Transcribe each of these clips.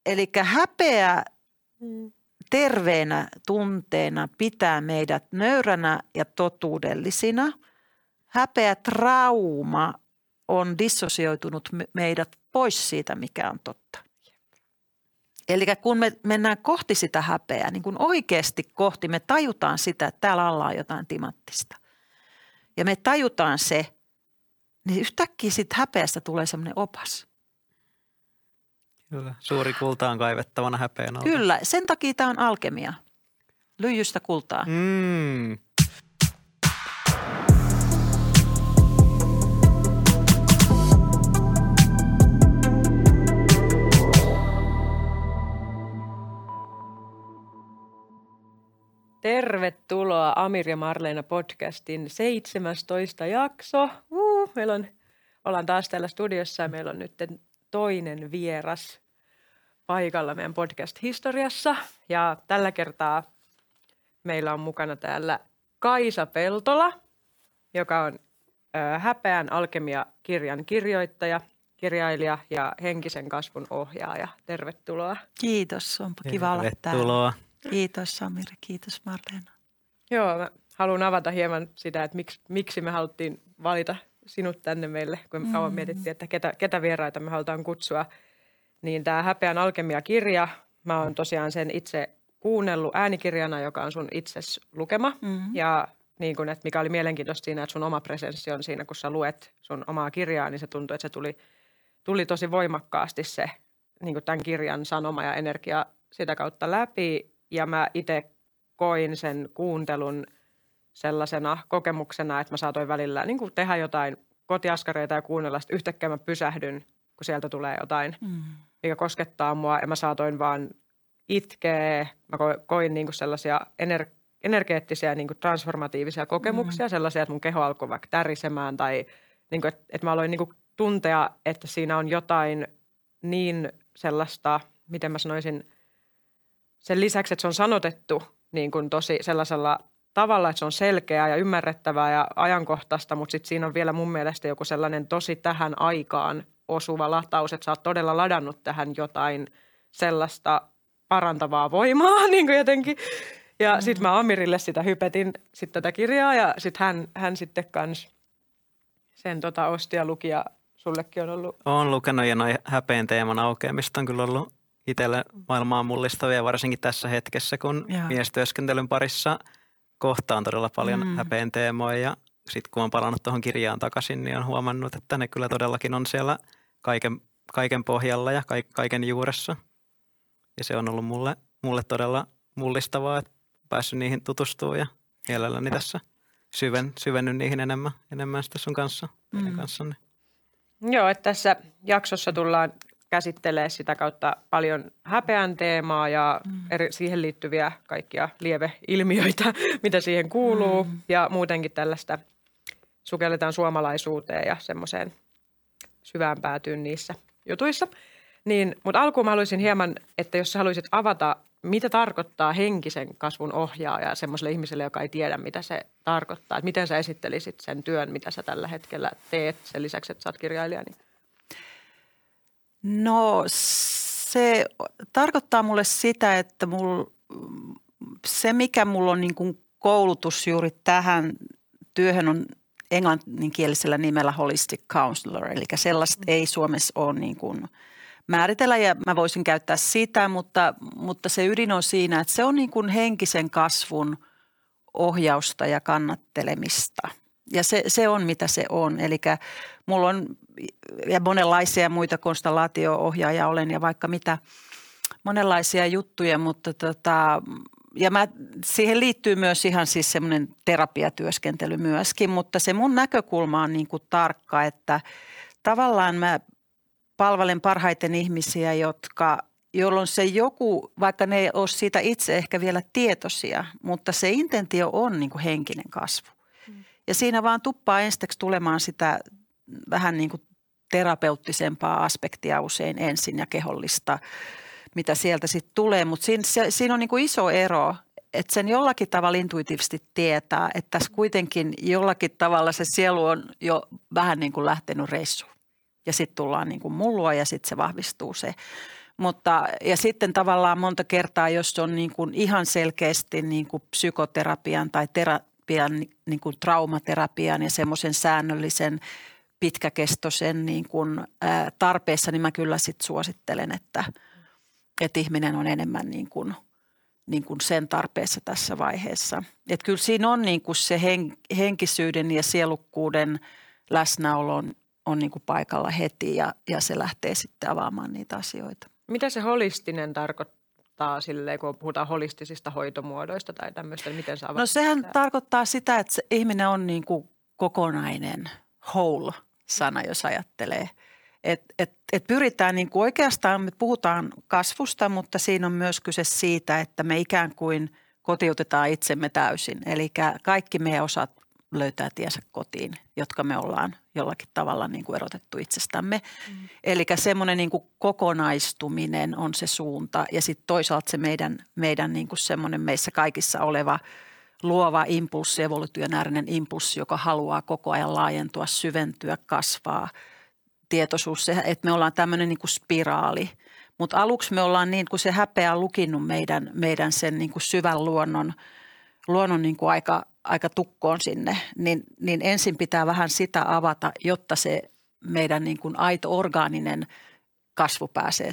Eli häpeä terveenä tunteena pitää meidät nöyränä ja totuudellisina. Häpeä trauma on dissosioitunut meidät pois siitä, mikä on totta. Eli kun me mennään kohti sitä häpeää, niin kun oikeasti kohti, me tajutaan sitä, että täällä alla on jotain timanttista. Ja me tajutaan se, niin yhtäkkiä siitä häpeästä tulee semmoinen opas. Kyllä, suuri kulta on kaivettavana häpeän alta. Kyllä, sen takia tämä on alkemia. Lyijystä kultaa. Tervetuloa Amir ja Marleena podcastin 17. jakso. Ollaan taas täällä studiossa ja meillä on nyt toinen vieras paikalla meidän podcast-historiassa. Ja tällä kertaa meillä on mukana täällä Kaisa Peltola, joka on Häpeän alkemia-kirjan kirjoittaja, kirjailija ja henkisen kasvun ohjaaja. Tervetuloa. Kiitos, onpa kiva olla täällä. Tervetuloa. Kiitos Amir, kiitos Marleena. Joo, mä haluan avata hieman sitä, että miksi me haluttiin valita sinut tänne meille, kun me kauan mietittiin, että ketä vieraita me halutaan kutsua. Niin tämä Häpeän alkemia-kirja, mä oon tosiaan sen itse kuunnellut äänikirjana, joka on sun itses lukema. Ja niin kun, että mikä oli mielenkiintoista siinä, että sun oma presenssi on siinä, kun sä luet sun omaa kirjaa, niin se tuntui, että se tuli tosi voimakkaasti se niin kun tämän kirjan sanoma ja energia sitä kautta läpi. Ja mä itse koin sen kuuntelun sellaisena kokemuksena, että mä saatoin välillä niin kuin tehdä jotain kotiaskareita ja kuunnella. Sitten yhtäkkiä mä pysähdyn, kun sieltä tulee jotain, mikä koskettaa mua. Ja mä saatoin vaan itkeä. Mä koin niin kuin sellaisia energeettisiä niin kuin transformatiivisia kokemuksia. Sellaisia, että mun keho alkoi vaikka tärisemään. Tai niin kuin, että mä aloin niin kuin tuntea, että siinä on jotain niin sellaista, miten mä sanoisin, sen lisäksi, että se on sanotettu niin kuin tosi sellaisella tavalla, että se on selkeää ja ymmärrettävää ja ajankohtaista, mutta sitten siinä on vielä mun mielestä joku sellainen tosi tähän aikaan osuva lataus, että sä oot todella ladannut tähän jotain sellaista parantavaa voimaa niin kuin jotenkin. Ja sitten mä Amirille sitä hypetin sitten tätä kirjaa ja sitten hän sitten kans sen osti ja luki ja sullekin on ollut. Olen lukenut ja noi häpeen teeman aukeamista on kyllä ollut itselle maailmaa mullistavia, varsinkin tässä hetkessä, kun miestyöskentelyn parissa kohtaan todella paljon häpeen teemoja. Ja sitten kun on palannut tuohon kirjaan takaisin, niin on huomannut, että ne kyllä todellakin on siellä kaiken pohjalla ja kaiken juuressa. Ja se on ollut mulle todella mullistavaa, että päässyt niihin tutustumaan ja mielelläni tässä syvennyt niihin enemmän sitten sun kanssa, teidän kanssanne. Joo, että tässä jaksossa tullaan käsittelee sitä kautta paljon häpeän teemaa ja siihen liittyviä kaikkia lieveilmiöitä, mitä siihen kuuluu. Ja muutenkin tällaista sukelletaan suomalaisuuteen ja semmoiseen syvään päätyyn niissä jutuissa. Mutta alkuun mä haluaisin hieman, että jos sä haluaisit avata, mitä tarkoittaa henkisen kasvun ohjaaja semmoiselle ihmiselle, joka ei tiedä, mitä se tarkoittaa. Että miten sä esittelisit sen työn, mitä sä tällä hetkellä teet sen lisäksi, että sä oot kirjailija, niin. No se tarkoittaa mulle sitä, että se mikä mulla on niin kuin koulutus juuri tähän työhön on englanninkielisellä nimellä holistic counselor. Eli sellaista ei Suomessa ole niin kuin määritellä ja mä voisin käyttää sitä, mutta se ydin on siinä, että se on niin kuin henkisen kasvun ohjausta ja kannattelemista. Ja se on, mitä se on. Eli mulla on ja monenlaisia muita konstellaatio-ohjaajia olen ja vaikka mitä monenlaisia juttuja, mutta ja siihen liittyy myös ihan siis semmoinen terapiatyöskentely myöskin, mutta se mun näkökulma on niin kuin tarkka, että tavallaan mä palvelen parhaiten ihmisiä, jolloin se joku, vaikka ne ei ole siitä itse ehkä vielä tietoisia, mutta se intentio on niin kuin henkinen kasvu. Ja siinä vaan tuppaa ensiksi tulemaan sitä vähän niin kuin terapeuttisempaa aspektia usein ensin ja kehollista, mitä sieltä sitten tulee. Mutta siinä on niin kuin iso ero, että sen jollakin tavalla intuitiivisesti tietää, että tässä kuitenkin jollakin tavalla se sielu on jo vähän niin kuin lähtenyt reissuun. Ja sitten tullaan niin kuin mullua ja sitten se vahvistuu se. Ja sitten tavallaan monta kertaa, jos on niin kuin ihan selkeästi niin kuin psykoterapian tai terapian, niin kuin traumaterapian ja semmoisen säännöllisen pitkäkestoisen niin kuin, tarpeessa, niin mä kyllä sit suosittelen, että ihminen on enemmän niin kuin sen tarpeessa tässä vaiheessa. Että kyllä siinä on niin kuin se henkisyyden ja sielukkuuden läsnäolo on niin kuin paikalla heti ja se lähtee sitten avaamaan niitä asioita. Mitä se holistinen tarkoittaa silleen, kun puhutaan holistisista hoitomuodoista tai tämmöistä, niin miten sä avaat? No sehän tarkoittaa sitä, että se ihminen on niin kuin kokonainen, whole-sana, jos ajattelee. Et pyritään niin kuin oikeastaan, me puhutaan kasvusta, mutta siinä on myös kyse siitä, että me ikään kuin kotiutetaan itsemme täysin. Eli kaikki meidän osat löytää tiensä kotiin, jotka me ollaan jollakin tavalla niin kuin erotettu itsestämme. Eli semmoinen niin kuin kokonaistuminen on se suunta ja sitten toisaalta se meidän niin kuin semmoinen meissä kaikissa oleva luova impulssi, evolutionäärinen impulssi, joka haluaa koko ajan laajentua, syventyä, kasvaa. Tietoisuus, että me ollaan tämmöinen niin kuin spiraali. Mutta aluksi me ollaan niin, kun se häpeä on lukinnut meidän sen niin kuin syvän luonnon niin kuin aika tukkoon sinne, niin ensin pitää vähän sitä avata, jotta se meidän niin kuin aito orgaaninen kasvu pääsee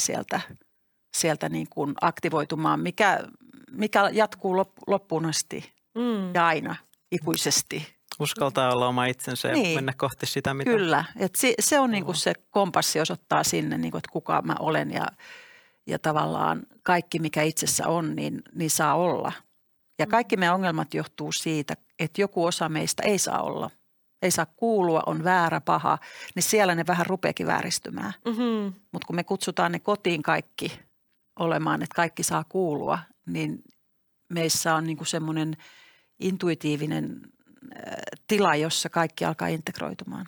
sieltä niin kuin aktivoitumaan, mikä jatkuu loppuun asti ja aina ikuisesti. Uskaltaa olla oma itsensä ja mennä kohti sitä, mitä... Kyllä, että se on niin kuin se kompassi osoittaa sinne, niin kuin, että kuka mä olen ja tavallaan kaikki, mikä itsessä on, niin saa olla. Ja kaikki meidän ongelmat johtuu siitä, että joku osa meistä ei saa olla. Ei saa kuulua, on väärä, paha, niin siellä ne vähän rupeekin vääristymään. Mm-hmm. Mutta kun me kutsutaan ne kotiin kaikki olemaan, että kaikki saa kuulua, niin meissä on niin kuin semmoinen intuitiivinen tila, jossa kaikki alkaa integroitumaan.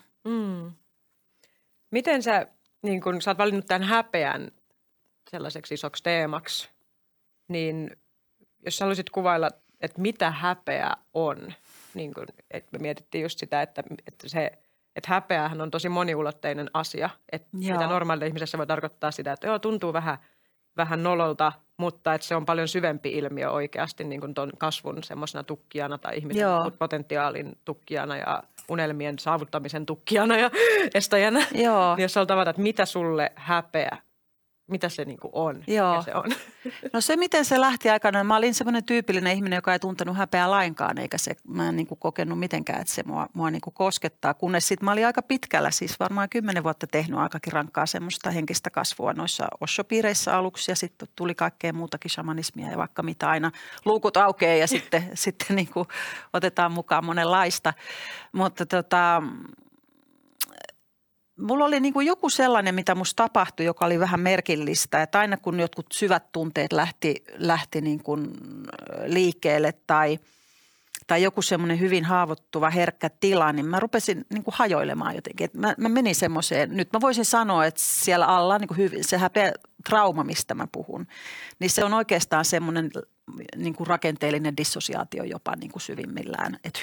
Miten sä oot valinnut tämän häpeän sellaiseksi isoksi teemaksi, niin jos sä haluaisit kuvailla, että mitä häpeä on, niin kun, että me mietittiin just sitä, että häpeähän on tosi moniulotteinen asia, että mitä normaalille ihmisessä voi tarkoittaa sitä, että tuntuu vähän nololta, mutta että se on paljon syvempi ilmiö oikeasti niin kuin ton kasvun semmoisena tukkijana tai ihmisen potentiaalin tukkijana ja unelmien saavuttamisen tukkijana ja estäjänä. Joo. Niin jos haluat tavata, että mitä sulle häpeä, mitä se niin kuin on, ja se on. No se, miten se lähti aikanaan. Mä olin semmoinen tyypillinen ihminen, joka ei tuntenut häpeää lainkaan, eikä mä en niin kuin kokenut mitenkään, että se mua niin kuin koskettaa. Kunnes sitten mä olin aika pitkällä, siis varmaan 10 vuotta tehnyt aikakin rankkaa semmoista henkistä kasvua noissa Osho-piireissä aluksi. Ja sitten tuli kaikkea muutakin shamanismia ja vaikka mitä aina luukut aukeaa ja sitten niin kuin otetaan mukaan monenlaista. Mutta mulla oli niin kuin joku sellainen, mitä musta tapahtui, joka oli vähän merkillistä, että aina kun jotkut syvät tunteet lähti niin kuin liikkeelle tai joku semmoinen hyvin haavoittuva herkkä tila, niin mä rupesin niin kuin hajoilemaan jotenkin. Mä menin semmoiseen, nyt mä voisin sanoa, että siellä alla niin kuin hyvin, se häpeä trauma, mistä mä puhun, niin se on oikeastaan semmoinen niin kuin rakenteellinen dissosiaatio jopa niin kuin syvimmillään. Että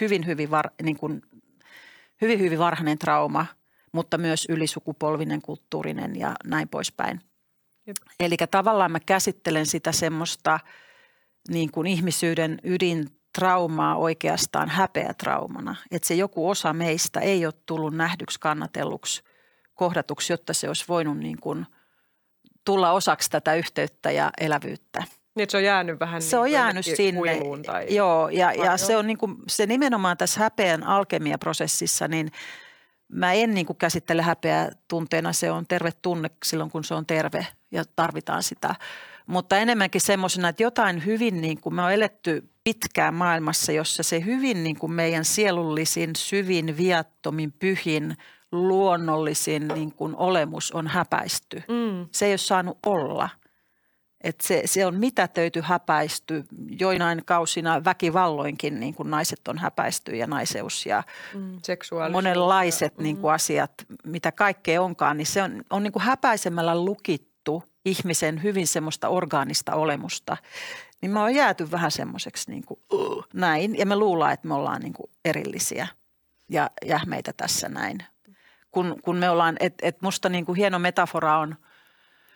hyvin varhainen trauma, mutta myös ylisukupolvinen, kulttuurinen ja näin poispäin. Eli tavallaan mä käsittelen sitä semmoista niin kuin ihmisyyden ydintraumaa oikeastaan häpeätraumana. Että se joku osa meistä ei ole tullut nähdyksi, kannatelluksi, kohdatuksi, jotta se olisi voinut niin kuin tulla osaksi tätä yhteyttä ja elävyyttä. Niin, että se on jäänyt vähän se on jäänyt sinne. Tai... Joo, ja se on niin kuin, se nimenomaan tässä häpeän alkemiaprosessissa, niin mä en niin kuin käsittele häpeää tunteena, se on terve tunne silloin, kun se on terve ja tarvitaan sitä. Mutta enemmänkin semmoisena, että jotain hyvin niin kuin me on eletty pitkään maailmassa, jossa se hyvin niin kuin meidän sielullisin, syvin, viattomin, pyhin, luonnollisin niin kuin olemus on häpäisty. Se ei ole saanut olla. Että se on mitätöity, häpäisty, joinain kausina väkivalloinkin niin kuin naiset on häpäisty ja naiseus ja monenlaiset niin kuin asiat, mitä kaikkea onkaan, niin se on niin kuin häpäisemällä lukittu ihmisen hyvin semmoista orgaanista olemusta. Niin me on jääty vähän semmoiseksi niin kuin näin ja me luullaan, että me ollaan niin kuin erillisiä ja jähmeitä tässä näin. Kun me ollaan, että musta niin kuin hieno metafora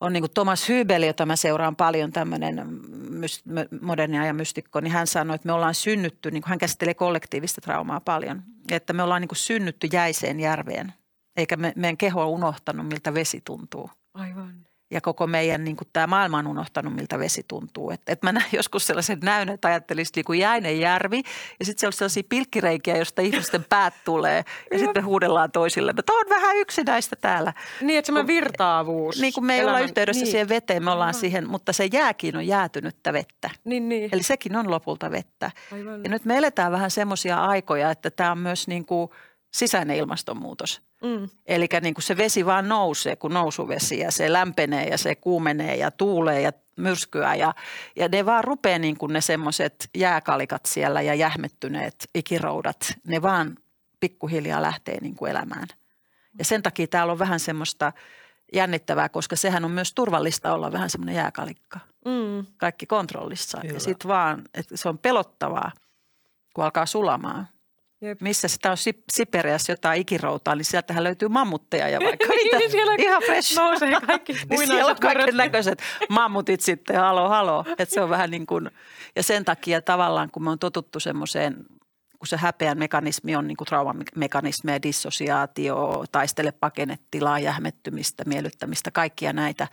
on niin kuin Thomas Hybel, jota mä seuraan paljon, tämmöinen moderni ajan mystikko, niin hän sanoi, että me ollaan synnytty, niin kuin hän käsittelee kollektiivista traumaa paljon, että me ollaan niin kuin synnytty jäiseen järveen, eikä meidän keho on unohtanut, miltä vesi tuntuu. Aivan. Ja koko meidän niin kuin tämä maailma on unohtanut, miltä vesi tuntuu. Että mä näin joskus sellaisen näyn, että ajattelisin niin kuin jäinen järvi ja sitten siellä on sellaisia pilkkireikiä, josta ihmisten päät tulee ja sitten huudellaan toisille. Tämä on vähän yksinäistä täällä. Niin, että semmoinen virtaavuus. Niin kuin me ei olla yhteydessä siihen veteen, me ollaan siihen, mutta se jääkin on jäätynyttä vettä. Niin. Eli sekin on lopulta vettä. Aivan. Ja nyt me eletään vähän semmoisia aikoja, että tämä on myös niin kuin sisäinen ilmastonmuutos. Eli niin kuin se vesi vaan nousee kuin nousuvesi ja se lämpenee ja se kuumenee ja tuulee ja myrskyää ja ne vaan rupeaa niin kuin ne semmoiset jääkalikat siellä ja jähmettyneet ikiroudat, ne vaan pikkuhiljaa lähtee niin kuin elämään. Ja sen takia täällä on vähän semmoista jännittävää, koska sehän on myös turvallista olla vähän semmoinen jääkalikka. Kaikki kontrollissa. Kyllä. Ja sitten vaan, että se on pelottavaa, kun alkaa sulamaan. Jep. Missä sitä on Siperiassa jotain ikiroutaa, niin sieltähän löytyy mammutteja ja vaikka niitä ihan fresh. Nousee kaikki niin siellä on kaiken näköiset mammutit sitten, halo. Että se on vähän niin kuin, ja sen takia tavallaan kun me on totuttu semmoiseen, kun se häpeän mekanismi on niin kuin traumamekanismeja, dissosiaatio, taistele pakenetilaa, jähmettymistä, miellyttämistä, kaikkia näitä,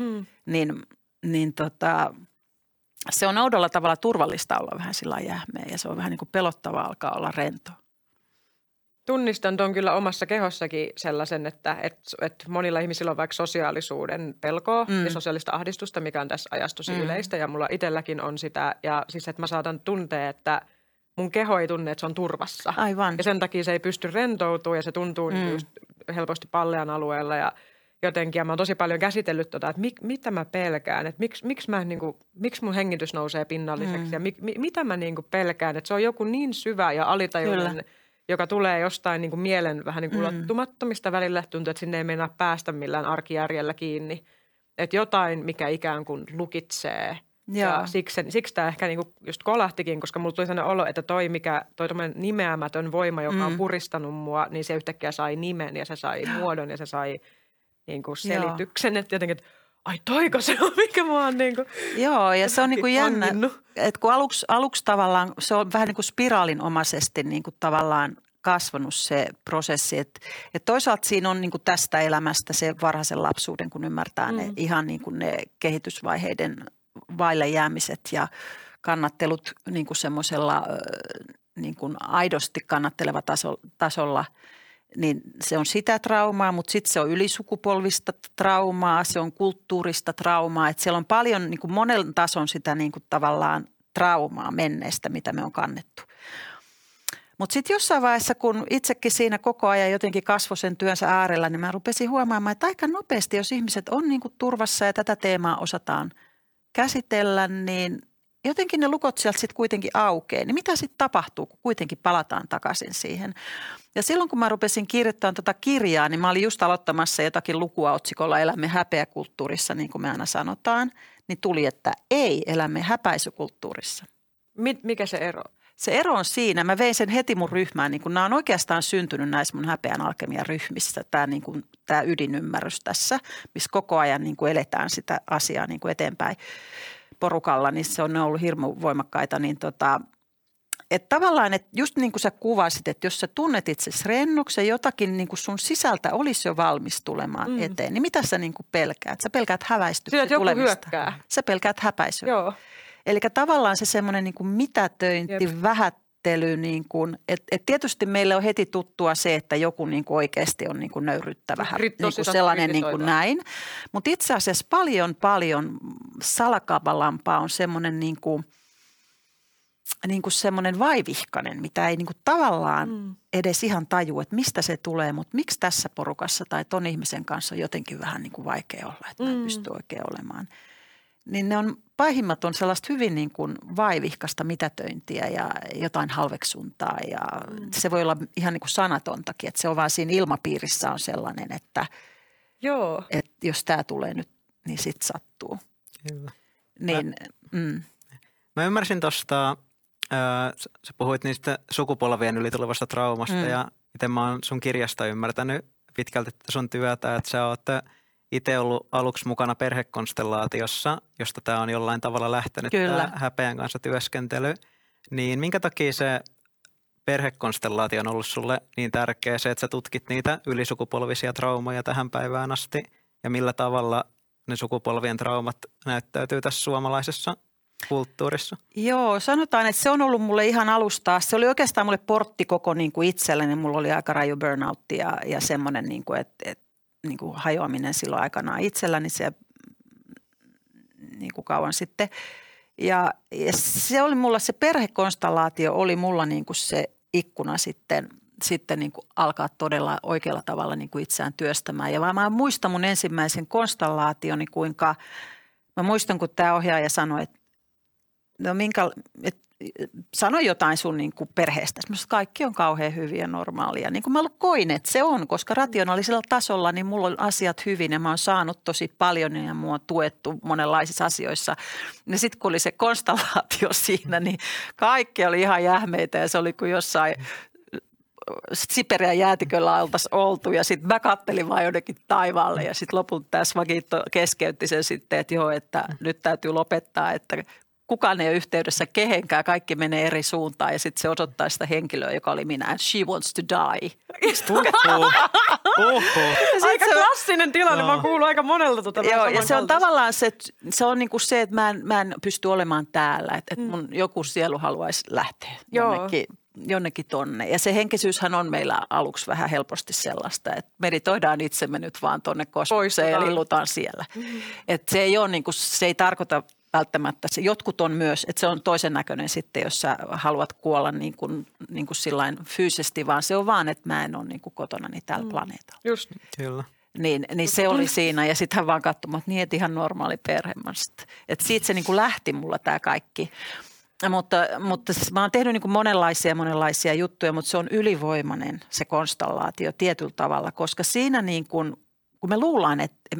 niin se on oudolla tavalla turvallista olla vähän sillä jähmeä ja se on vähän niin kuin pelottavaa alkaa olla rento. Tunnistan tuon kyllä omassa kehossakin sellaisen, että monilla ihmisillä on vaikka sosiaalisuuden pelkoa ja sosiaalista ahdistusta, mikä on tässä ajassa tosi yleistä ja mulla itselläkin on sitä. Ja siis, että mä saatan tuntea, että mun keho ei tunne, että se on turvassa. Aivan. Ja sen takia se ei pysty rentoutumaan ja se tuntuu just helposti pallean alueella ja jotenkin. Ja mä oon tosi paljon käsitellyt että mitä mä pelkään, että miksi mun hengitys nousee pinnalliseksi ja mitä mä pelkään. Että se on joku niin syvä ja alitajuinen, joka tulee jostain niin kuin mielen vähän niin kuin ulottumattomista välillä. Tuntuu, että sinne ei mennä päästä millään arkijärjellä kiinni. Että jotain, mikä ikään kuin lukitsee. Ja siksi tämä ehkä niin kuin just kolahtikin, koska mulla tuli sellainen olo, että toi nimeämätön voima, joka on puristanut mua, niin se yhtäkkiä sai nimen ja se sai muodon ja se sai niin kuin selityksen. Että jotenkin, että ai toiko se on, mikä mua on niin kuin Joo, ja se on niin kuin jännä, että kun aluksi tavallaan se on vähän niin kuin spiraalinomaisesti niin kuin tavallaan kasvanut se prosessi, että toisaalta siinä on niin kuin tästä elämästä se varhaisen lapsuuden, kun ymmärtää ne ihan niin kuin ne kehitysvaiheiden vaille jäämiset ja kannattelut niin kuin semmoisella niin kuin aidosti kannatteleva tasolla, niin se on sitä traumaa, mutta sitten se on ylisukupolvista traumaa, se on kulttuurista traumaa, että siellä on paljon niin kuin monen tason sitä niin kuin tavallaan traumaa menneestä, mitä me on kannettu. Mutta sitten jossain vaiheessa, kun itsekin siinä koko ajan jotenkin kasvoi sen työnsä äärellä, niin mä rupesin huomaamaan, että aika nopeasti, jos ihmiset on niin kuin turvassa ja tätä teemaa osataan käsitellä, niin jotenkin ne lukot sieltä sitten kuitenkin aukeaa. Niin mitä sitten tapahtuu, kun kuitenkin palataan takaisin siihen? Ja silloin, kun mä rupesin kirjoittamaan tota kirjaa, niin mä olin just aloittamassa jotakin lukua otsikolla Elämme häpeäkulttuurissa, niin kuin me aina sanotaan, niin tuli, että ei, elämme häpäisykulttuurissa. Mikä se ero? Se ero on siinä, mä vein sen heti mun ryhmään, niin kun nämä on oikeastaan syntynyt näissä mun häpeän alkemian ryhmissä, tämä ydinymmärrys tässä, missä koko ajan niin kuin eletään sitä asiaa niin kuin eteenpäin porukalla, niin se on ollut hirmu voimakkaita, niin että tavallaan, että just niin kuin sä kuvasit, että jos sä tunnet itsesi rennoksi ja jotakin niin kuin sun sisältä olisi jo valmis tulemaan eteen, niin mitä sä niin kuin pelkäät? Sä pelkäät häväistystä tulemista. Sä pelkäät häpäisyä. Joo. Eli tavallaan se semmoinen niin kuin mitätöinti, vähättely, niin kuin, että tietysti meille on heti tuttua se, että joku niin kuin oikeasti on niin kuin nöyryttävä, niin kuin sellainen niin kuin näin. Mutta itse asiassa paljon salakavalampaa on semmoinen niin kuin semmoinen vaivihkainen, mitä ei niin kuin tavallaan edes ihan tajua, että mistä se tulee, mutta miksi tässä porukassa tai ton ihmisen kanssa on jotenkin vähän niin kuin vaikea olla, että mä en pysty oikein olemaan. Niin ne on paihimmat on sellaista hyvin niin kuin vaivihkasta mitätöintiä ja jotain halveksuntaa ja se voi olla ihan niin kuin sanatontakin, että se on vaan siinä ilmapiirissä on sellainen, että jos tämä tulee nyt, niin sit sattuu. Kyllä. Niin, Mä ymmärsin tuosta, sä puhuit niistä sukupolvien yli tulevasta traumasta ja miten mä oon sun kirjasta ymmärtänyt pitkälti sun työtä, että sä oot itse ollut aluksi mukana perhekonstellaatiossa, josta tämä on jollain tavalla lähtenyt tämä häpeän kanssa työskentely. Niin minkä takia se perhekonstellaatio on ollut sulle niin tärkeä, se, että sä tutkit niitä ylisukupolvisia traumoja tähän päivään asti ja millä tavalla ne sukupolvien traumat näyttäytyy tässä suomalaisessa kulttuurissa? Joo, sanotaan, että se on ollut mulle ihan alusta. Se oli oikeastaan mulle portti koko niin kuin itselleni. Mulla oli aika raju burnout ja semmoinen, niin kuin, että niin kuin hajoaminen silloin aikanaan itselläni se niin kuin kauan sitten. Ja se oli mulla, se perhekonstellaatio oli mulla niin kuin se ikkuna sitten niin kuin alkaa todella oikealla tavalla niin kuin itseään työstämään. Ja mä muistan mun ensimmäisen konstellaationi, kuinka mä muistan, kun tämä ohjaaja sanoi, että no sano jotain sun niin kuin perheestä. Mä sanoin, että kaikki on kauhean hyviä ja normaalia. Niin kuin mä koin, että se on, koska rationaalisella tasolla niin mulla on asiat hyvin ja mä oon saanut tosi paljon ja mua on tuettu monenlaisissa asioissa. Ja sitten kun oli se konstellaatio siinä, niin kaikki oli ihan jähmeitä ja se oli kuin jossain Siperian jäätiköllä oltaisiin oltu ja sitten mä kattelin vaan jonnekin taivaalle ja sitten lopulta tämä Svagitto keskeytti sen sitten, että joo, että nyt täytyy lopettaa, että kukaan ei ole yhteydessä kehenkään, kaikki menee eri suuntaan ja sitten se osoittaa sitä henkilöä, joka oli minä, and she wants to die. Aika klassinen tilanne, mä oon kuullut aika monelta tuota. Joo, ja se on tavallaan se on niinku se, että mä en pysty olemaan täällä, että mun joku sielu haluaisi lähteä jonnekin tonne. Ja se henkisyyshän on meillä aluksi vähän helposti sellaista, että meditoidaan itsemme nyt vaan tonne kosmokseen ja lillutaan siellä. Että se ei ole niinku, se ei tarkoita välttämättä. Jotkut on myös, että se on toisen näköinen sitten, jos sä haluat kuolla niin kuin sillain fyysisesti, vaan se on vaan, että mä en ole niin kuin kotonani tällä planeetalla. Just. Kyllä. Niin se oli siinä ja sitten hän vaan katsoi, että niin, että ihan normaali perhe. Että siitä se niin kuin lähti mulla tämä kaikki. Mutta mä oon tehnyt niin kuin monenlaisia juttuja, mutta se on ylivoimainen se konstellaatio tietyllä tavalla, koska siinä niin kuin, kun me luullaan, että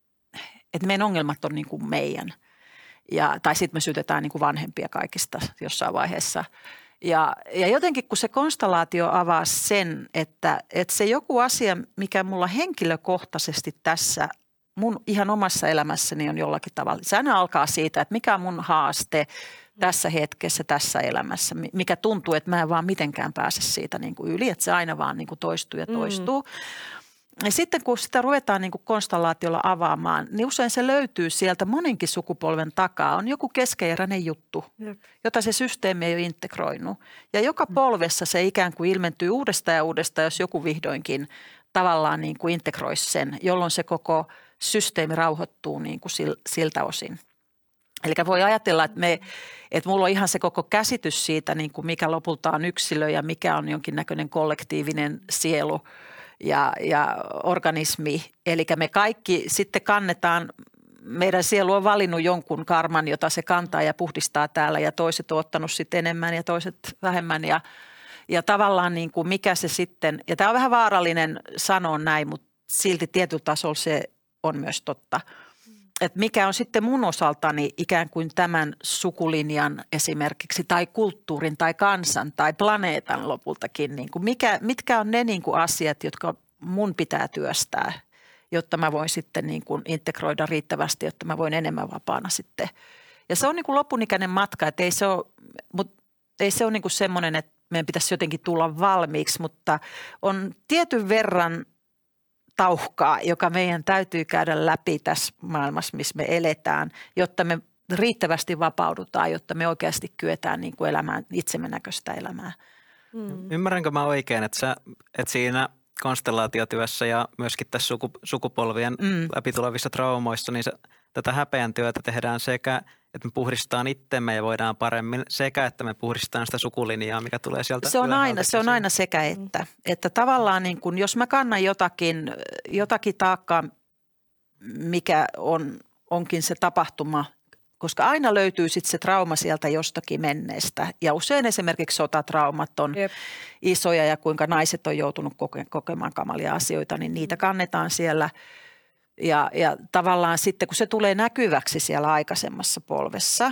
meidän ongelmat on niin kuin meidän – tai sitten me syytetään niin kuin vanhempia kaikista jossain vaiheessa. Ja jotenkin kun se konstellaatio avaa sen, että se joku asia, mikä mulla henkilökohtaisesti tässä mun ihan omassa elämässäni on jollakin tavalla. Se aina alkaa siitä, että mikä on mun haaste tässä hetkessä, tässä elämässä. Mikä tuntuu, että mä en vaan mitenkään pääse siitä niin kuin yli, että se aina vaan niin kuin toistuu ja toistuu. Ja sitten kun sitä ruvetaan niin kuin konstellaatiolla avaamaan, niin usein se löytyy sieltä monenkin sukupolven takaa. On joku keskeeräinen juttu, jota se systeemi ei ole integroinut. Ja joka polvessa se ikään kuin ilmentyy uudestaan ja uudestaan, jos joku vihdoinkin tavallaan niin kuin integroisi sen, jolloin se koko systeemi rauhoittuu niin kuin siltä osin. Eli voi ajatella, että mulla on ihan se koko käsitys siitä, niin kuin mikä lopulta on yksilö ja mikä on jonkinnäköinen kollektiivinen sielu ja organismi. Eli me kaikki sitten kannetaan, meidän sielu on valinnut jonkun karman, jota se kantaa ja puhdistaa täällä ja toiset on ottanut sitten enemmän ja toiset vähemmän ja tavallaan niin kuin mikä se sitten, ja tämä on vähän vaarallinen sanoa näin, mutta silti tietyllä tasolla se on myös totta. Että mikä on sitten mun osaltani ikään kuin tämän sukulinjan esimerkiksi tai kulttuurin tai kansan tai planeetan lopultakin. Niin kuin mitkä on ne niin kuin asiat, jotka mun pitää työstää, jotta mä voin sitten niin kuin integroida riittävästi, jotta mä voin enemmän vapaana sitten. Ja se on niin kuin lopunikäinen matka, että ei se ole niin kuin semmoinen, että meidän pitäisi jotenkin tulla valmiiksi, mutta on tietyn verran tauhkaa, joka meidän täytyy käydä läpi tässä maailmassa, missä me eletään, jotta me riittävästi vapaudutaan, jotta me oikeasti kyetään niin kuin elämään itsemme näköistä elämää. Ymmärränkö mä oikein, että siinä konstellaatiotyössä ja myöskin tässä sukupolvien läpitulevissa traumoissa, niin tätä häpeän työtä tehdään sekä, että me puhdistetaan itsemme ja voidaan paremmin, sekä että me puhdistetaan sitä sukulinjaa, mikä tulee sieltä. Se on aina sekä että tavallaan niin kuin, jos mä kannan jotakin taakkaa, mikä onkin se tapahtuma, koska aina löytyy sitten se trauma sieltä jostakin menneestä. Ja usein esimerkiksi sotatraumat on isoja ja kuinka naiset on joutunut kokemaan kamalia asioita, niin niitä kannetaan siellä. Ja tavallaan sitten, kun se tulee näkyväksi siellä aikaisemmassa polvessa,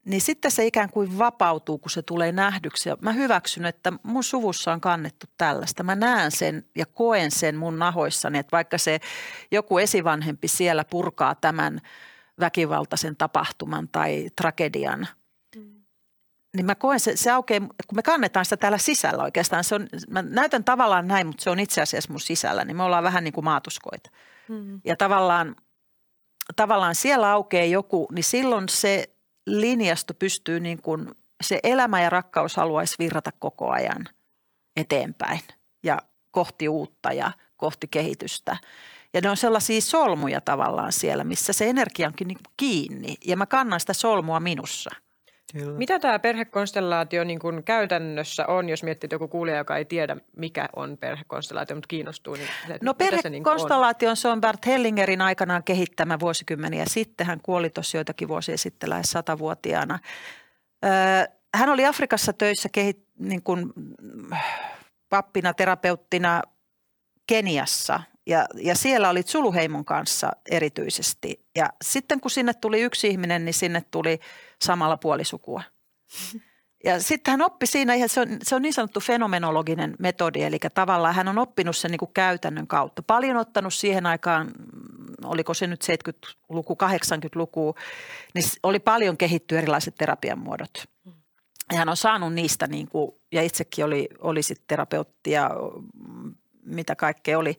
niin sitten se ikään kuin vapautuu, kun se tulee nähdyksi. Ja mä hyväksyn, että mun suvussa on kannettu tällaista. Mä näen sen ja koen sen mun nahoissani, että vaikka se joku esivanhempi siellä purkaa tämän väkivaltaisen tapahtuman tai tragedian, niin mä koen, se aukeaa, kun me kannetaan sitä täällä sisällä oikeastaan. Mä näytän tavallaan näin, mutta se on itse asiassa mun sisällä, niin me ollaan vähän niin kuin maatuskoita. Ja tavallaan siellä aukeaa joku, niin silloin se linjasto pystyy niin kuin, se elämä ja rakkaus haluaisi virrata koko ajan eteenpäin ja kohti uutta ja kohti kehitystä. Ja ne on sellaisia solmuja tavallaan siellä, missä se energia onkin niin kuin kiinni ja mä kannan sitä solmua minussa. Kyllä. Mitä tämä perhekonstellaatio niin kuin käytännössä on, jos miettii joku kuulija, joka ei tiedä, mikä on perhekonstellaatio, mutta kiinnostuu? Niin no perhekonstellaatio se on Bert Hellingerin aikanaan kehittämä vuosikymmeniä sitten. Hän kuoli tuossa joitakin vuosia sitten lähes 100-vuotiaana. Hän oli Afrikassa töissä niin kuin pappina, terapeuttina Keniassa ja siellä oli Zulu-heimon kanssa erityisesti. Ja sitten kun sinne tuli yksi ihminen, niin sinne tuli samalla puolisukua. Ja sitten hän oppi siinä, se on niin sanottu fenomenologinen metodi, eli tavallaan hän on oppinut sen niin kuin käytännön kautta. Paljon ottanut siihen aikaan, oliko se nyt 70-luku, 80-luku, niin oli paljon kehittyä erilaiset terapian muodot. Ja hän on saanut niistä, niin kuin, ja itsekin oli sitten terapeutti ja mitä kaikkea oli,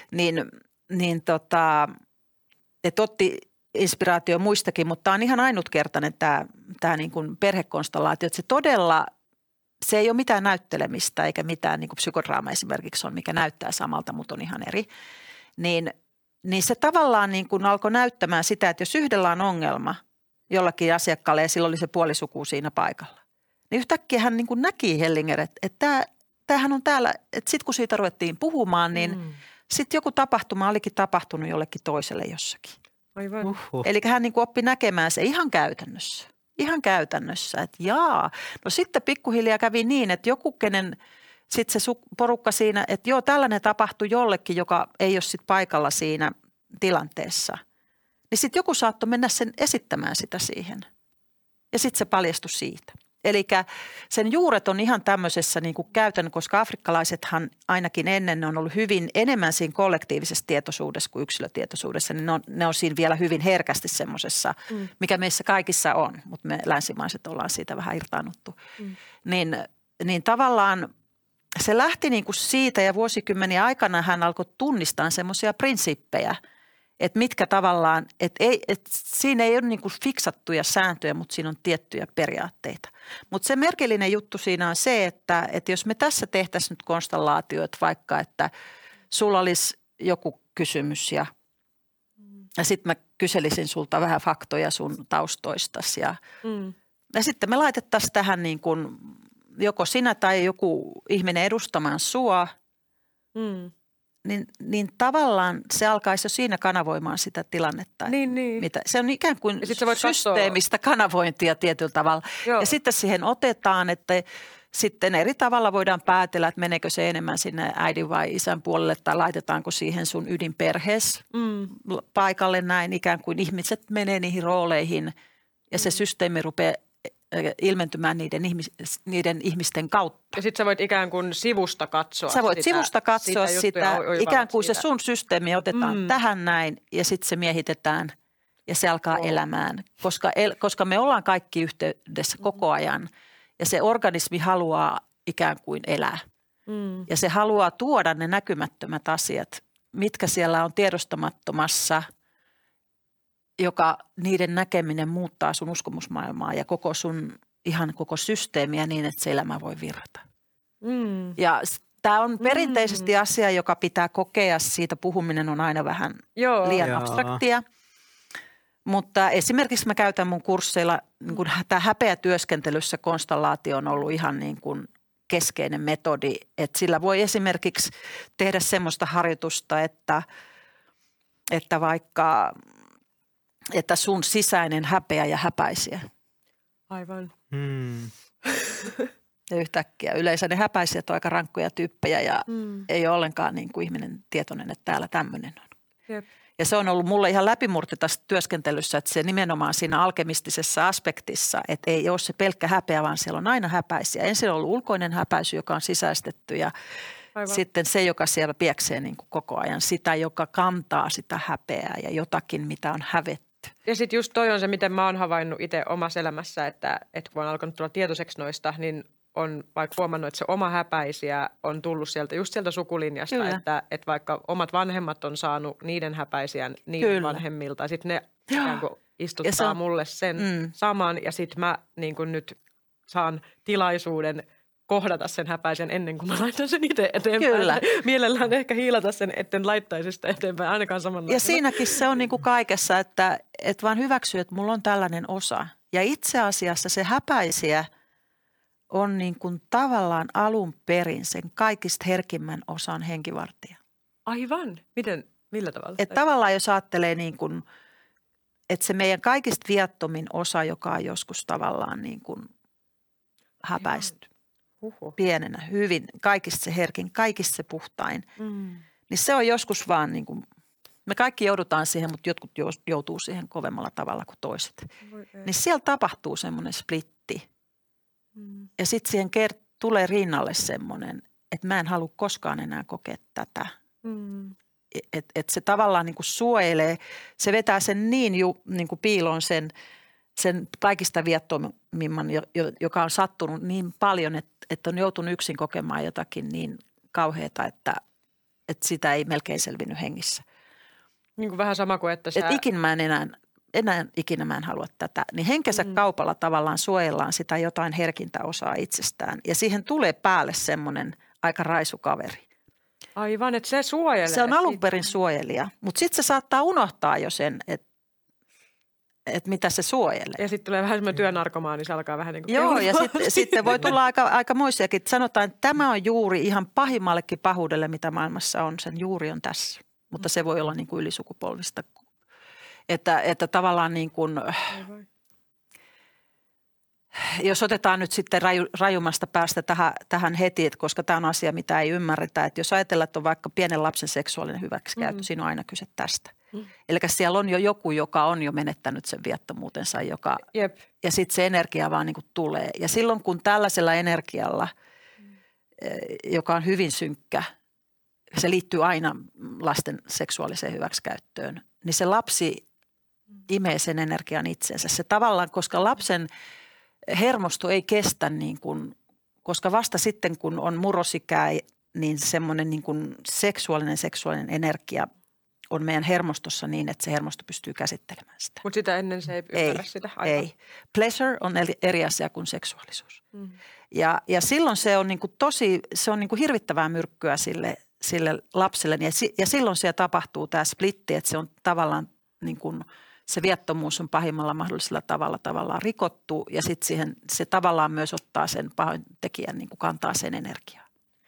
että otti inspiraatio muistakin, mutta tämä on ihan ainutkertainen tämä niin kuin perhekonstellaatio, että se todella, se ei ole mitään näyttelemistä eikä mitään niin kuin psykodraama esimerkiksi on, mikä näyttää samalta, mutta on ihan eri, niin se tavallaan niin kuin alkoi näyttämään sitä, että jos yhdellä on ongelma jollakin asiakkaalle ja silloin oli se puolisuku siinä paikalla, niin yhtäkkiä hän niin kuin näki Hellinger, että tämähän on täällä, että sitten kun siitä ruvettiin puhumaan, niin sitten joku tapahtuma olikin tapahtunut jollekin toiselle jossakin. Aivan. Eli hän niin kuin oppi näkemään se ihan käytännössä, että jaa. No sitten pikkuhiljaa kävi niin, että joku, kenen sitten se porukka siinä, että joo, tällainen tapahtui jollekin, joka ei ole sitten paikalla siinä tilanteessa. Niin sitten joku saattoi mennä sen esittämään sitä siihen. Ja sitten se paljastui siitä. Eli sen juuret on ihan tämmöisessä niin kuin käytännön, koska afrikkalaisethan ainakin ennen ne on ollut hyvin enemmän siinä kollektiivisessa tietoisuudessa kuin yksilötietoisuudessa, niin ne on siinä vielä hyvin herkästi semmoisessa, mikä meissä kaikissa on, mutta me länsimaiset ollaan siitä vähän irtaannuttu. Niin tavallaan se lähti niin kuin siitä ja vuosikymmeniä aikana hän alkoi tunnistaa semmoisia prinsiippejä, että mitkä tavallaan, että siinä ei ole niin kuin fiksattuja sääntöjä, mutta siinä on tiettyjä periaatteita. Mutta se merkillinen juttu siinä on se, että jos me tässä tehtäisiin nyt konstellaatioita vaikka, että sulla olisi joku kysymys ja sitten mä kyselisin sulta vähän faktoja sun taustoistasi ja sitten me laitettaisiin tähän niin kuin joko sinä tai joku ihminen edustamaan sua, niin tavallaan se alkaisi jo siinä kanavoimaan sitä tilannetta. Niin. Mitä, se on ikään kuin systeemistä kanavointia tietyllä tavalla. Joo. Ja sitten siihen otetaan, että sitten eri tavalla voidaan päätellä, että meneekö se enemmän sinne äidin vai isän puolelle tai laitetaanko siihen sun ydinperhees paikalle näin. Ikään kuin ihmiset menee niihin rooleihin ja se systeemi rupeaa ilmentymään niiden ihmisten kautta. Ja sitten sä voit ikään kuin sivusta katsoa sitä. Sä voit sivusta katsoa sitä ikään kuin se sun systeemi otetaan tähän näin ja sitten se miehitetään ja se alkaa elämään. Koska me ollaan kaikki yhteydessä koko ajan ja se organismi haluaa ikään kuin elää. Ja se haluaa tuoda ne näkymättömät asiat, mitkä siellä on tiedostamattomassa, joka niiden näkeminen muuttaa sun uskomusmaailmaa ja koko systeemiä niin, että se elämä voi virrata. Ja tämä on perinteisesti asia, joka pitää kokea. Siitä puhuminen on aina vähän liian abstraktia. Mutta esimerkiksi mä käytän mun kursseilla, niin kun tämä häpeätyöskentelyssä konstellaatio on ollut ihan niin kuin keskeinen metodi. Että sillä voi esimerkiksi tehdä semmoista harjoitusta, että vaikka että sun sisäinen häpeä ja häpäisiä. Aivan. Ja yhtäkkiä yleensä ne häpäisijät on aika rankkoja tyyppejä ja ei ole ollenkaan niin kuin ihminen tietoinen, että täällä tämmöinen on. Jep. Ja se on ollut mulle ihan läpimurti tässä työskentelyssä, että se nimenomaan siinä alkemistisessa aspektissa, että ei ole se pelkkä häpeä, vaan siellä on aina häpäisiä. Ensin on ollut ulkoinen häpäisy, joka on sisäistetty ja aivan. Sitten se, joka siellä pieksee niin kuin koko ajan, sitä, joka kantaa sitä häpeää ja jotakin, mitä on hävetty. Ja sitten just toi on se, miten mä oon havainnut itse omassa elämässä, että kun on alkanut tulla tietoiseksi noista, niin on vaikka huomannut, että se oma häpäisiä on tullut just sieltä sukulinjasta, että vaikka omat vanhemmat on saanut niiden häpäisiä niiden vanhemmilta, sitten ne ikään kuin istuttaa mulle sen saman ja sitten mä niin kuin nyt saan tilaisuuden kohdata sen häpäisen ennen kuin mä laitan sen itse eteenpäin. Kyllä. Mielellään ehkä hiilata sen, etten laittaisi sitä eteenpäin ainakaan samanlaista. Ja siinäkin se on niin kuin kaikessa, että vaan hyväksyy, että mulla on tällainen osa. Ja itse asiassa se häpäisiä on niin kuin tavallaan alun perin sen kaikista herkimmän osan henkivartija. Aivan. Millä tavalla? Että tavallaan jos ajattelee niin kuin, että se meidän kaikista viattomin osa, joka on joskus tavallaan niin kuin häpäisty. Pienenä, hyvin, kaikista se herkin, kaikista se puhtain. Niin se on joskus vaan niin kuin, me kaikki joudutaan siihen, mutta jotkut joutuu siihen kovemmalla tavalla kuin toiset. Niin siellä tapahtuu semmoinen splitti. Ja sitten siihen tulee rinnalle semmoinen, että mä en halua koskaan enää kokea tätä. Että se tavallaan niin kuin suojelee, se vetää sen niin kuin piiloon sen kaikista viattomimman, joka on sattunut niin paljon, että on joutunut yksin kokemaan jotakin niin kauheata, että sitä ei melkein selvinnyt hengissä. Niin kuin vähän sama kuin, että sä... ikinä mä en halua tätä. Niin henkensä kaupalla tavallaan suojellaan sitä jotain herkintä osaa itsestään. Ja siihen tulee päälle semmoinen aika raisukaveri. Aivan, että se suojelee. Se on alun perin suojelija, mutta sitten se saattaa unohtaa jo sen, että mitä se suojelee. Ja sitten tulee vähän semmoinen työnarkomaan, niin se alkaa vähän niin kuin... Joo, ja sitten voi tulla aika muistiakin. Sanotaan, että tämä on juuri ihan pahimmallekin pahuudelle, mitä maailmassa on. Sen juuri on tässä, mutta se voi olla niin kuin ylisukupolvista. Että tavallaan niin kuin, jos otetaan nyt sitten rajumasta päästä tähän heti, että koska tämä on asia, mitä ei ymmärretä. Että jos ajatellaan, että on vaikka pienen lapsen seksuaalinen hyväksikäyttö, siinä on aina kyse tästä. Eli siellä on jo joku, joka on jo menettänyt sen viattomuutensa, ja sitten se energia vaan niin kuin tulee. Ja silloin kun tällaisella energialla, joka on hyvin synkkä, se liittyy aina lasten seksuaaliseen hyväksikäyttöön, niin se lapsi imee sen energian itseensä. Se tavallaan, koska lapsen hermosto ei kestä niin kuin, koska vasta sitten kun on murrosikää, niin semmoinen niin kuin seksuaalinen energia on meidän hermostossa niin, että se hermosto pystyy käsittelemään sitä. Mutta sitä ennen se ei ymmärrä sitä. Aivan. Ei. Pleasure on eri asia kuin seksuaalisuus. Ja silloin se on niin kuin se on niin kuin hirvittävää myrkkyä sille lapselle. Ja silloin siellä tapahtuu tämä splitti, että se on tavallaan niin kuin se viattomuus on pahimmalla mahdollisella tavallaan rikottu ja sitten siihen se tavallaan myös ottaa sen pahointekijän, niin kuin kantaa sen energiaa.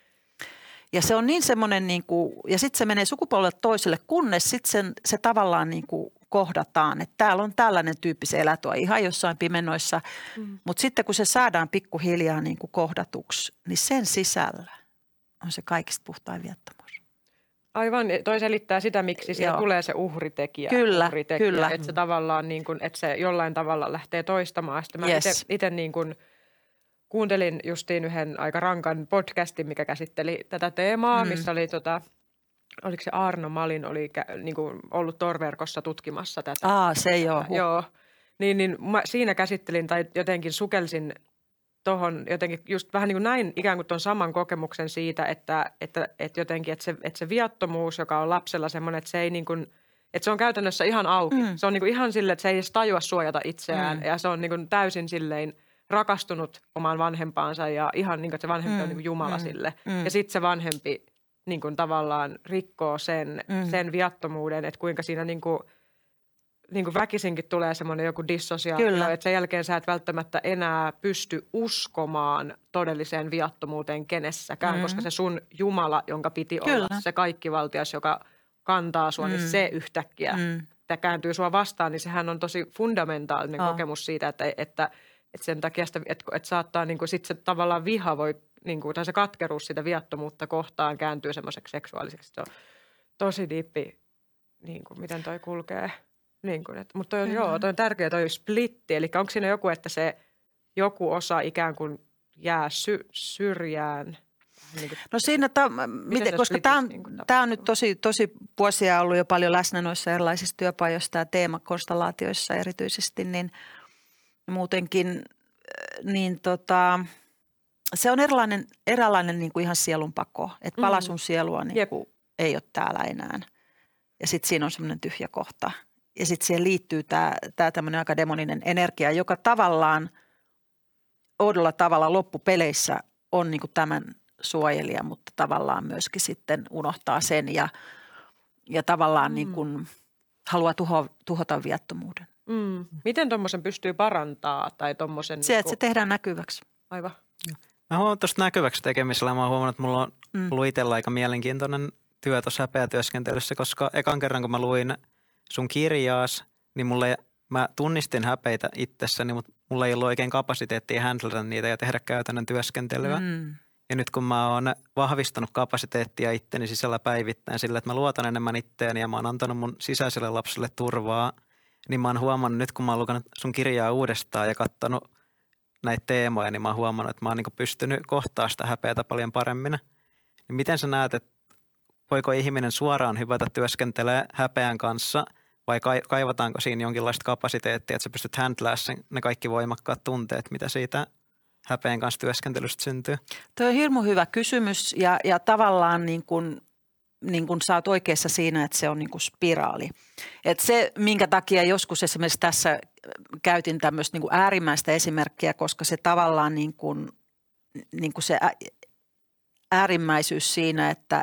Ja se on niin semmoinen niin kuin, ja sitten se menee sukupolvelta toiselle, kunnes sitten se tavallaan niin kuin kohdataan, että täällä on tällainen tyyppi se elätö ihan jossain pimenoissa, mutta sitten kun se saadaan pikkuhiljaa niin kuin kohdatuksi, niin sen sisällä on se kaikista puhtain viattomuus. Aivan, toi selittää sitä, miksi siellä tulee se uhritekijä. Kyllä. Että se tavallaan niin kuin, että se jollain tavalla lähtee toistamaan. Sitten mä itse niin kuin kuuntelin justiin yhden aika rankan podcastin, mikä käsitteli tätä teemaa, missä oli oliko se Arno Malin oli niin kuin ollut Tor-verkossa tutkimassa tätä. Se joo. Joo, niin mä siinä käsittelin tai jotenkin sukelsin tuohon jotenkin just vähän niin kuin näin ikään kuin tuon saman kokemuksen siitä, että jotenkin, että se viattomuus, joka on lapsella semmoinen, että se ei niin kuin, että se on käytännössä ihan auki. Se on niin kuin ihan silleen, että se ei edes tajua suojata itseään ja se on niin kuin täysin silleen rakastunut omaan vanhempaansa ja ihan niin kuin, että se vanhempi on niin kuin Jumala sille. Ja sitten se vanhempi niin kuin tavallaan rikkoo sen viattomuuden, että kuinka siinä niin kuin väkisinkin tulee semmoinen joku dissosiaatio, että sen jälkeen sä et välttämättä enää pysty uskomaan todelliseen viattomuuteen kenessäkään, koska se sun Jumala, jonka piti olla se kaikkivaltias, joka kantaa sua, niin se yhtäkkiä kääntyy sua vastaan, niin sehän on tosi fundamentaalinen kokemus siitä, että sen takia sitä, että saattaa niin kuin sit se tavallaan viha voi, niin kuin, tai se katkeruus sitä viattomuutta kohtaan kääntyy semmoiseksi seksuaaliseksi. Se on tosi diippi niin kuin, miten toi kulkee. Niin kuin, mutta toi on tärkeä toi splitti, eli onko siinä joku, että se joku osa ikään kuin jää syrjään? Niin kuin, no siinä, koska tämä on nyt tosi vuosia ollut jo paljon läsnä noissa erilaisissa työpajoissa ja teemakonstellaatioissa erityisesti, niin muutenkin niin se on eräänlainen niin kuin ihan sielunpako, että pala sun sielua niin kuin ei ole täällä enää. Ja sitten siinä on semmoinen tyhjä kohta. Ja sitten siihen liittyy tämä tämmöinen aika demoninen energia, joka tavallaan oudolla tavalla loppupeleissä on niin kuin tämän suojelija, mutta tavallaan myöskin sitten unohtaa sen ja tavallaan niin kuin haluaa tuhota viattomuuden. Miten tuommoisen pystyy parantaa tai tuommoisen? Että se tehdään näkyväksi. Aivan. Mä huomaan tuosta näkyväksi tekemisellä. Mä oon huomannut, että mulla on ollut itsellä aika mielenkiintoinen työ tuossa häpeätyöskentelyssä, koska ekan kerran kun mä luin sun kirjaas, niin mä tunnistin häpeitä itsessäni, mutta mulla ei ollut oikein kapasiteettia handlata niitä ja tehdä käytännön työskentelyä. Ja nyt kun mä oon vahvistanut kapasiteettia itteni sisällä päivittäin sillä, että mä luotan enemmän itteeni ja mä oon antanut mun sisäiselle lapselle turvaa, niin mä oon huomannut nyt, kun mä oon lukenut sun kirjaa uudestaan ja katsonut näitä teemoja, niin mä oon huomannut, että mä oon niin pystynyt kohtaamaan sitä häpeätä paljon paremmin. Niin miten sä näet, että voiko ihminen suoraan hyvätä työskentelee häpeän kanssa vai kaivataanko siinä jonkinlaista kapasiteettia, että sä pystyt handlaamaan ne kaikki voimakkaat tunteet, mitä siitä häpeän kanssa työskentelystä syntyy? Tuo on hirmu hyvä kysymys ja tavallaan niin kuin sä oot oikeassa siinä, että se on niin kuin spiraali. Että se, minkä takia joskus esimerkiksi tässä käytin tämmöistä niin kuin äärimmäistä esimerkkiä, koska se tavallaan niin kuin se äärimmäisyys siinä, että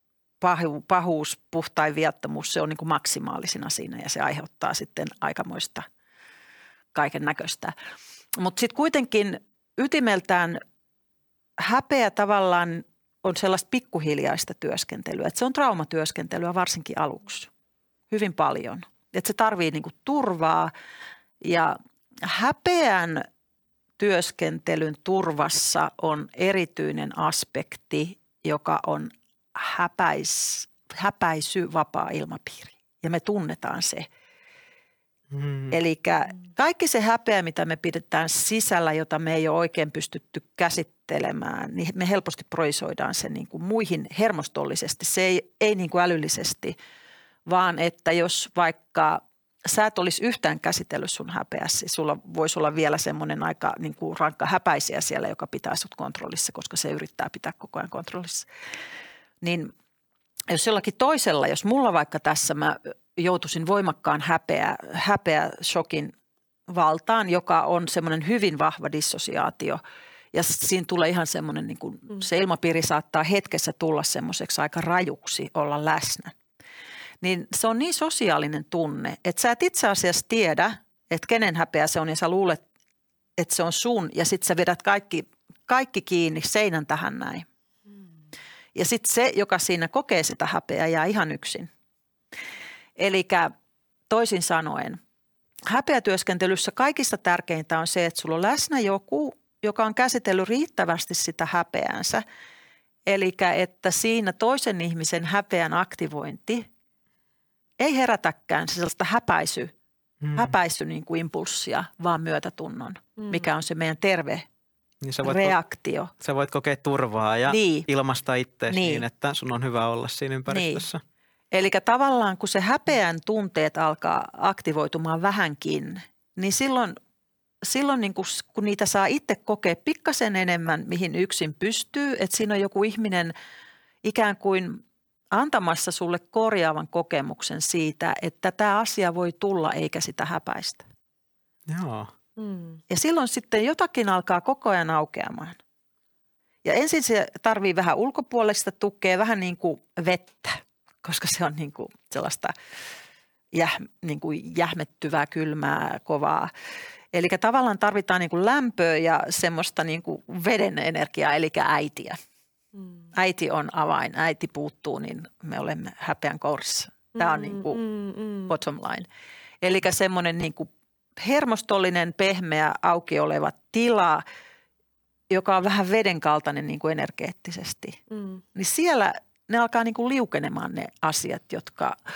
pahuus, puhtain viattomuus, se on niin kuin maksimaalisena siinä ja se aiheuttaa sitten aikamoista kaiken näköistä. Mutta sitten kuitenkin ytimeltään häpeä tavallaan on sellaista pikkuhiljaista työskentelyä. Että se on traumatyöskentelyä varsinkin aluksi hyvin paljon. Että se tarvii niinku turvaa ja häpeän työskentelyn turvassa on erityinen aspekti, joka on häpäisyvapaa ilmapiiri. Ja me tunnetaan se. Eli kaikki se häpeä, mitä me pidetään sisällä, jota me ei ole oikein pystytty käsittelemään, niin me helposti projisoidaan se niin kuin muihin hermostollisesti. Se ei niin kuin älyllisesti, vaan että jos vaikka sä et olisi yhtään käsitellyt sun häpeäsi, sulla voisi olla vielä semmoinen aika niin kuin rankka häpäisiä siellä, joka pitää sut kontrollissa, koska se yrittää pitää koko ajan kontrollissa. Niin jos jollakin toisella, jos mulla vaikka tässä mä joutuisin voimakkaan häpeä-shokin valtaan, joka on semmoinen hyvin vahva dissosiaatio. Ja siinä tulee ihan semmoinen, niin kuin, se ilmapiiri saattaa hetkessä tulla semmoiseksi aika rajuksi olla läsnä. Niin se on niin sosiaalinen tunne, että sä et itse asiassa tiedä, että kenen häpeä se on ja sä luulet, että se on sun ja sit sä vedät kaikki kiinni seinän tähän näin. Ja sitten se, joka siinä kokee sitä häpeää, jää ihan yksin. Eli toisin sanoen, häpeätyöskentelyssä kaikista tärkeintä on se, että sulla on läsnä joku, joka on käsitellyt riittävästi sitä häpeäänsä. Eli että siinä toisen ihmisen häpeän aktivointi ei herätäkään sellaista häpäisy niin kuin impulssia, vaan myötätunnon, mikä on se meidän terve reaktio. Sä voit kokea turvaa ja ilmaista itseäsi niin, että sun on hyvä olla siinä ympäristössä. Niin. Eli tavallaan kun se häpeän tunteet alkaa aktivoitumaan vähänkin, niin silloin niin kun niitä saa itse kokea pikkasen enemmän, mihin yksin pystyy, että siinä on joku ihminen ikään kuin antamassa sulle korjaavan kokemuksen siitä, että tämä asia voi tulla eikä sitä häpäistä. Joo. Ja silloin sitten jotakin alkaa koko ajan aukeamaan. Ja ensin se tarvii vähän ulkopuolista tukea, vähän niin kuin vettä, koska se on niin kuin sellaista niin kuin jähmettyvää, kylmää, kovaa. Eli tavallaan tarvitaan niin kuin lämpöä ja semmoista niin kuin veden energiaa, eli äitiä. Äiti on avain, äiti puuttuu, niin me olemme häpeän kourissa. Tämä on niin kuin bottom line. Eli semmoinen niin kuin hermostollinen, pehmeä, auki oleva tila, joka on vähän veden kaltainen niin kuin energeettisesti. Niin siellä ne alkaa niin kuin liukenemaan ne asiat, jotka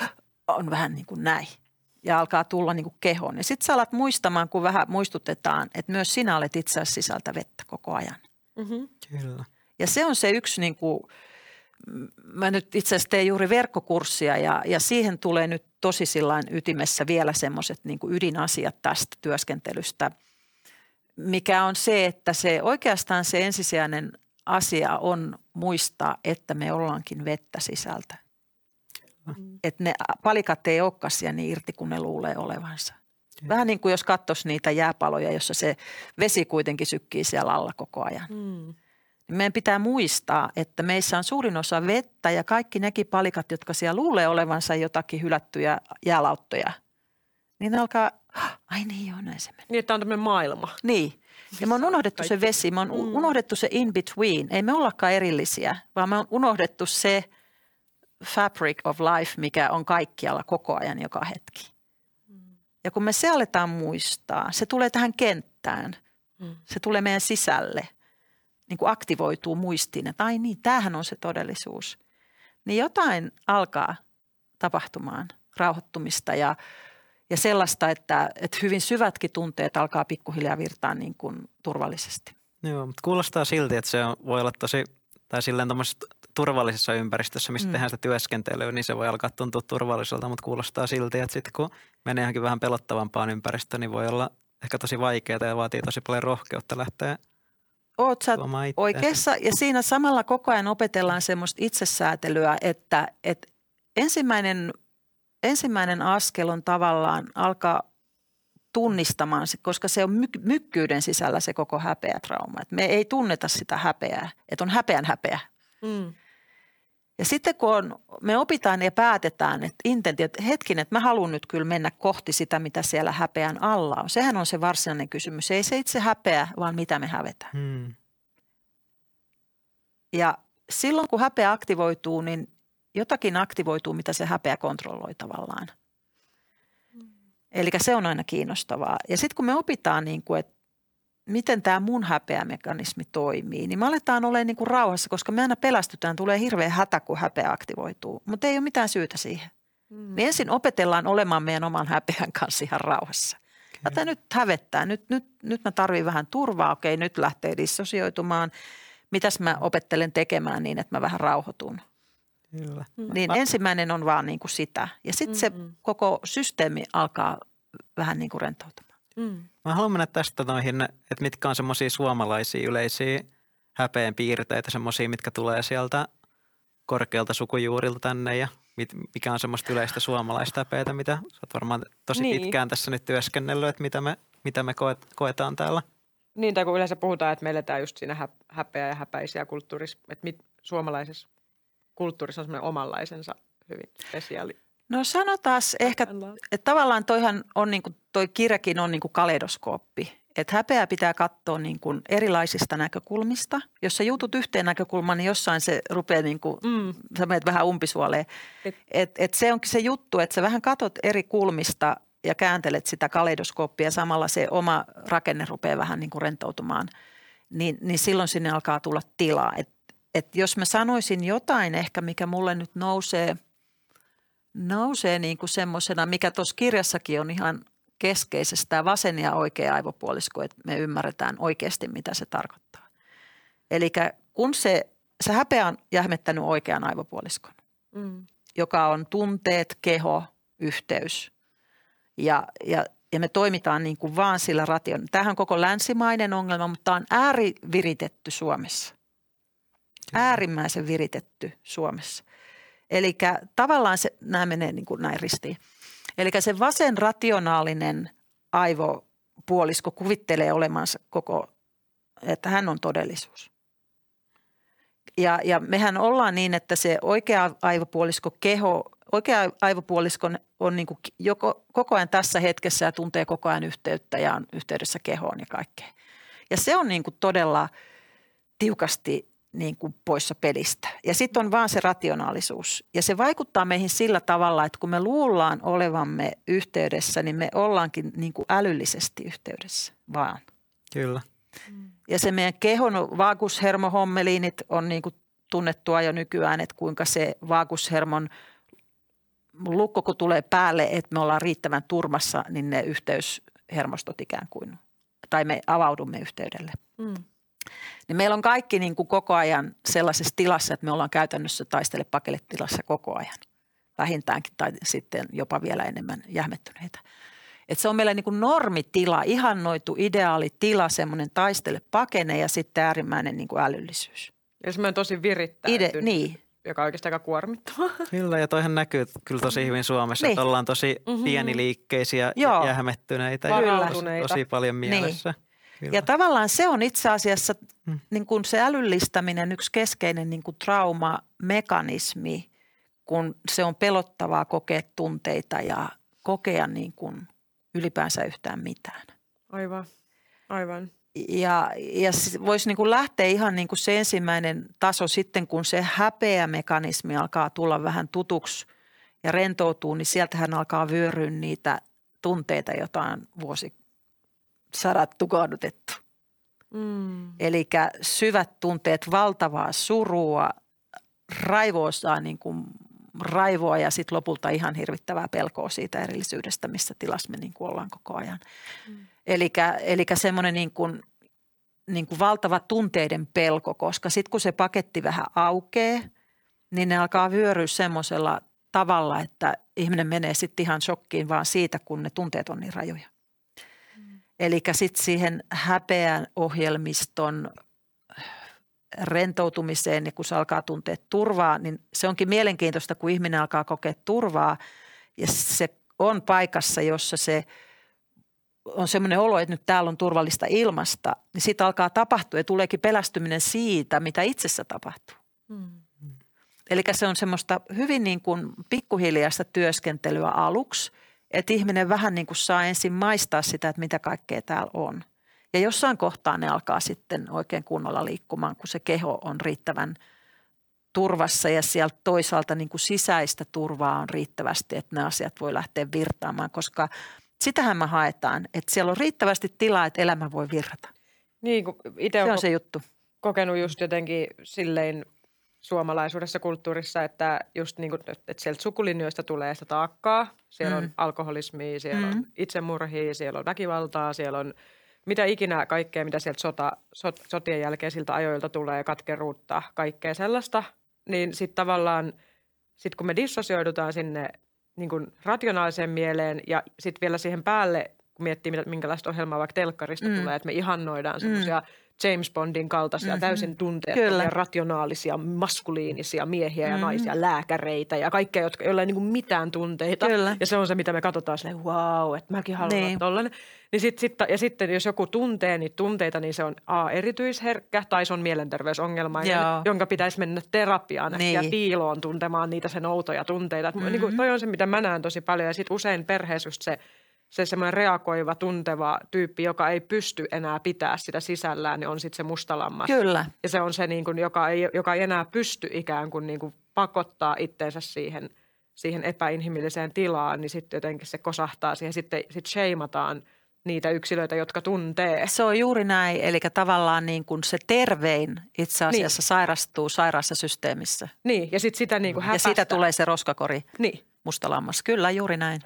on vähän niin kuin näin ja alkaa tulla niin kuin kehoon. Ja sitten sä alat muistamaan, kun vähän muistutetaan, että myös sinä olet itse asiassa sisältä vettä koko ajan. Mm-hmm. Kyllä. Ja se on se yksi niin kuin, mä nyt itse asiassa teen juuri verkkokurssia ja siihen tulee nyt tosi sillain ytimessä vielä semmoiset niin kuin ydinasiat tästä työskentelystä, mikä on se, että se oikeastaan se ensisijainen asia on muistaa, että me ollaankin vettä sisältä. Että ne palikat ei olekaan siellä niin irti, kun ne luulee olevansa. Vähän niin kuin jos katsoisi niitä jääpaloja, jossa se vesi kuitenkin sykkii siellä alla koko ajan. Meidän pitää muistaa, että meissä on suurin osa vettä ja kaikki nekin palikat, jotka siellä luulee olevansa jotakin hylättyjä jäälauttoja, niin ne alkaa, ai niin joo, näin se menee. Niin, että on tämmöinen maailma. Niin. Ja me on unohdettu se vesi, me on unohdettu se in between. Ei me ollakaan erillisiä, vaan me on unohdettu se fabric of life, mikä on kaikkialla koko ajan joka hetki. Ja kun me se aletaan muistaa, se tulee tähän kenttään, se tulee meidän sisälle, niin kuin aktivoituu muistiin, että ai niin, tämähän on se todellisuus. Niin jotain alkaa tapahtumaan, rauhoittumista ja sellaista, että hyvin syvätkin tunteet alkaa pikkuhiljaa virtaa niin kuin turvallisesti. Joo, mutta kuulostaa silti, että se voi olla tosi, tai silleen tuommoisessa turvallisessa ympäristössä, missä tehdään sitä työskentelyä, niin se voi alkaa tuntua turvalliselta, mutta kuulostaa silti, että sitten kun menee johonkin vähän pelottavampaan ympäristöön, niin voi olla ehkä tosi vaikeaa ja vaatii tosi paljon rohkeutta lähteä. Oot sä oikeassa ja siinä samalla koko ajan opetellaan semmoista itsesäätelyä, että ensimmäinen askel on tavallaan alkaa tunnistamaan, koska se on mykkyyden sisällä se koko häpeätrauma. Et me ei tunneta sitä häpeää, että on häpeä. Ja sitten kun me opitaan ja päätetään, että hetkinen, että mä haluan nyt kyllä mennä kohti sitä, mitä siellä häpeän alla on. Sehän on se varsinainen kysymys. Ei se itse häpeä, vaan mitä me hävetään. Ja silloin kun häpeä aktivoituu, niin jotakin aktivoituu, mitä se häpeä kontrolloi tavallaan. Eli se on aina kiinnostavaa. Ja sitten kun me opitaan, niin kuin, että miten tämä mun häpeämekanismi toimii, niin me aletaan olemaan niin kuin rauhassa, koska me aina pelästytään, tulee hirveä hätä, kun häpeä aktivoituu. Mutta ei ole mitään syytä siihen. Me ensin opetellaan olemaan meidän oman häpeän kanssa ihan rauhassa. Tätä nyt hävettää. Nyt mä tarvitsen vähän turvaa. Okei, nyt lähtee dissosioitumaan. Mitäs mä opettelen tekemään niin, että mä vähän rauhoitun. Kyllä. Niin ensimmäinen on vaan niin kuin sitä. Ja sitten se koko systeemi alkaa vähän niin kuin rentoutumaan. Mä haluan mennä tästä noihin, että mitkä on semmoisia suomalaisia yleisiä häpeän piirteitä, semmoisia, mitkä tulee sieltä korkealta sukujuurilta tänne ja mikä on semmoista yleistä suomalaista häpeätä, mitä sä oot varmaan tosi pitkään tässä nyt työskennellyt, että mitä me koetaan täällä. Niin, tai kun yleensä puhutaan, että me eletään just siinä häpeä ja häpäisiä kulttuurissa, että suomalaisessa kulttuurissa on semmoinen omanlaisensa hyvin spesiaali. No sanotaan ehkä, että tavallaan toihan on niin kuin, toi kirjakin on niin kuin kaleidoskooppi. Että häpeää pitää katsoa niin kuin erilaisista näkökulmista. Jos sä jutut yhteen näkökulmaan, niin jossain se rupeaa niin kuin, sä menet vähän umpisuoleen. Et se onkin se juttu, että sä vähän katot eri kulmista ja kääntelet sitä kaleidoskooppia. Samalla se oma rakenne rupeaa vähän niin kuin rentoutumaan. Niin silloin sinne alkaa tulla tilaa. Et jos mä sanoisin jotain ehkä, mikä mulle nyt nousee niin kuin semmoisena, mikä tuossa kirjassakin on ihan keskeisessä, tämä vasen ja oikea aivopuolisko, että me ymmärretään oikeasti, mitä se tarkoittaa. Eli kun se häpeä on jähmettänyt oikean aivopuoliskon, joka on tunteet, keho, yhteys ja me toimitaan niin kuin vaan sillä tämähän on koko länsimainen ongelma, mutta tämä on ääriviritetty Suomessa. Äärimmäisen viritetty Suomessa. Eli tavallaan nämä menee niin kuin näin ristiin. Eli se vasen rationaalinen aivopuolisko kuvittelee olemansa että hän on todellisuus. Ja mehän ollaan niin, että se oikea aivopuolisko on niin kuin koko ajan tässä hetkessä ja tuntee koko ajan yhteyttä ja on yhteydessä kehoon ja kaikkeen. Ja se on niin kuin todella tiukasti niin kuin poissa pelistä. Ja sitten on vaan se rationaalisuus. Ja se vaikuttaa meihin sillä tavalla, että kun me luullaan olevamme yhteydessä, niin me ollaankin niin kuin älyllisesti yhteydessä vaan. Kyllä. Ja se meidän kehon vaagushermohommeliinit on niin kuin tunnettua jo nykyään, että kuinka se vaagushermon lukko kun tulee päälle, että me ollaan riittävän turmassa, niin ne yhteyshermostot ikään kuin, tai me avaudumme yhteydelle. Niin meillä on kaikki niin kuin koko ajan sellaisessa tilassa, että me ollaan käytännössä taistele-pakele-tilassa koko ajan. Vähintäänkin tai sitten jopa vielä enemmän jähmettyneitä. Että se on meillä niin kuin normitila, ihannoitu ideaalitila, semmoinen taistele-pakene ja sitten äärimmäinen niin kuin älyllisyys. Ja semmoinen tosi virittäytynyt, niin. joka on oikeastaan aika kuormittava. Kyllä, ja toihan näkyy kyllä tosi hyvin Suomessa, että ollaan tosi pieniliikkeisiä ja jähmettyneitä ja tosi paljon mielessä. Niin. Ja tavallaan se on itse asiassa niin kuin se älyllistäminen yksi keskeinen niin kuin traumamekanismi, kun se on pelottavaa kokea tunteita ja kokea niin kuin ylipäänsä yhtään mitään. Aivan. Ja voisi niin kuin lähteä ihan niin kuin se ensimmäinen taso sitten, kun se häpeämekanismi alkaa tulla vähän tutuksi ja rentoutuu, niin sieltähän alkaa vyöryä niitä tunteita, joita on vuosisadat tukahdutettu. Eli syvät tunteet, valtavaa surua, raivoa niin kuin raivoa ja sitten lopulta ihan hirvittävää pelkoa siitä erillisyydestä, missä tilassa me niin kuin ollaan koko ajan. Eli semmoinen niin kuin valtava tunteiden pelko, koska sitten kun se paketti vähän aukeaa, niin ne alkaa vyöryä semmoisella tavalla, että ihminen menee sitten ihan shokkiin vaan siitä, kun ne tunteet on niin rajoja. Eli sitten siihen häpeän ohjelmiston rentoutumiseen ja kun se alkaa tuntea turvaa, niin se onkin mielenkiintoista, kun ihminen alkaa kokea turvaa ja se on paikassa, jossa se on semmoinen olo, että nyt täällä on turvallista ilmasta, niin siitä alkaa tapahtua ja tuleekin pelästyminen siitä, mitä itsessä tapahtuu. Eli se on semmoista hyvin niin kuin pikkuhiljaista työskentelyä aluksi, että ihminen vähän niin kuin saa ensin maistaa sitä, että mitä kaikkea täällä on. Ja jossain kohtaa ne alkaa sitten oikein kunnolla liikkumaan, kun se keho on riittävän turvassa ja sieltä toisaalta niin kuin sisäistä turvaa on riittävästi, että ne asiat voi lähteä virtaamaan, koska sitähän me haetaan, että siellä on riittävästi tilaa, että elämä voi virrata. Niin, kun itse se on se juttu. Kokenut just jotenkin silleen suomalaisuudessa, kulttuurissa, että just niin kuin, että sieltä sukulinjoista tulee sitä taakkaa. Siellä on alkoholismia, siellä on itsemurhia, siellä on väkivaltaa, siellä on mitä ikinä kaikkea, mitä sieltä sotien jälkeen siltä ajoilta tulee, katkeruutta, kaikkea sellaista. Niin sitten tavallaan, kun me dissosioidutaan sinne niin kuin rationaaliseen mieleen ja sitten vielä siihen päälle, kun miettii, minkälaista ohjelmaa vaikka telkkarista tulee, että me ihannoidaan semmoisia James Bondin kaltaisia täysin tunteettomia, rationaalisia, maskuliinisia miehiä ja naisia, lääkäreitä ja kaikkea, joilla ei niin kuin mitään tunteita. Kyllä. Ja se on se, mitä me katsotaan silleen, wow, että mäkin haluan olla tollainen. Niin sitten jos joku tuntee niitä tunteita, niin se on erityisherkkä tai se on mielenterveysongelmainen, jonka pitäisi mennä terapiaan ja piiloon tuntemaan niitä sen outoja tunteita. Niin kuin toi on se, mitä mä näen tosi paljon ja sitten usein perheessä just se semmoinen reagoiva, tunteva tyyppi, joka ei pysty enää pitää sitä sisällään, niin on sitten se mustalammas. Kyllä. Ja se on se, niin kuin, joka ei enää pysty ikään kuin pakottaa itteensä siihen epäinhimilliseen tilaan, niin sitten jotenkin se kosahtaa siihen. Sitten sheimataan niitä yksilöitä, jotka tuntee. Se on juuri näin, eli tavallaan niin kuin se tervein itse asiassa sairastuu sairaassa systeemissä. Niin, ja sitten sitä niin kuin häpästään. Ja siitä tulee se roskakori, mustalammas. Kyllä, juuri näin.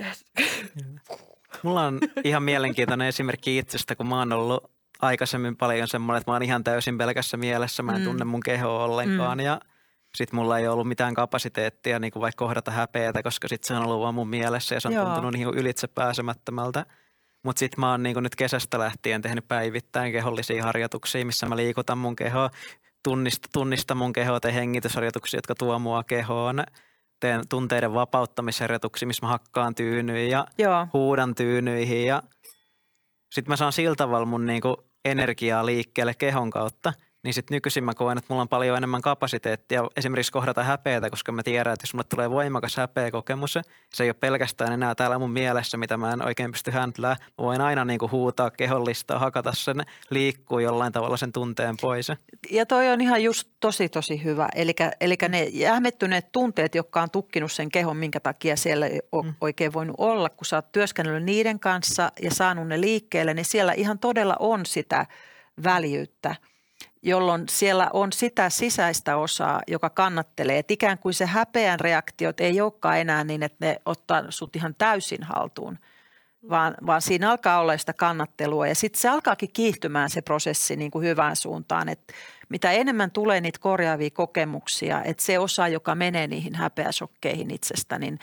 Mulla on ihan mielenkiintoinen esimerkki itsestä, kun mä oon ollut aikaisemmin paljon semmoinen, että mä oon ihan täysin pelkässä mielessä. Mä en tunne mun kehoa ollenkaan ja sit mulla ei ollut mitään kapasiteettia niin kuin vaikka kohdata häpeätä, koska sit se on ollut vaan mun mielessä ja se on tuntunut niin ylitse pääsemättömältä. Mutta sit mä oon niin kuin nyt kesästä lähtien tehnyt päivittäin kehollisia harjoituksia, missä mä liikutan mun kehoa, tunnistan mun kehoa, teen hengitysharjoituksia, jotka tuo mua kehoon. Teen tunteiden vapauttamisharjoituksia, missä mä hakkaan tyynyjä ja huudan tyynyihin ja sitten mä saan sillä tavalla mun niinku energiaa liikkeelle kehon kautta. Niin sitten nykyisin mä koen, että mulla on paljon enemmän kapasiteettia esimerkiksi kohdata häpeätä, koska mä tiedän, että jos mulle tulee voimakas häpeäkokemus, se ei ole pelkästään enää täällä mun mielessä, mitä mä en oikein pysty händlää. Mä voin aina niinku huutaa, kehollistaa, hakata sen, liikkuu jollain tavalla sen tunteen pois. Ja toi on ihan just tosi hyvä. Eli ne jähmettyneet tunteet, jotka on tukkinut sen kehon, minkä takia siellä ei ole oikein voinut olla, kun sä oot työskennellyt niiden kanssa ja saanut ne liikkeelle, niin siellä ihan todella on sitä väljyyttä. jolloin siellä on sitä sisäistä osaa, joka kannattelee. Että ikään kuin se häpeän reaktiot ei olekaan enää niin, että ne ottaa sut ihan täysin haltuun, vaan siinä alkaa olla sitä kannattelua. Ja sitten se alkaakin kiihtymään se prosessi niin kuin hyvään suuntaan, että mitä enemmän tulee niitä korjaavia kokemuksia, että se osa, joka menee niihin häpeäshokkeihin itsestä, niin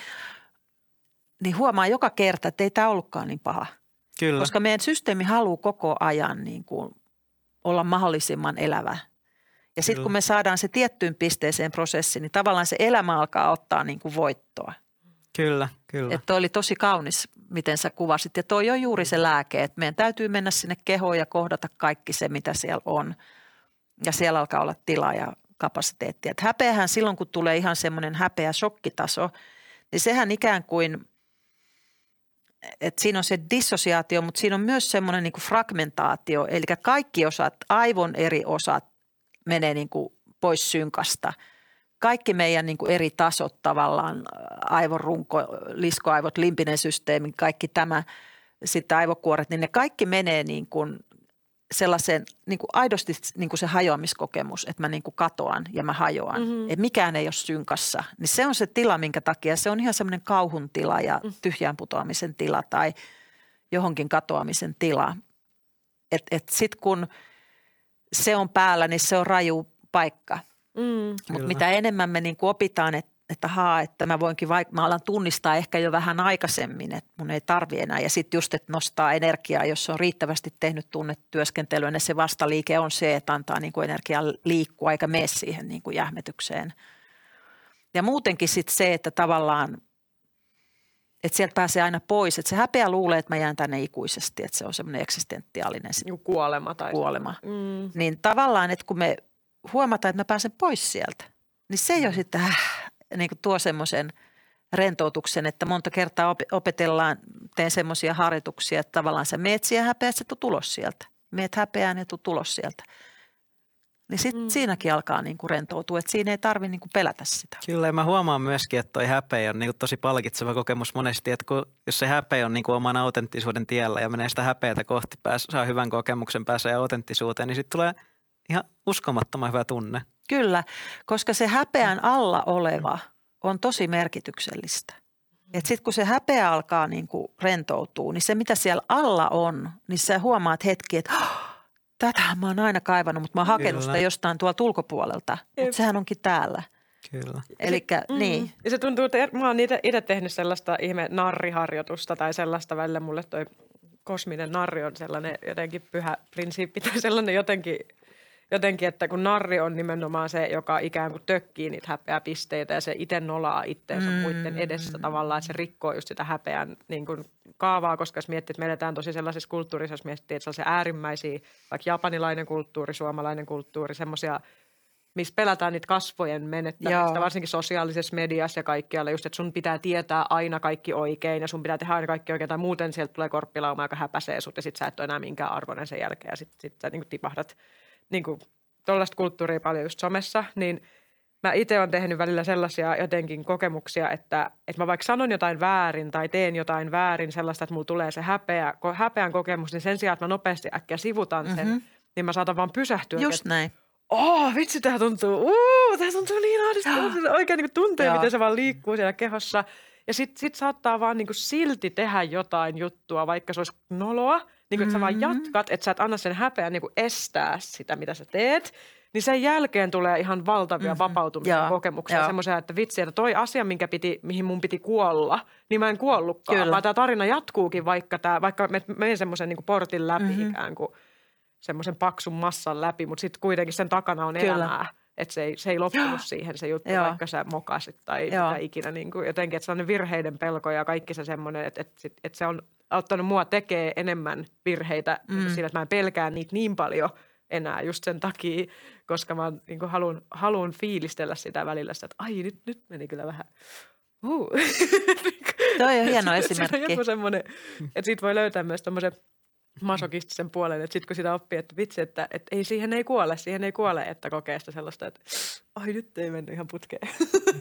huomaa joka kerta, että ei tämä ollutkaan niin paha. Kyllä. Koska meidän systeemi haluaa koko ajan niin kuin olla mahdollisimman elävä. Ja sitten kun me saadaan se tiettyyn pisteeseen prosessiin, niin tavallaan se elämä alkaa ottaa niin kuin voittoa. Kyllä. Että toi oli tosi kaunis, miten sä kuvasit. Ja toi on juuri se lääke, että meidän täytyy mennä sinne kehoon ja kohdata kaikki se, mitä siellä on. Ja siellä alkaa olla tilaa ja kapasiteettia. Että häpeähän silloin, kun tulee ihan semmoinen häpeä shokkitaso, niin sehän ikään kuin, että siinä on se dissosiaatio, mutta siinä on myös semmoinen niin kuin fragmentaatio. Eli kaikki osat, aivon eri osat menee niin kuin pois synkasta. Kaikki meidän niin kuin eri tasot tavallaan, aivorunko, liskoaivot, limpinen systeemi, kaikki tämä, sitten aivokuoret, niin ne kaikki menee niin kuin sellaiseen niin kuin aidosti niin kuin se hajoamiskokemus, että mä niin kuin katoan ja mä hajoan. Että mikään ei ole synkassa. Niin se on se tila, minkä takia se on ihan semmoinen kauhun tila ja tyhjään putoamisen tila tai johonkin katoamisen tila. Että sitten kun se on päällä, niin se on raju paikka. Mutta mitä enemmän me niin kuin opitaan, että mä voinkin mä alan tunnistaa ehkä jo vähän aikaisemmin, että mun ei tarvi enää. Ja sitten just, että nostaa energiaa, jos on riittävästi tehnyt tunnetyöskentelyä, niin se vastaliike on se, että antaa niin kuin energiaa liikkua eikä mene siihen niin kuin jähmetykseen. Ja muutenkin sitten se, että tavallaan, että sieltä pääsee aina pois. Että se häpeä luulee, että mä jään tänne ikuisesti, että se on semmoinen eksistentiaalinen kuolema. Tai kuolema. Niin tavallaan, että kun me huomataan, että mä pääsen pois sieltä, niin se jo sitten niin kuin tuo semmoisen rentoutuksen, että monta kertaa opetellaan, teen semmoisia harjoituksia, että tavallaan sä meet siihen häpeään, että tuu tulos sieltä. Meet häpeään ja tuu tulos sieltä. Niin sitten siinäkin alkaa niin kuin rentoutua, että siinä ei tarvitse niin kuin pelätä sitä. Kyllä, ja mä huomaan myöskin, että toi häpeä on niin kuin tosi palkitseva kokemus monesti, että jos se häpeä on niin kuin oman autenttisuuden tiellä ja menee sitä häpeätä kohti, saa hyvän kokemuksen, pääsee autenttisuuteen, niin sitten tulee ihan uskomattoman hyvä tunne. Kyllä, koska se häpeän alla oleva on tosi merkityksellistä. Että sitten kun se häpeä alkaa niin kuin rentoutua, niin se mitä siellä alla on, niin sä huomaat hetki, että tätähän mä oon aina kaivannut, mutta mä oon hakenut sitä jostain tuolta ulkopuolelta. Mutta sehän onkin täällä. Kyllä. Elikkä niin. Ja se tuntuu, että mä oon itse tehnyt sellaista ihme narriharjoitusta tai sellaista välillä. Mulle toi kosminen narri on sellainen jotenkin pyhä prinsiippi tai sellainen jotenkin, että kun narri on nimenomaan se, joka ikään kuin tökkii niitä häpeäpisteitä ja se itse nolaa itteensä muiden edessä tavallaan, että se rikkoo just sitä häpeän niin kuin kaavaa, koska jos miettii, että me eletään tosi sellaisessa kulttuurissa, jos miettii, että sellaisia äärimmäisiä, vaikka japanilainen kulttuuri, suomalainen kulttuuri, semmoisia, missä pelätään niitä kasvojen menettämistä, varsinkin sosiaalisessa mediassa ja kaikkialla, just, että sun pitää tietää aina kaikki oikein ja sun pitää tehdä aina kaikki oikein, tai muuten sieltä tulee korppilauma, joka häpäisee sut ja sit sä et ole enää minkään arvoinen sen jälkeen ja sit sä niin kuin tipahdat. Niin kuin tuollaista kulttuuria paljon just somessa, niin mä itse olen tehnyt välillä sellaisia jotenkin kokemuksia, että mä vaikka sanon jotain väärin tai teen jotain väärin sellaista, että mulla tulee se häpeän kokemus, niin sen sijaan, että mä nopeasti äkkiä sivutan sen, niin mä saatan vaan pysähtyä. Just näin. Vitsi, tää tuntuu niin ahdistavalta. Oikein niin kuin tuntee, miten se vaan liikkuu siellä kehossa. Ja sit saattaa vaan niin kuin silti tehdä jotain juttua, vaikka se olisi noloa. Niin kuin, että sä vaan jatkat, että sä et anna sen häpeän niin kuin estää sitä, mitä sä teet. Niin sen jälkeen tulee ihan valtavia vapautumisen kokemuksia. Semmoisia, että vitsi, että toi asia, mihin mun piti kuolla, niin mä en kuollutkaan. Kyllä. Vaan tämä tarina jatkuukin, vaikka menen semmoisen niin kuin portin läpi ikään kuin semmoisen paksun massan läpi. Mutta sitten kuitenkin sen takana on elämää. Että se ei loppunut siihen se juttu, vaikka sä mokasit tai mitä ikinä. Niin kuin jotenkin, että sellainen virheiden pelko ja kaikki se semmoinen, että se on auttanut mua tekee enemmän virheitä sillä, että mä en pelkää niitä niin paljon enää just sen takia, koska mä niin kuin haluan fiilistellä sitä välillä sitä, että ai nyt meni kyllä vähän. Toi on hieno esimerkki. Se on joku semmoinen, että siitä voi löytää myös tommoisen masokistisen puolen, että sitten kun sitä oppii, että vitsi, että ei siihen ei kuole, että kokee sitä sellaista, että ai nyt ei mennyt ihan putkeen.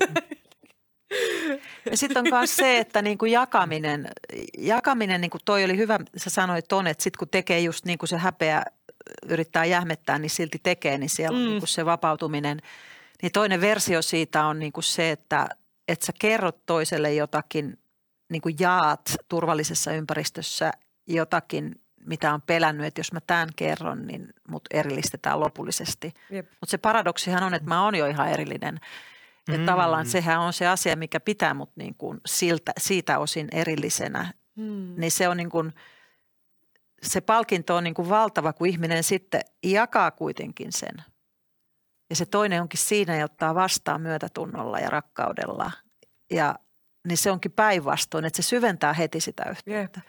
Ja sitten on myös se, että niinku jakaminen, niinku toi oli hyvä, sä sanoit ton, että sitten kun tekee just niin kuin se häpeä yrittää jähmettää, niin silti tekee, niin siellä on niin kuin se vapautuminen. Niin toinen versio siitä on niin kuin se, että sä kerrot toiselle jotakin, niin kuin jaat turvallisessa ympäristössä jotakin, mitä on pelännyt, että jos mä tämän kerron, niin mut erillistetään lopullisesti. Mutta se paradoksihan on, että mä oon jo ihan erillinen. Että tavallaan sehän on se asia, mikä pitää mut niin kuin siitä osin erillisenä. Niin se on niin kuin, se palkinto on niin kuin valtava, kun ihminen sitten jakaa kuitenkin sen. Ja se toinen onkin siinä ja ottaa vastaan myötätunnolla ja rakkaudella. Ja niin se onkin päinvastoin, että se syventää heti sitä yhteyttä.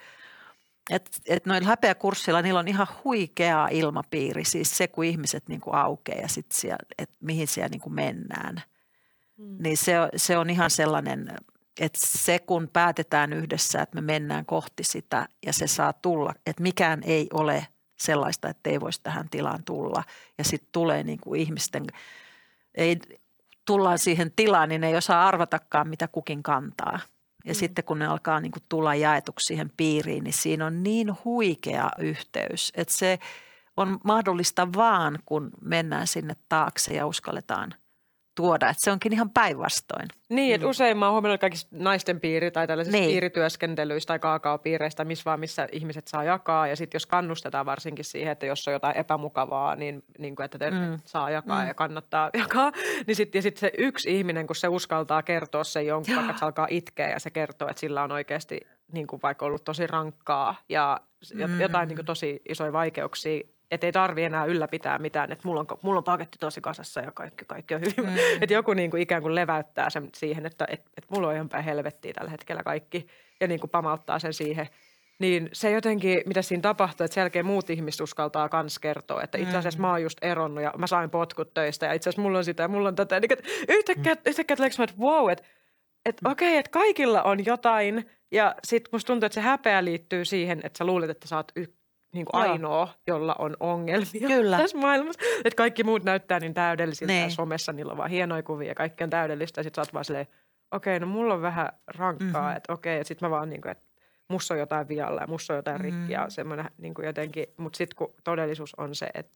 Et noilla häpeäkurssilla niillä on ihan huikea ilmapiiri, siis se kun ihmiset niin kuin aukeaa ja sitten siellä, että mihin siellä niin kuin mennään. Niin se on ihan sellainen, että se kun päätetään yhdessä, että me mennään kohti sitä ja se saa tulla, että mikään ei ole sellaista, että ei voisi tähän tilaan tulla. Ja sitten tulee niin kuin ihmisten, ei tullaan siihen tilaan, niin ei osaa arvatakaan, mitä kukin kantaa. Ja sitten kun ne alkaa niin kuin tulla jaetuksi siihen piiriin, niin siinä on niin huikea yhteys, että se on mahdollista vaan, kun mennään sinne taakse ja uskalletaan tuoda. Että se onkin ihan päinvastoin. Niin, että usein mä oon huomannut kaikissa naisten piiri tai tällaisissa piirityöskentelyissä tai kaakaopiireistä, missä ihmiset saa jakaa. Ja sitten jos kannustetaan varsinkin siihen, että jos on jotain epämukavaa, niin kuin, että saa jakaa ja kannattaa jakaa. Niin sitten se yksi ihminen, kun se uskaltaa kertoa sen jonkun, vaikka se alkaa itkeä ja se kertoo, että sillä on oikeasti niin kuin vaikka ollut tosi rankkaa ja jotain niin kuin tosi isoja vaikeuksia. Että ei tarvitse enää ylläpitää mitään, että mulla on paketti tosi kasassa ja kaikki on hyvin. Että joku niin kuin ikään kuin leväyttää sen siihen, että mulla on ihan päin helvettiä tällä hetkellä kaikki ja niin kuin pamauttaa sen siihen. Niin se jotenkin, mitä siinä tapahtuu, että sen jälkeen muut ihmiset uskaltaa kans kertoa, että itse asiassa mä oon just eronnut ja mä sain potkut töistä ja itse asiassa mulla on sitä ja mulla on tätä. Niin, yhtäkkiä tuleeko mä, että wow, että okei, että kaikilla on jotain ja sit musta tuntuu, että se häpeä liittyy siihen, että sä luulet, että sä oot niin kuin ainoa, jolla on ongelmia tässä maailmassa. Että kaikki muut näyttää niin täydellisiltä ja somessa niillä on vaan hienoja kuvia ja kaikki on täydellistä. Ja sit sä oot vaan silleen, okei, no mulla on vähän rankkaa, että okei, että sit mä vaan niin kuin, että musta on jotain vialla ja musta on jotain rikkiä. Semmoinen niin kuin jotenkin, mutta sit kun todellisuus on se, että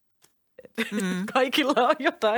kaikilla on jotain,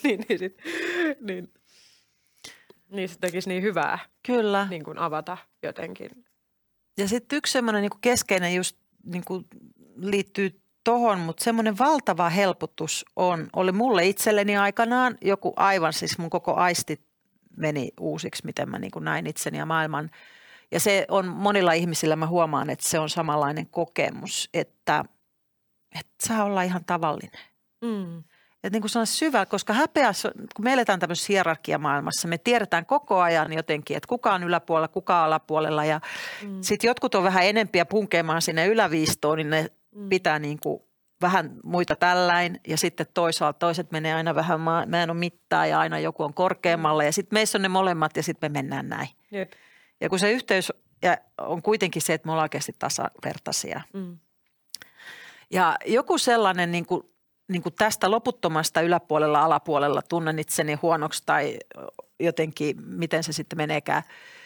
niin se tekisi niin hyvää. Kyllä. Niin kuin avata jotenkin. Ja sitten yksi semmoinen niin kuin keskeinen just niin kuin liittyy tohon, mutta semmoinen valtava helpotus oli mulle itselleni aikanaan joku aivan, siis mun koko aisti meni uusiksi, miten mä niin kuin näin itseni ja maailman. Ja se on monilla ihmisillä, mä huomaan, että se on samanlainen kokemus, että saa olla ihan tavallinen. Että niin kuin se on syvä, koska häpeässä, kun me eletään tämmöisessä hierarkiamaailmassa, me tiedetään koko ajan jotenkin, että kuka on yläpuolella, kuka on alapuolella ja sitten jotkut on vähän enempiä punkeamaan sinne yläviistoon, niin ne pitää niin kuin vähän muita tälläin ja sitten toisaalta toiset menee aina vähän, mä en ole mittaa ja aina joku on korkeammalla ja sitten meissä on ne molemmat ja sitten me mennään näin. Jep. Ja kun se yhteys on kuitenkin se, että me ollaan oikeasti tasavertaisia. Ja joku sellainen niin kuin tästä loputtomasta yläpuolella, alapuolella tunnen itseni huonoksi tai jotenkin, miten se sitten meneekään,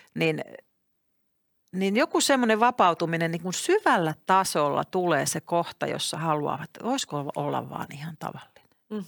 niin joku semmoinen vapautuminen niin kuin syvällä tasolla tulee se kohta, jossa haluaa, että voisiko olla vaan ihan tavallinen.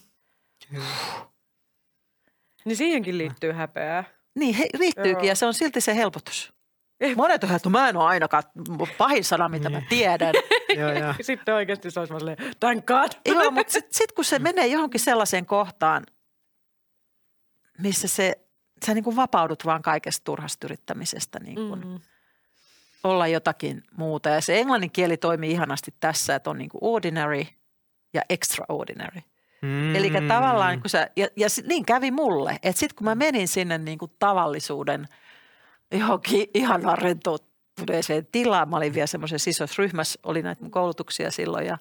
Niin siihenkin liittyy häpeää. Niin, liittyykin ja se on silti se helpotus. Monet on, että mä en ole ainakaan pahin sana, mitä mä tiedän. Sitten oikeasti se olisi vaan silleen, thank God. Joo, mutta sitten kun se menee johonkin sellaiseen kohtaan, missä sä niin kuin vapaudut vaan kaikesta turhasta yrittämisestä niin kuin olla jotakin muuta. Ja se englannin kieli toimii ihanasti tässä, että on niin kuin ordinary ja extraordinary. Eli tavallaan, kun ja niin kävi mulle, että sitten kun mä menin sinne niin kuin tavallisuuden johonkin ihanaan rentoutuneeseen tilaan. Mä olin vielä semmoisessa isossa ryhmässä, oli näitä mun koulutuksia silloin ja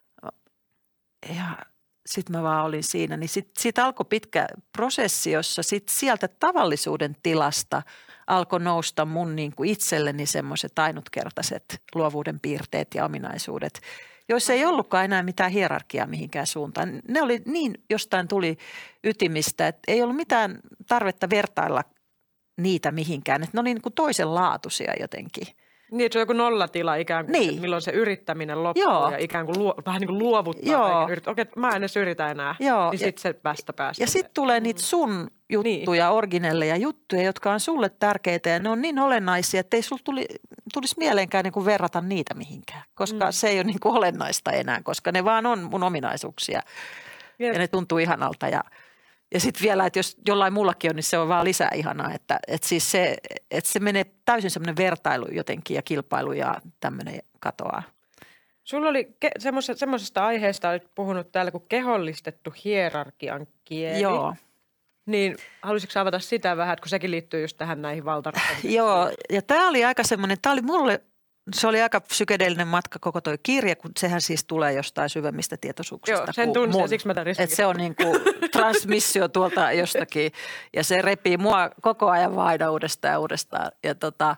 sitten mä vaan olin siinä. Niin sitten alkoi pitkä prosessi, jossa sit sieltä tavallisuuden tilasta alkoi nousta mun niin kuin itselleni semmoiset ainutkertaiset luovuuden piirteet ja ominaisuudet, joissa ei ollutkaan enää mitään hierarkiaa mihinkään suuntaan. Ne oli niin, jostain tuli ytimistä, että ei ollut mitään tarvetta vertailla niitä mihinkään. Että ne oli niin kuin toisenlaatuisia jotenkin. Niin, että se on joku nollatila ikään kuin, Niin. milloin se yrittäminen loppuu ja ikään kuin vähän niin kuin luovuttaa. Okei, mä en edes yritä enää, niin sitten se vasta päästä. Ja sitten tulee niitä sun juttuja, originelleja juttuja, jotka on sulle tärkeitä ja ne on niin olennaisia, että ei sulla tulisi mieleenkään niin kuin verrata niitä mihinkään, koska se ei ole niin kuin olennaista enää, koska ne vaan on mun ominaisuuksia ja ne tuntuu ihanalta ja sitten vielä, että jos jollain muullakin on, niin se on vaan lisää ihanaa, että siis se menee täysin semmoinen vertailu jotenkin ja kilpailu ja tämmöinen katoaa. Sulla oli semmoisesta aiheesta olet puhunut täällä kuin kehollistettu hierarkian kieli. Joo. Niin haluaisitko avata sitä vähän, kun sekin liittyy just tähän näihin valtarakenteisiin? Joo, ja tämä oli aika semmoinen, tämä oli mulle, se oli aika psykedeellinen matka koko toi kirja, kun sehän siis tulee jostain syvemmistä tietoisuuksista. Joo, sen tunsin ja siksi mä tämän että se on niin kuin transmissio tuolta jostakin ja se repii mua koko ajan vaan aina uudestaan ja uudestaan. Ja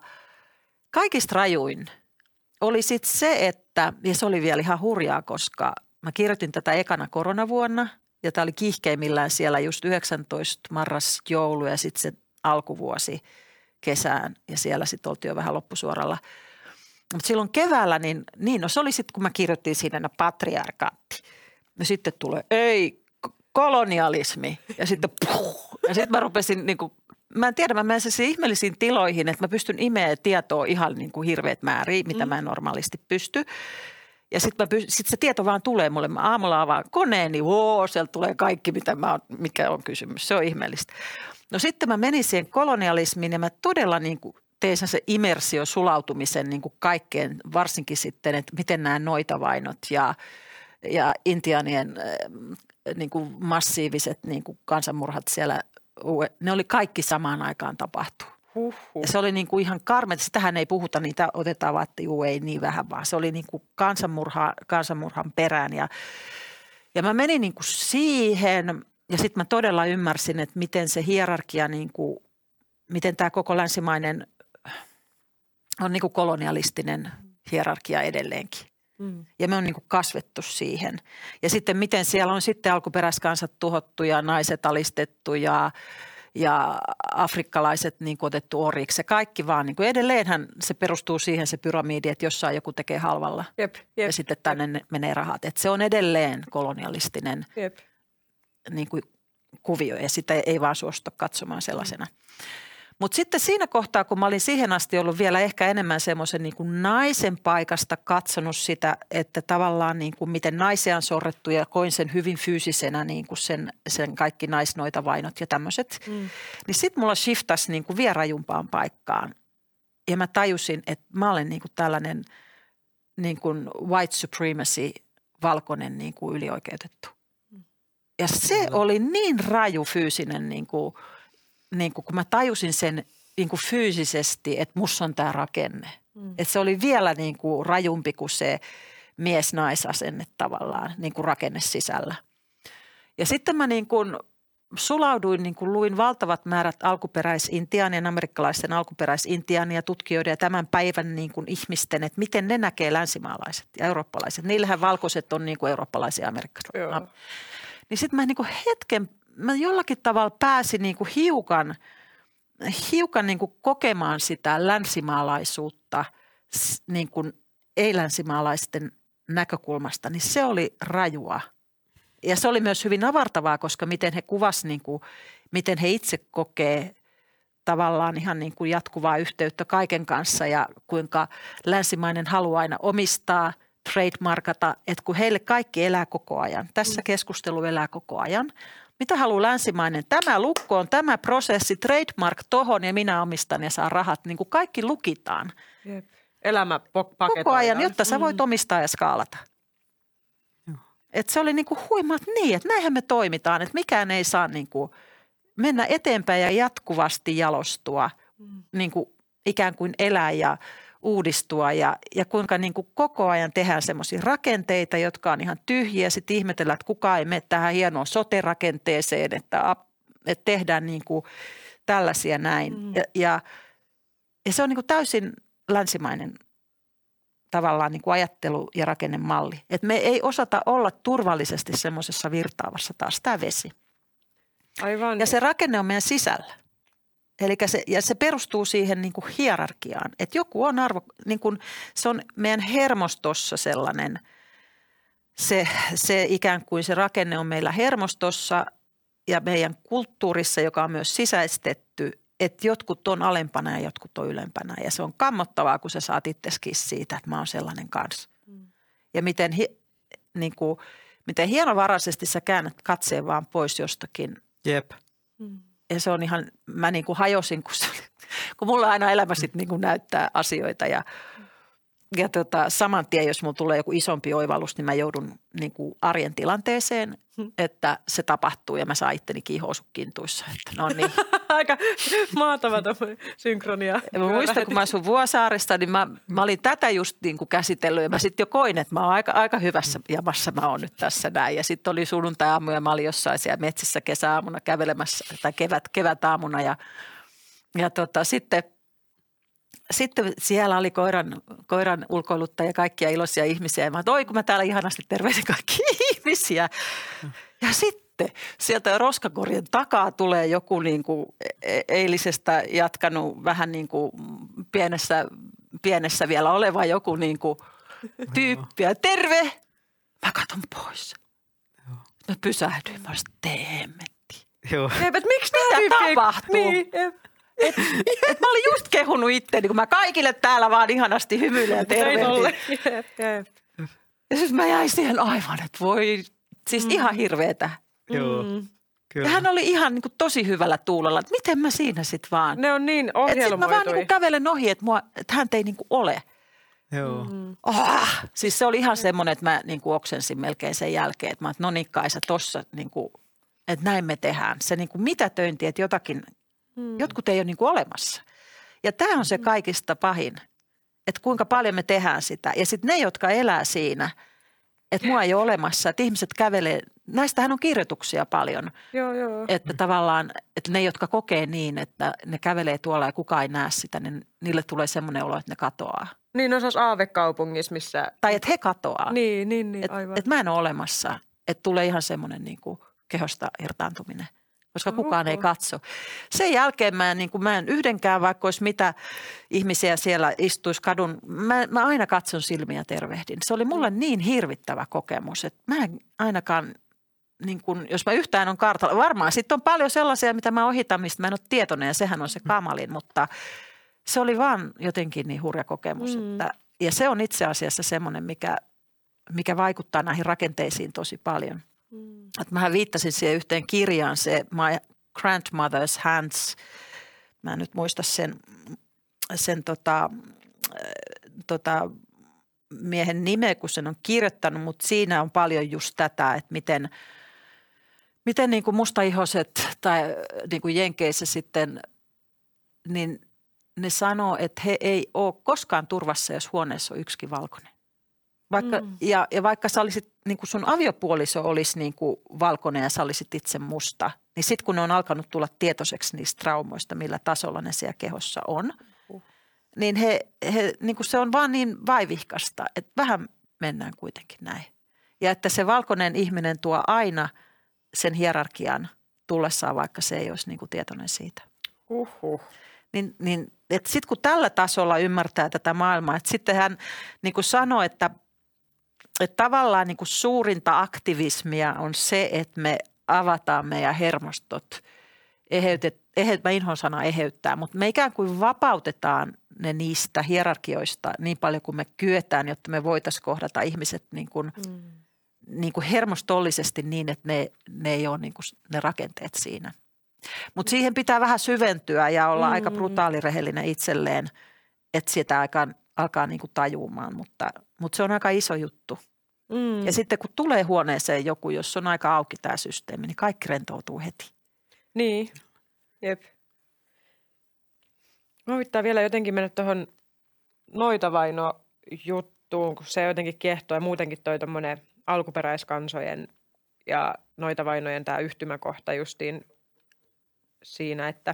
kaikista rajuin oli sitten se, että, ja se oli vielä ihan hurjaa, koska mä kirjoitin tätä ekana koronavuonna ja tämä oli kiihkeimmillään siellä just 19 marras-joulu ja sitten se alkuvuosi kesään ja siellä sitten oltiin jo vähän loppusuoralla. Mutta silloin keväällä, no se oli sitten, kun mä kirjoittiin siinä patriarkaatti. No sitten tulee, kolonialismi. Ja sitten ja sitten mä rupesin niinku, mä en tiedä, mä menen sellaisiin ihmeellisiin tiloihin, että mä pystyn imeä tietoa ihan niinku hirveät määriä, mitä mä en normaalisti pysty. Ja sitten se tieto vaan tulee mulle. Mä aamulla avaan koneen, niin sieltä tulee kaikki, mikä on kysymys. Se on ihmeellistä. No sitten mä menin siihen kolonialismiin ja mä todella niinku tein se immersio sulautumisen niin kuin kaikkeen, varsinkin sitten, että miten nämä noitavainot ja intiaanien niin kuin massiiviset niin kuin kansanmurhat siellä, ne oli kaikki samaan aikaan tapahtuu. Ja se oli niin kuin ihan karmeita. Sitähän ei puhuta, niitä otetaan vaan, että ei niin vähän vaan. Se oli niin kuin kansanmurhan perään ja mä menin niin kuin siihen ja sitten mä todella ymmärsin, että miten se hierarkia, niin kuin, miten tämä koko länsimainen on niin kuin kolonialistinen hierarkia edelleenkin. Ja me on niin kuin kasvettu siihen. Ja sitten miten siellä on sitten alkuperäiskansat tuhottu ja naiset alistettu ja afrikkalaiset niin kuin otettu orjiksi. Se kaikki vaan niin kuin edelleenhän se perustuu siihen se pyramidi, että jossain joku tekee halvalla ja sitten tänne menee rahat. Että se on edelleen kolonialistinen niin kuin kuvio ja sitä ei vaan suostu katsomaan sellaisena. Mutta sitten siinä kohtaa, kun mä olin siihen asti ollut vielä ehkä enemmän semmoisen niin kuin naisen paikasta katsonut sitä, että tavallaan niin kuin miten naisia on sorrettu ja koin sen hyvin fyysisenä niin kuin sen kaikki naisnoitavainot ja tämmöiset. Niin sitten mulla shiftasi niin kuin vielä rajumpaan paikkaan ja mä tajusin, että mä olen niin kuin tällainen niin kuin white supremacy, valkoinen niin kuin ylioikeutettu. Ja se oli niin raju fyysinen niin kuin kun mä tajusin sen niin kuin fyysisesti, että musta on tämä rakenne. Että se oli vielä niin kuin rajumpi kuin se mies-naisasenne tavallaan, niin kuin rakenne sisällä. Ja sitten mä niin kuin sulauduin, niin kuin luin valtavat määrät alkuperäisintiaanien, amerikkalaisten alkuperäisintiaania tutkijoiden ja tämän päivän niin kuin ihmisten, että miten ne näkee länsimaalaiset ja eurooppalaiset. Niillähän valkoiset on niin kuin eurooppalaisia amerikkalaisia. Niin sitten mä niin kuin mä jollakin tavalla pääsin niin kuin hiukan niin kuin kokemaan sitä länsimaalaisuutta niin kuin ei-länsimaalaisten näkökulmasta, niin se oli rajua. Ja se oli myös hyvin avartavaa, koska miten he kuvasivat, niin kuin, miten he itse kokee tavallaan ihan niin kuin jatkuvaa yhteyttä kaiken kanssa ja kuinka länsimainen haluaa aina omistaa, trademarkata, että kun heille kaikki elää koko ajan. Tässä keskustelu elää koko ajan. Mitä haluaa länsimainen? Tämä lukko on tämä prosessi, trademark tohon ja minä omistan ja saan rahat. Niin kuin kaikki lukitaan. Jep. Elämä paketoidaan. Koko ajan, jotta sä voit omistaa ja skaalata. Että se oli niin kuin huimaa, että että näinhän me toimitaan. Että mikään ei saa niin kuin mennä eteenpäin ja jatkuvasti jalostua, niin kuin ikään kuin elää ja uudistua ja kuinka niin kuin koko ajan tehdään semmoisia rakenteita, jotka on ihan tyhjiä. Sitten ihmetellään, että kukaan ei mene tähän hienoon sote-rakenteeseen, että tehdään niin kuin tällaisia näin. Ja se on niin kuin täysin länsimainen tavallaan niin kuin ajattelu- ja rakennemalli. Että me ei osata olla turvallisesti semmoisessa virtaavassa taas tämä vesi. Aivan. Ja se rakenne on meidän sisällä. Se perustuu siihen niin kuin hierarkiaan, että joku on niin kuin, se on meidän hermostossa sellainen, se ikään kuin se rakenne on meillä hermostossa ja meidän kulttuurissa, joka on myös sisäistetty, että jotkut on alempana ja jotkut on ylempänä. Ja se on kammottavaa, kun sä saat itseskin siitä, että mä oon sellainen kanssa. Ja miten hienovaraisesti sä käännät katseen vaan pois jostakin. Jep. Ja se on ihan, mä niin kuin hajosin, kun mulla aina elämä sitten niin kuin näyttää asioita ja saman tien, jos mulla tulee joku isompi oivallus, niin mä joudun niin kuin arjen tilanteeseen, että se tapahtuu ja mä saan itteni kiihousukkintuissa. No niin. Aika maatava synkronia. Ja mä muistan, kun mä asun Vuosaaresta, niin mä olin tätä just niin kuin käsitellyt ja mä sitten jo koin, että mä oon aika hyvässä jamassa mä oon nyt tässä näin. Ja sitten oli sunnuntai-aamu ja mä olin jossain siellä metsissä kesäaamuna kävelemässä tai kevätaamuna ja sitten siellä oli koiran ulkoiluttaja ja kaikkia iloisia ihmisiä. Ja mä oon, kun mä täällä ihanasti tervehdin kaikkia ihmisiä. Ja sitten sieltä roskakorjen takaa tulee joku niin kuin eilisestä jatkanut vähän niin kuin pienessä vielä oleva joku niin kuin tyyppi. Ja terve! Mä katon pois. Mä pysähdyin. Mä olisin, hemmetti. Joo. Miksi mitä tapahtuu? Niin, et mä olin just kehunut itteni, kun mä kaikille täällä vaan ihanasti hymyilen ja tervehdin. Ja siis mä jäin siihen aivan, että voi, siis ihan hirveetä. Joo, kyllä. Ja hän oli ihan niin kuin tosi hyvällä tuulella, että miten mä siinä sit vaan. Ne on niin ohjelmoitui. Että sit mä vaan niin kuin kävelen ohi, että häntä ei niin kuin ole. Joo. Siis se oli ihan semmoinen, että mä niin kuin oksensin melkein sen jälkeen, että mä oon, no niin Kaisa tossa, niin kuin, että näin me tehdään. Se niin kuin mitätöinti, että jotkut ei ole niin kuin olemassa. Ja tämä on se kaikista pahin, että kuinka paljon me tehdään sitä. Ja sitten ne, jotka elää siinä, että mua ei ole olemassa, että ihmiset kävelee, näistähän on kirjoituksia paljon. Joo. Että tavallaan, että ne, jotka kokee niin, että ne kävelee tuolla ja kukaan ei näe sitä, niin niille tulee semmoinen olo, että ne katoaa. Niin, on aavekaupungissa, missä... Tai että he katoaa. Niin, aivan. Että mä en ole olemassa, että tulee ihan semmoinen niin kuin kehosta irtaantuminen. Koska kukaan ei katso. Sen jälkeen mä en yhdenkään, vaikka olisi mitä ihmisiä siellä istuisi kadun, mä aina katson silmiä ja tervehdin. Se oli mulle niin hirvittävä kokemus, että mä en ainakaan, niin kuin, jos mä yhtään on kartalla, varmaan sitten on paljon sellaisia, mitä mä ohitan, mistä mä en ole tietoinen ja sehän on se kamalin, mutta se oli vaan jotenkin niin hurja kokemus. Ja se on itse asiassa semmoinen, mikä vaikuttaa näihin rakenteisiin tosi paljon. Että mähän viittasin siihen yhteen kirjaan, se My Grandmother's Hands. Mä en nyt muista sen miehen nimeä, kun sen on kirjoittanut, mutta siinä on paljon just tätä, että miten niin kuin mustaihoiset tai niin kuin Jenkeissä sitten, niin ne sanoo, että he ei ole koskaan turvassa, jos huoneessa on yksikin valkoinen. Ja vaikka sä olisit, niin kuin sun aviopuoliso olisi niin kuin valkoinen ja sä olisit itse musta, niin sitten kun ne on alkanut tulla tietoiseksi niistä traumoista, millä tasolla ne siellä kehossa on, niin he niin kuin se on vaan niin vaivihkasta, että vähän mennään kuitenkin näin. Ja että se valkoinen ihminen tuo aina sen hierarkian tullessaan, vaikka se ei olisi niin kuin tietoinen siitä. Niin että sitten kun tällä tasolla ymmärtää tätä maailmaa, että sitten hän niin kuin sanoi, että tavallaan niin kuin suurinta aktivismia on se, että me avataan meidän hermostot. Mä inhoan sanaa eheyttää, mutta me ikään kuin vapautetaan ne niistä hierarkioista niin paljon kuin me kyetään, jotta me voitaisiin kohdata ihmiset niin kuin hermostollisesti niin, että ne ei ole niin kuin ne rakenteet siinä. Mutta siihen pitää vähän syventyä ja olla aika brutaalirehellinen itselleen, että sitä alkaa niin kuin tajumaan, mutta se on aika iso juttu. Ja sitten kun tulee huoneeseen joku, jos on aika auki tämä systeemi, niin kaikki rentoutuu heti. Niin, jep. Mä huvittaa vielä jotenkin mennä tuohon noitavaino-juttuun, kun se jotenkin kiehtoo ja muutenkin toi tommonen alkuperäiskansojen ja noitavainojen tämä yhtymäkohta justiin siinä, että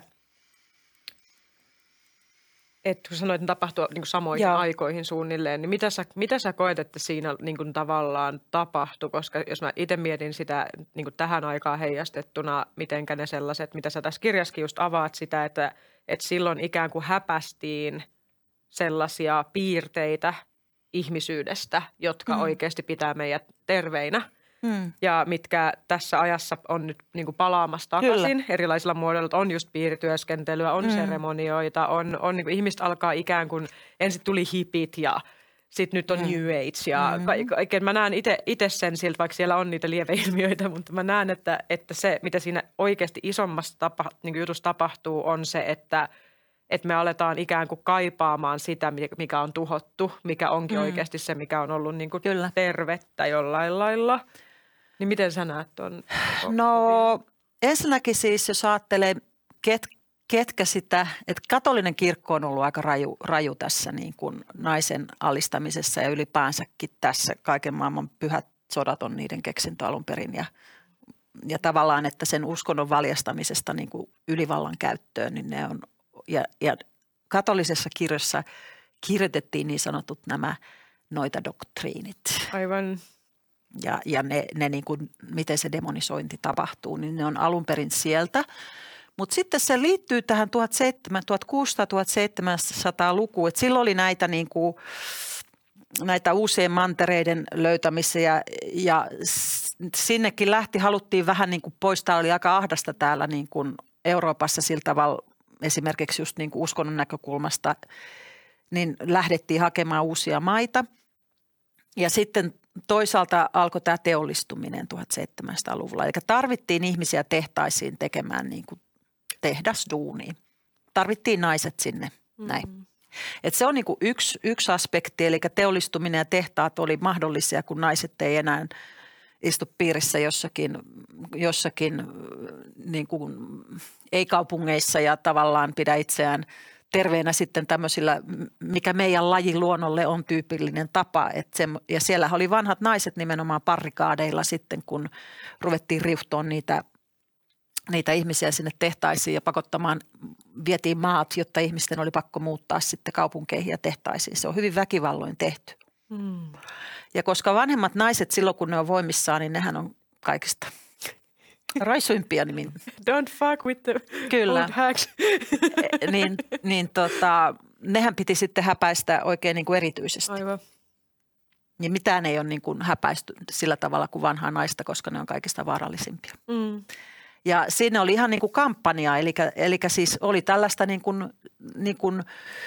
kun sanoit, että tapahtuu niin kuin samoihin aikoihin suunnilleen, niin mitä sä koet, että siinä niin kuin tavallaan tapahtui? Koska jos mä itse mietin sitä niin kuin tähän aikaan heijastettuna, mitenkä ne sellaiset, mitä sä tässä kirjaskin just avaat sitä, että että silloin ikään kuin häpästiin sellaisia piirteitä ihmisyydestä, jotka oikeasti pitää meidät terveinä. Ja mitkä tässä ajassa on nyt niin kuin palaamassa takaisin. Kyllä. Erilaisilla muodoilla on just piirityöskentelyä, on seremonioita, on niin kuin ihmiset alkaa ikään kuin, ensin tuli hipit ja sitten nyt on New Age ja kaiken. Mä näen itse sen siltä, vaikka siellä on niitä lieveilmiöitä, mutta mä näen, että se, mitä siinä oikeasti isommassa niin jutussa tapahtuu, on se, että me aletaan ikään kuin kaipaamaan sitä, mikä on tuhottu, mikä onkin oikeasti se, mikä on ollut niin kuin tervettä jollain lailla. Niin miten sä näet tuon? No ensinnäkin siis, jos ajattelee, ketkä sitä, että katolinen kirkko on ollut aika raju tässä niin kuin naisen alistamisessa ja ylipäänsäkin tässä kaiken maailman pyhät sodat on niiden keksintö alun perin ja tavallaan, että sen uskonnon valjastamisesta niin kuin ylivallan käyttöön, niin ne on ja katolisessa kirjassa kirjoitettiin niin sanotut nämä noita doktriinit. Aivan. Ja ne niin kuin, miten se demonisointi tapahtuu, niin ne on alun perin sieltä. Mutta sitten se liittyy tähän 1600-1700-lukuun, että silloin oli näitä, niin kuin, näitä uusien mantereiden löytämisiä ja sinnekin haluttiin vähän niin kuin poistaa, oli aika ahdasta täällä niin kuin Euroopassa sillä tavalla esimerkiksi just niin kuin uskonnon näkökulmasta, niin lähdettiin hakemaan uusia maita ja sitten toisaalta alkoi tämä teollistuminen 1700-luvulla, eli tarvittiin ihmisiä tehtaisiin tekemään niin kuin tehdasduunia. Tarvittiin naiset sinne, näin. Et se on niin kuin yksi aspekti, eli teollistuminen ja tehtaat oli mahdollisia, kun naiset ei enää istu piirissä jossakin niin kuin ei-kaupungeissa ja tavallaan pidä itseään terveenä sitten tämmöisillä, mikä meidän lajiluonnolle on tyypillinen tapa. Ja siellä oli vanhat naiset nimenomaan parrikaadeilla sitten, kun ruvettiin riuhtoon niitä ihmisiä sinne tehtaisiin ja vietiin maat, jotta ihmisten oli pakko muuttaa sitten kaupunkeihin ja tehtaisiin. Se on hyvin väkivalloin tehty. Ja koska vanhemmat naiset silloin, kun ne on voimissaan, niin nehän on kaikista raisuimpia nimiä. Don't fuck with the old hacks. Nehän piti sitten häpäistä oikein niin kuin erityisesti. Aivan. Ja mitään ei ole niin kuin häpäisty sillä tavalla kuin vanhaa naista, koska ne on kaikista vaarallisimpia. Ja siinä oli ihan niin kuin kampanja, eli siis oli tällaista niin kuin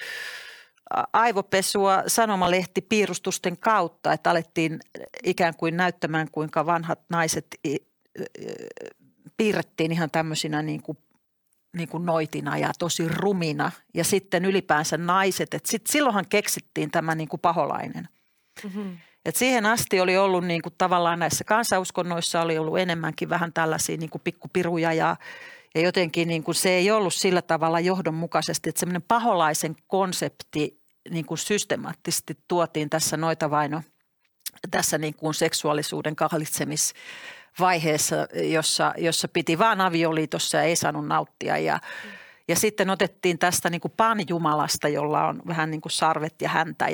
aivopesua sanomalehtipiirustusten kautta, että alettiin ikään kuin näyttämään, kuinka vanhat naiset piirrettiin ihan tämmöisinä niin kuin noitina ja tosi rumina. Ja sitten ylipäänsä naiset, että silloinhan keksittiin tämä niin kuin paholainen. Et siihen asti oli ollut niin kuin tavallaan näissä kansanuskonnoissa oli ollut enemmänkin vähän tällaisia niin kuin pikkupiruja ja jotenkin niin kuin se ei ollut sillä tavalla johdonmukaisesti, että semmoinen paholaisen konsepti niin kuin systemaattisesti tuotiin tässä tässä niin kuin seksuaalisuuden kahlitsemisvaiheessa, jossa piti vaan avioliitossa ja ei saanut nauttia ja sitten otettiin tästä niin kuin panjumalasta, jolla on vähän niin kuin sarvet ja häntä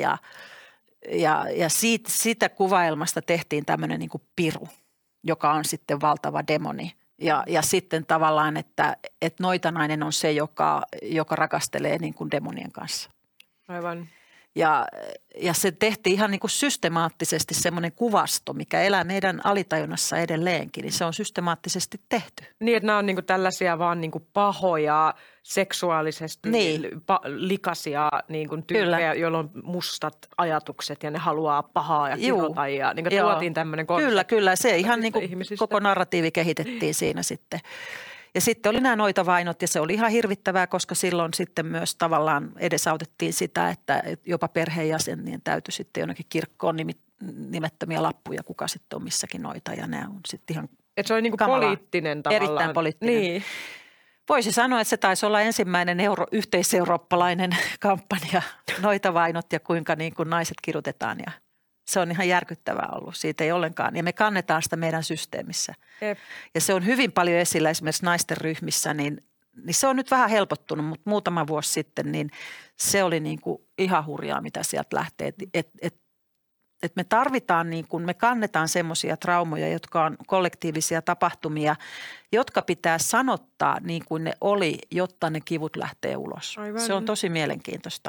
ja siitä kuvaelmasta tehtiin tämmöinen niin kuin piru, joka on sitten valtava demoni. Ja sitten tavallaan, että noitanainen on se, joka rakastelee niin kuin demonien kanssa. Aivan. Ja se tehtiin ihan niin kuin systemaattisesti semmoinen kuvasto, mikä elää meidän alitajunnassa edelleenkin, niin se on systemaattisesti tehty. Niin, että nämä on niin kuin tällaisia vaan niin kuin pahoja, seksuaalisesti likaisia niin kuin tyyppejä, joilla on mustat ajatukset ja ne haluaa pahaa ja kihota ja niin kuin tuotiin tämmöinen konsepti. Kyllä. Se ihan niin kuin koko narratiivi kehitettiin siinä sitten. Ja sitten oli nämä noitavainot ja se oli ihan hirvittävää, koska silloin sitten myös tavallaan edesautettiin sitä, että jopa perheenjäsenien täytyi sitten jonnekin kirkkoon nimettömiä lappuja, kuka sitten on missäkin noita ja nämä on sitten ihan että se oli niin kuin poliittinen tavallaan. Erittäin poliittinen. Niin. Voisi sanoa, että se taisi olla ensimmäinen yhteiseurooppalainen kampanja, noitavainot ja kuinka niin kuin naiset kidutetaan ja se on ihan järkyttävää ollut. Siitä ei ollenkaan. Ja me kannetaan sitä meidän systeemissä. Ja se on hyvin paljon esillä esimerkiksi naisten ryhmissä, niin se on nyt vähän helpottunut, mutta muutama vuosi sitten, niin se oli niin kuin ihan hurjaa, mitä sieltä lähtee. me tarvitaan niin kuin, me kannetaan semmoisia traumoja, jotka on kollektiivisia tapahtumia, jotka pitää sanottaa niin kuin ne oli, jotta ne kivut lähtee ulos. Aivan. Se on tosi mielenkiintoista.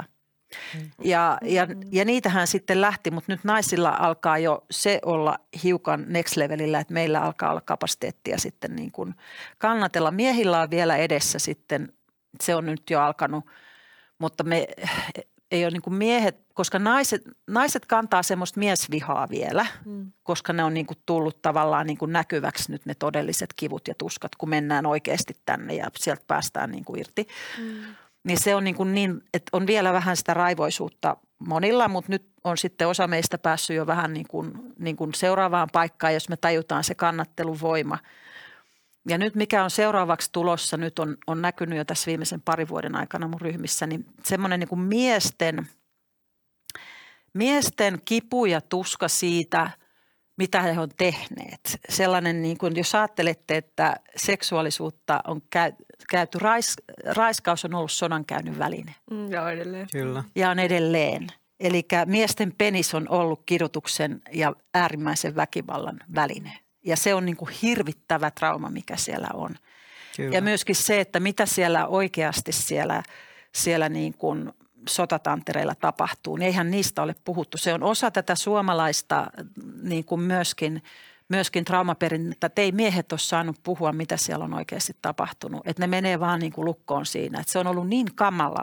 Ja niitähän sitten lähti, mutta nyt naisilla alkaa jo se olla hiukan next levelillä, että meillä alkaa olla kapasiteettia sitten niin kuin kannatella. Miehillä on vielä edessä sitten, se on nyt jo alkanut, mutta me ei ole niin kuin miehet, koska naiset kantaa semmoista miesvihaa vielä, koska ne on niin kuin tullut tavallaan niin kuin näkyväksi nyt ne todelliset kivut ja tuskat, kun mennään oikeasti tänne ja sieltä päästään niin kuin irti. Niin se on niin, että on vielä vähän sitä raivoisuutta monilla, mutta nyt on sitten osa meistä päässyt jo vähän niin kuin seuraavaan paikkaan, jos me tajutaan se kannatteluvoima. Ja nyt mikä on seuraavaksi tulossa, nyt on näkynyt jo tässä viimeisen parin vuoden aikana mun ryhmissä, niin semmoinen niin kuin miesten kipu ja tuska siitä, mitä he on tehneet. Sellainen niin kuin, jos ajattelette, että seksuaalisuutta on käyty, raiskaus on ollut sodankäynnin väline. Ja edelleen. Kyllä. Ja on edelleen. Eli miesten penis on ollut kidutuksen ja äärimmäisen väkivallan väline. Ja se on niin kuin hirvittävä trauma, mikä siellä on. Kyllä. Ja myöskin se, että mitä siellä oikeasti siellä niin kuin sotatantereilla tapahtuu, niin eihän niistä ole puhuttu. Se on osa tätä suomalaista niin kuin myöskin traumaperinnettä, että ei miehet ole saanut puhua, mitä siellä on oikeasti tapahtunut. Että ne menee vaan niin kuin lukkoon siinä. Että se on ollut niin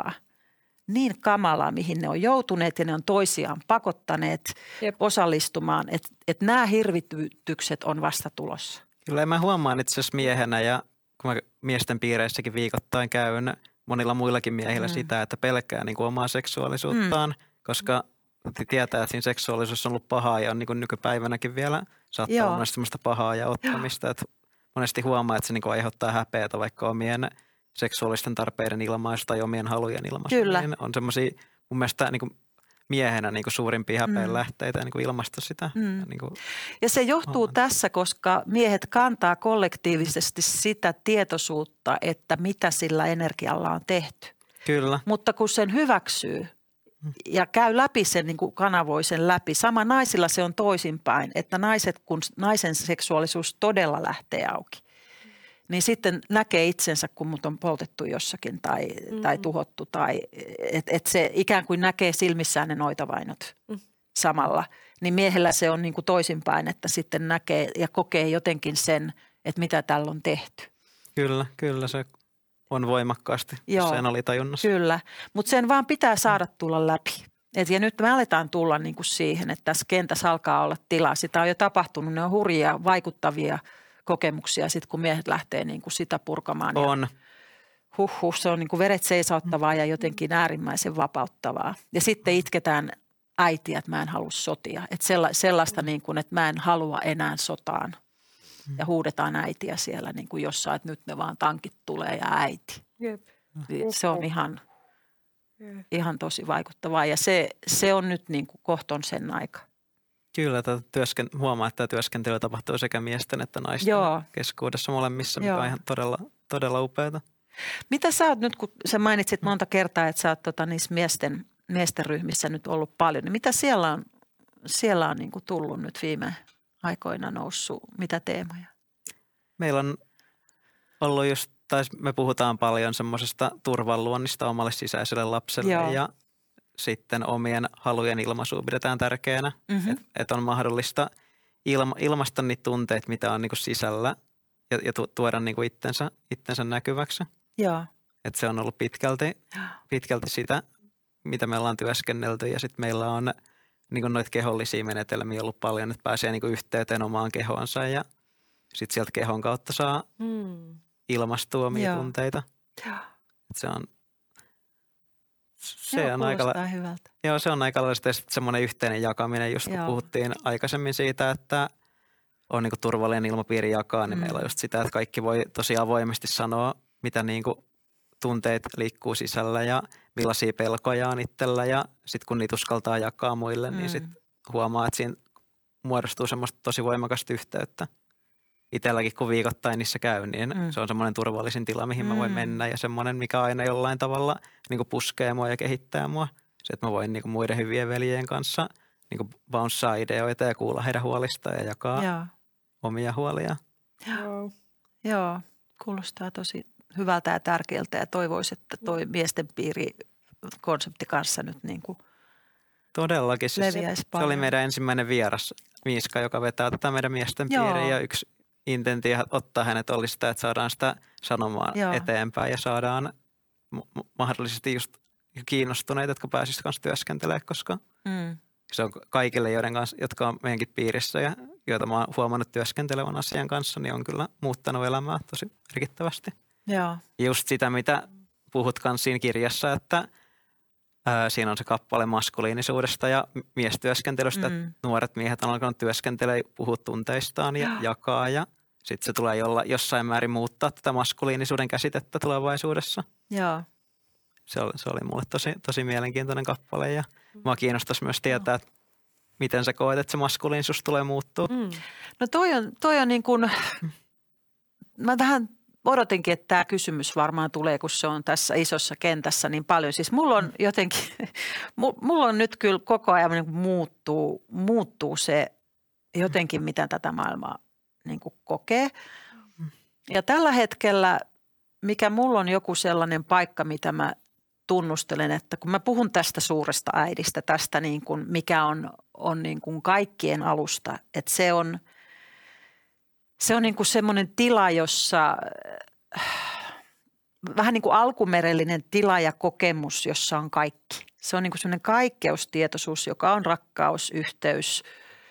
kamalaa, mihin ne on joutuneet ja ne on toisiaan pakottaneet osallistumaan. Että nämä hirvitytykset on vasta tulossa. Kyllä mä huomaan itse asiassa miehenä ja kun mä miesten piireissäkin viikoittain käyn monilla muillakin miehillä sitä, että pelkää niin kuin omaa seksuaalisuuttaan, koska tietää, että siinä seksuaalisuus on ollut pahaa ja on niin kuin nykypäivänäkin vielä saattaa olla semmoista pahaa ja ottamista. Että monesti huomaa, että se niin kuin aiheuttaa häpeätä vaikka omien seksuaalisten tarpeiden ilmaisu tai omien halujen ilmaisu. Kyllä. Niin on semmoisia mun mielestä niin kuin miehenä niin kuin suurimpia häpeän lähteitä ja niin kuin ilmaista sitä. Niin kuin ja se johtuu tässä, koska miehet kantaa kollektiivisesti sitä tietoisuutta, että mitä sillä energialla on tehty. Kyllä. Mutta kun sen hyväksyy ja käy läpi sen, niin kuin kanavoi sen läpi. Sama naisilla se on toisinpäin, että kun naisen seksuaalisuus todella lähtee auki, niin sitten näkee itsensä, kun mut on poltettu jossakin tai tuhottu. Tai että se ikään kuin näkee silmissään ne noitavainot samalla. Niin miehellä se on niin kuin toisinpäin, että sitten näkee ja kokee jotenkin sen, että mitä tällä on tehty. Kyllä se on voimakkaasti, jos sen oli tajunnassa. Kyllä, mutta sen vaan pitää saada tulla läpi. Ja nyt me aletaan tulla niin kuin siihen, että tässä kentässä alkaa olla tilaa. Sitä on jo tapahtunut, ne on hurjia, vaikuttavia kokemuksia sitten, kun miehet lähtee niin kuin sitä purkamaan. On. Se on niin kuin veret seisauttavaa ja jotenkin äärimmäisen vapauttavaa. Ja sitten itketään äitiä, että mä en halua sotia. Että sellaista niin kuin, että mä en halua enää sotaan. Ja huudetaan äitiä siellä niin kuin jossain, että nyt ne vaan tankit tulee ja äiti. Jep. Se on ihan tosi vaikuttavaa ja se on nyt niin kuin kohton sen aika. Kyllä, huomaa, että tämä työskentely tapahtuu sekä miesten että naisten keskuudessa molemmissa, mikä on ihan todella upeata. Mitä sä oot nyt, kun sä mainitsit monta kertaa, että sä oot niissä miesten ryhmissä nyt ollut paljon, niin mitä siellä on niin kuin tullut nyt viime aikoina noussut, mitä teemoja? Meillä on ollut me puhutaan paljon semmoisesta turvan luonnista omalle sisäiselle lapselle ja sitten omien halujen ilmaisua pidetään tärkeänä, että on mahdollista ilmaista niitä tunteita, mitä on niinku sisällä ja tuoda niinku itsensä näkyväksi. Joo. Että se on ollut pitkälti sitä, mitä me ollaan työskennelty ja sitten meillä on niinku noita kehollisia menetelmiä ollut paljon, että pääsee niinku yhteyteen omaan kehoonsa ja sitten sieltä kehon kautta saa ilmastua omia tunteita. Se on aika hyvältä. Joo, se on aika lailla semmoinen yhteinen jakaminen, just kun puhuttiin aikaisemmin siitä, että on niinku turvallinen ilmapiiri jakaa, niin meillä on just sitä, että kaikki voi tosi avoimesti sanoa, mitä niinku tunteet liikkuu sisällä ja millaisia pelkoja on itsellä ja sitten kun niitä uskaltaa jakaa muille, niin sitten huomaa, että siinä muodostuu semmoista tosi voimakasta yhteyttä. Itselläkin kun viikoittain niissä käy, niin se on semmoinen turvallisin tila, mihin mä voin mennä ja semmoinen, mikä aina jollain tavalla niin kuin puskee mua ja kehittää mua. Se, että mä voin niin kuin muiden hyvien veljien kanssa niin bounceaa ideoita ja kuulla heidän huolistaan ja jakaa omia huolia. Joo, kuulostaa tosi hyvältä ja tärkeältä ja toivoisin, että toi miesten piiri konsepti kanssa nyt niin kuin todellakin. leviäisi paljon. Se oli meidän ensimmäinen vieras, Miiska, joka vetää tätä meidän miesten piiriä ja yksi intentio ottaa hänet oli sitä, että saadaan sitä sanomaan eteenpäin ja saadaan mahdollisesti just kiinnostuneita, jotka pääsisivät kanssa työskentelemään, koska se on kaikille, jotka on meidänkin piirissä ja joita mä oon huomannut työskentelevän asian kanssa, niin on kyllä muuttanut elämää tosi merkittävästi. Joo. Just sitä, mitä puhut kanssa siinä kirjassa, että siinä on se kappale maskuliinisuudesta ja miestyöskentelystä, että nuoret miehet on alkanut työskentelemään, puhua tunteistaan ja jakaa ja sitten se tulee jossain määrin muuttaa tätä maskuliinisuuden käsitettä tulevaisuudessa. Joo. Se oli mulle tosi mielenkiintoinen kappale ja mua kiinnostaisi myös tietää, että miten sä koet, että se maskuliinisuus tulee muuttua. No toi on niin kuin, mä vähän odotinkin, että tämä kysymys varmaan tulee, kun se on tässä isossa kentässä niin paljon. Siis mulla on jotenkin, mulla on nyt kyllä koko ajan niin kuin muuttuu se jotenkin, miten tätä maailmaa niin kuin kokee. Ja tällä hetkellä, mikä mulla on joku sellainen paikka, mitä mä tunnustelen, että kun mä puhun tästä suuresta äidistä, tästä niin kuin, mikä on niin kuin kaikkien alusta, että se on niin kuin semmoinen tila, jossa vähän niin kuin alkumerellinen tila ja kokemus, jossa on kaikki. Se on niin kuin semmoinen kaikkeustietoisuus, joka on rakkaus, yhteys,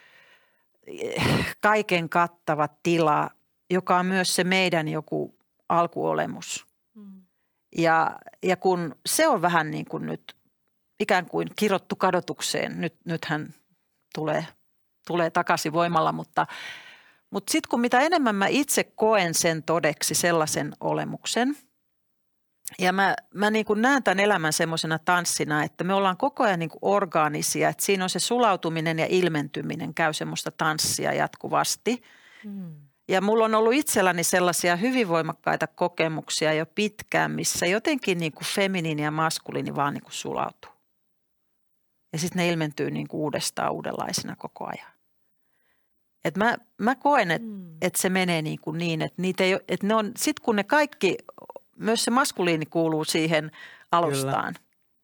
kaiken kattava tila, joka on myös se meidän joku alkuolemus. Ja kun se on vähän niin kuin nyt ikään kuin kirottu kadotukseen, nythän tulee takaisin voimalla, mutta sitten kun mitä enemmän mä itse koen sen todeksi sellaisen olemuksen ja mä niin kuin näen tämän elämän semmoisena tanssina, että me ollaan koko ajan niin kuin orgaanisia, että siinä on se sulautuminen ja ilmentyminen käy semmoista tanssia jatkuvasti. Ja mulla on ollut itselläni sellaisia hyvin voimakkaita kokemuksia jo pitkään, missä jotenkin niin kuin feminiini ja maskuliini vaan niin kuin sulautuu. Ja sitten ne ilmentyy niin kuin uudestaan uudenlaisena koko ajan. Et mä koen, että se menee niin, että niitä ei, että ne on, sit kun ne kaikki, myös se maskuliini kuuluu siihen alustaan.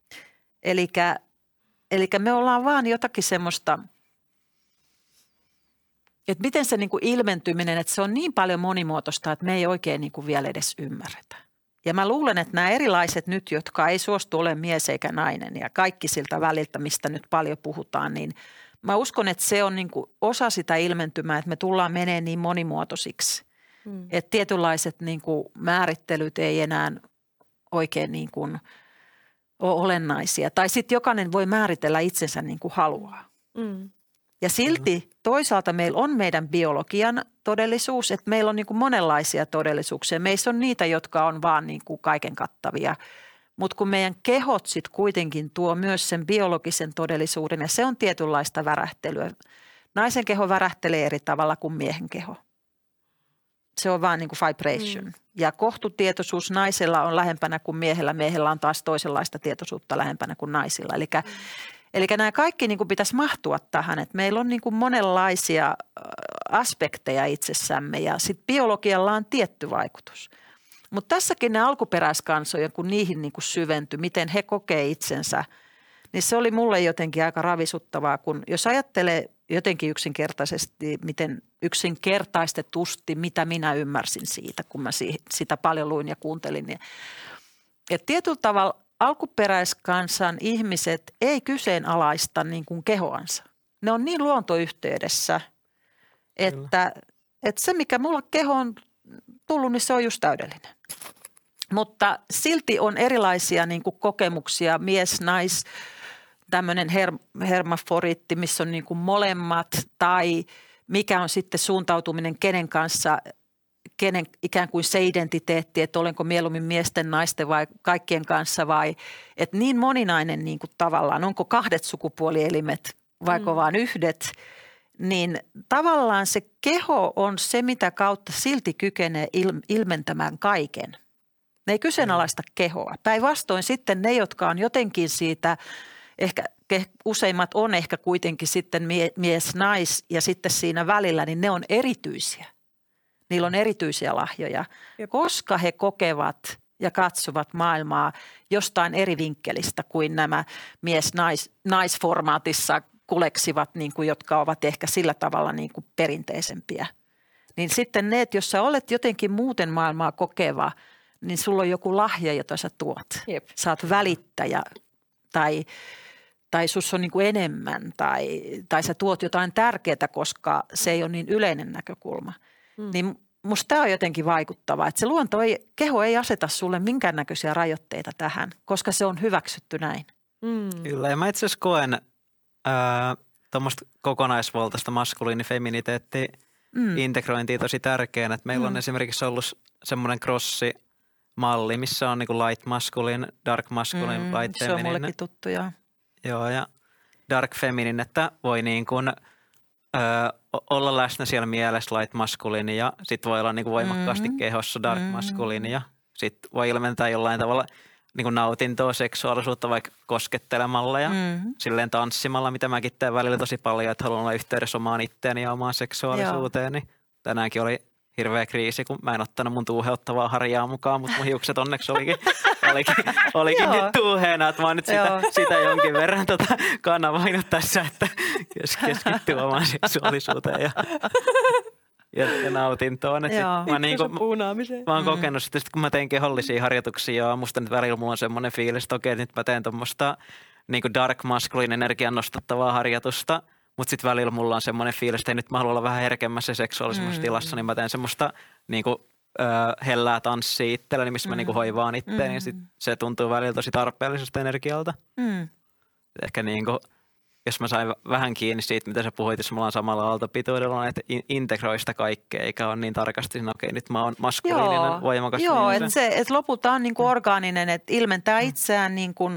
Elikkä me ollaan vaan jotakin semmoista, että miten se niin kuin ilmentyminen, että se on niin paljon monimuotoista, että me ei oikein niin kuin vielä edes ymmärretä. Ja mä luulen, että nämä erilaiset nyt, jotka ei suostu ole mies eikä nainen ja kaikki siltä väliltä, mistä nyt paljon puhutaan, niin mä uskon, että se on niin kuin osa sitä ilmentymää, että me tullaan menee niin monimuotoisiksi. Että tietynlaiset niin kuin määrittelyt ei enää oikein niin kuin ole olennaisia. Tai sitten jokainen voi määritellä itsensä niin kuin haluaa. Ja silti toisaalta meillä on meidän biologian todellisuus, että meillä on niin kuin monenlaisia todellisuuksia. Meissä on niitä, jotka on vaan niin kuin kaiken kattavia. Mutta kun meidän kehot sitten kuitenkin tuo myös sen biologisen todellisuuden ja se on tietynlaista värähtelyä. Naisen keho värähtelee eri tavalla kuin miehen keho. Se on vaan niin kuin vibration. Ja kohtutietoisuus naisella on lähempänä kuin miehellä. Miehellä on taas toisenlaista tietoisuutta lähempänä kuin naisilla. Eli nämä kaikki niin kuin pitäisi mahtua tähän, että meillä on niin kuin monenlaisia aspekteja itsessämme ja sitten biologialla on tietty vaikutus. Mutta tässäkin ne alkuperäiskansoja, kun niihin niin kuin syventyi, miten he kokee itsensä, niin se oli mulle jotenkin aika ravisuttavaa, kun jos ajattelee jotenkin yksinkertaisesti, miten yksinkertaistetusti, mitä minä ymmärsin siitä, kun mä sitä paljon luin ja kuuntelin. Niin, että tietyllä tavalla alkuperäiskansan ihmiset ei kyseenalaista niin kuin kehoansa. Ne on niin luontoyhteydessä, että se mikä mulla keho on tullut, niin se on just täydellinen. Mutta silti on erilaisia niin kuin kokemuksia, mies, nais, tämmöinen hermaforiitti, missä on niin kuin molemmat tai mikä on sitten suuntautuminen kenen kanssa, kenen ikään kuin se identiteetti, että olenko mieluummin miesten, naisten vai kaikkien kanssa vai, että niin moninainen niin kuin tavallaan, onko kahdet sukupuolielimet vaiko vaan yhdet, niin tavallaan se keho on se, mitä kautta silti kykenee ilmentämään kaiken. Ne ei kyseenalaista kehoa. Päinvastoin sitten ne, jotka on jotenkin siitä ehkä useimmat on ehkä kuitenkin sitten mies, nais ja sitten siinä välillä, niin ne on erityisiä. Niillä on erityisiä lahjoja, koska he kokevat ja katsovat maailmaa jostain eri vinkkelistä kuin nämä mies-naisformaatissa kuleksivat, niin kuin, jotka ovat ehkä sillä tavalla niin kuin perinteisempiä. Niin sitten ne, että jos sä olet jotenkin muuten maailmaa kokeva, niin sulla on joku lahja, jota sä tuot. Jep. Sä oot välittäjä tai sus on niin kuin enemmän tai sä tuot jotain tärkeää, koska se ei ole niin yleinen näkökulma. Niin musta tämä on jotenkin vaikuttavaa, että se keho ei aseta sulle minkäännäköisiä rajoitteita tähän, koska se on hyväksytty näin. Kyllä, ja mä itse asiassa koen tuommoista kokonaisvaltaista maskuliini-feminiteettiä integrointia tosi tärkeänä. Että meillä on esimerkiksi ollut semmoinen crossimalli, missä on niinku light masculine, dark masculine, light feminine. Se on mullekin tuttu, joo. Joo, ja dark feminine, että voi niin kuin olla läsnä siellä mielessä light masculine ja sitten voi olla niin kuin voimakkaasti kehossa dark masculine ja sitten voi ilmentää jollain tavalla niin kuin nautintoa, seksuaalisuutta vaikka koskettelemalla ja silleen tanssimalla, mitä mäkin teen välillä tosi paljon, että haluan olla yhteydessä omaan itteeni ja omaan seksuaalisuuteeni. Tänäänkin oli hirveä kriisi, kun mä en ottanut mun tuuheuttavaa harjaa mukaan, mutta mun hiukset onneksi olikin tuuheena, että mä oon nyt sitä jonkin verran kanavoinut tässä, että keskittyy omaan seksuaalisuuteen ja nautintoon. Mä oon kokenut sitten, kun mä tein kehollisia harjoituksia ja musta nyt välillä mulla on semmoinen fiilis, että okei, nyt mä teen tuommoista niin dark masculine energian nostattavaa harjoitusta. Mutta sitten välillä mulla on semmoinen fiilis, että nyt mä haluan olla vähän herkemmässä seksuaalisemmassa tilassa, niin mä teen semmoista niinku, hellää tanssia itselleni, missä mä niinku hoivaan itteeni. Ja sit se tuntuu välillä tosi tarpeellisesta energialta. Ehkä niinku, jos mä sain vähän kiinni siitä, mitä sä puhuit, jos mulla on samalla aaltopituudella, että integroi sitä kaikkea, eikä ole niin tarkasti, että okei, nyt mä oon maskuliininen, voimakas. Joo, että lopulta on niinku orgaaninen, että ilmentää itseään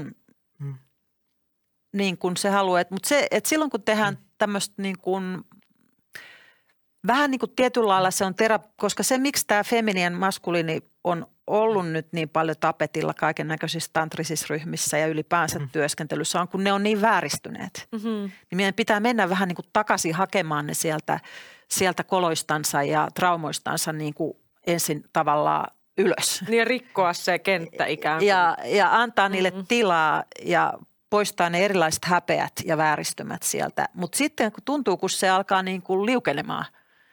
niin kuin se haluaa. Mutta silloin kun tehdään tämmöistä niin kuin, vähän niin kuin tietyllä lailla se on koska se miksi tämä feminien maskuliini on ollut nyt niin paljon tapetilla kaiken näköisissä tantrisissa ryhmissä ja ylipäänsä työskentelyssä on, kun ne on niin vääristyneet. Niin meidän pitää mennä vähän niin kuin takaisin hakemaan ne sieltä koloistansa ja traumoistansa niin kuin ensin tavallaan ylös. Niin rikkoa se kenttä ikään kuin. Ja antaa niille tilaa ja poistaa ne erilaiset häpeät ja vääristymät sieltä. Mutta sitten kun se alkaa niin kuin liukenemaan.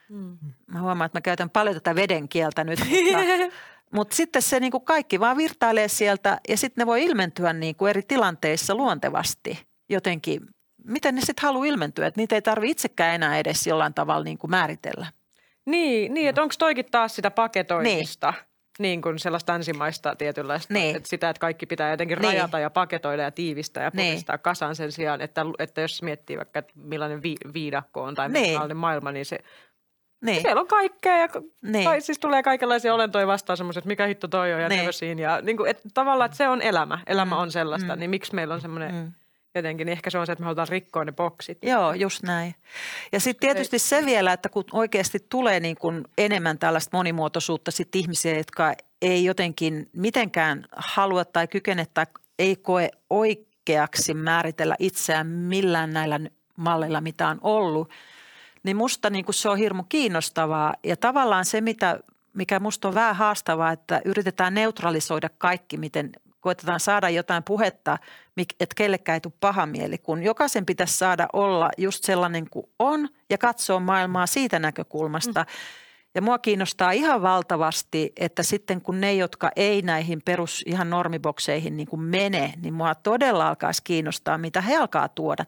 Mä huomaan, että mä käytän paljon tätä veden kieltä nyt, mutta sitten se niin kuin kaikki vaan virtailee sieltä ja sitten ne voi ilmentyä niin kuin eri tilanteissa luontevasti jotenkin. Miten ne sitten haluaa ilmentyä, että niitä ei tarvitse itsekään enää edes jollain tavalla niin kuin määritellä. Niin, että onko toikin taas sitä paketoimista? Niin kuin sellaista länsimaista tietynlaista, että sitä, että kaikki pitää jotenkin rajata ja paketoida ja tiivistää ja puristaa kasaan sen sijaan, että jos miettii vaikka, että millainen viidakko on tai millainen maailma, niin se siellä on kaikkea ja siis tulee kaikenlaisia olentoja vastaan semmoiset, että mikä hitto toi on ja never ja niin kuin, että tavallaan, että se on elämä. Elämä on sellaista, niin miksi meillä on semmoinen jotenkin, niin ehkä se on se, että me halutaan rikkoa ne boksit. Joo, just näin. Ja sitten tietysti se vielä, että kun oikeasti tulee niin kuin enemmän tällaista monimuotoisuutta sitten ihmisiä, jotka ei jotenkin mitenkään halua tai kykene tai ei koe oikeaksi määritellä itseään millään näillä malleilla, mitä on ollut, niin musta niin kuin se on hirmu kiinnostavaa. Ja tavallaan se, mikä musta on vähän haastavaa, että yritetään neutralisoida kaikki, miten koetetaan saada jotain puhetta, että kellekään ei tule paha mieli, kun jokaisen pitäisi saada olla just sellainen kuin on ja katsoa maailmaa siitä näkökulmasta. Ja mua kiinnostaa ihan valtavasti, että sitten kun ne, jotka ei näihin perus ihan normibokseihin niin kuin mene, niin mua todella alkaisi kiinnostaa, mitä he alkaa tuoda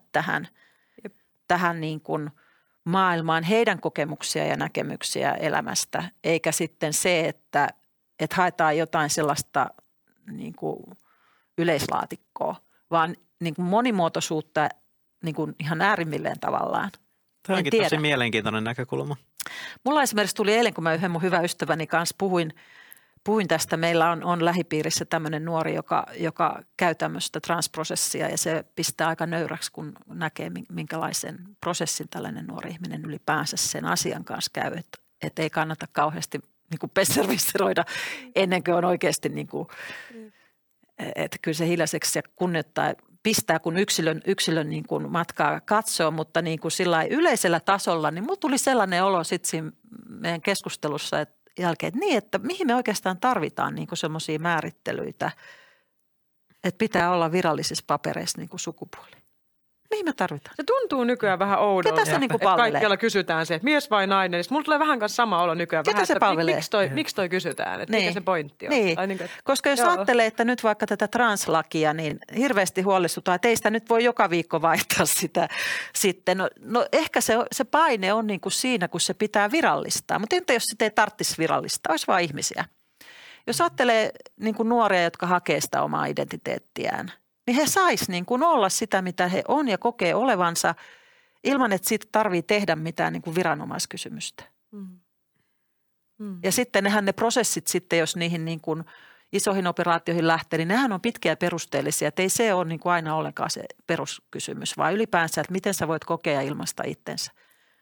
tähän niin kuin maailmaan, heidän kokemuksia ja näkemyksiä elämästä, eikä sitten se, että haetaan jotain sellaista niin kuin yleislaatikkoa, vaan niin kuin monimuotoisuutta niin kuin ihan äärimmilleen tavallaan. Tämä onkin tosi mielenkiintoinen näkökulma. Mulla esimerkiksi tuli eilen, kun mä yhden mun hyvän ystäväni kanssa puhuin tästä. Meillä on lähipiirissä tämmöinen nuori, joka käy tämmöistä transprosessia ja se pistää aika nöyräksi, kun näkee, minkälaisen prosessin tällainen nuori ihminen ylipäänsä sen asian kanssa käy. Että ei kannata kauheasti niin kuin besserwisseroida ennen kuin on oikeasti niin kuin, että kyllä se hiljaiseksi ja kunnioittaa pistää, kun yksilön niin kuin matkaa katsoo, mutta niin kuin sillä yleisellä tasolla, niin mulla tuli sellainen olo sitten siinä meidän keskustelussa jälkeen, että mihin me oikeastaan tarvitaan niin kuin semmoisia määrittelyitä, että pitää olla virallisissa papereissa niin kuin sukupuoli. Mihin me tarvitaan? Se tuntuu nykyään vähän oudolta, Ketä se niin kuin että kaikkialla kysytään se, että mies vai nainen. Mulla tulee vähän kanssa sama olo nykyään. Ketä vähän, se palvelee? Miksi toi kysytään? Että mikä se pointti on? Niin. Koska jos ajattelee, että nyt vaikka tätä translakia, niin hirveästi huolestutaan, että ei sitä nyt voi joka viikko vaihtaa sitä sitten. No ehkä se paine on niin kuin siinä, kun se pitää virallistaa. Mutta entä jos sitä ei tarvitsisi virallistaa, olisi vaan ihmisiä. Jos ajattelee niin kuin nuoria, jotka hakee sitä omaa identiteettiään, niin he sais niin kuin olla sitä, mitä he on ja kokee olevansa ilman, että siitä tarvitsee tehdä mitään niin kuin viranomaiskysymystä. Ja sitten ne prosessit sitten, jos niihin niin kuin isoihin operaatioihin lähtee, niin nehän on pitkiä ja perusteellisia. Että ei se ole niin kuin aina ollenkaan se peruskysymys, vaan ylipäänsä, että miten sä voit kokea ja ilmaista itsensä.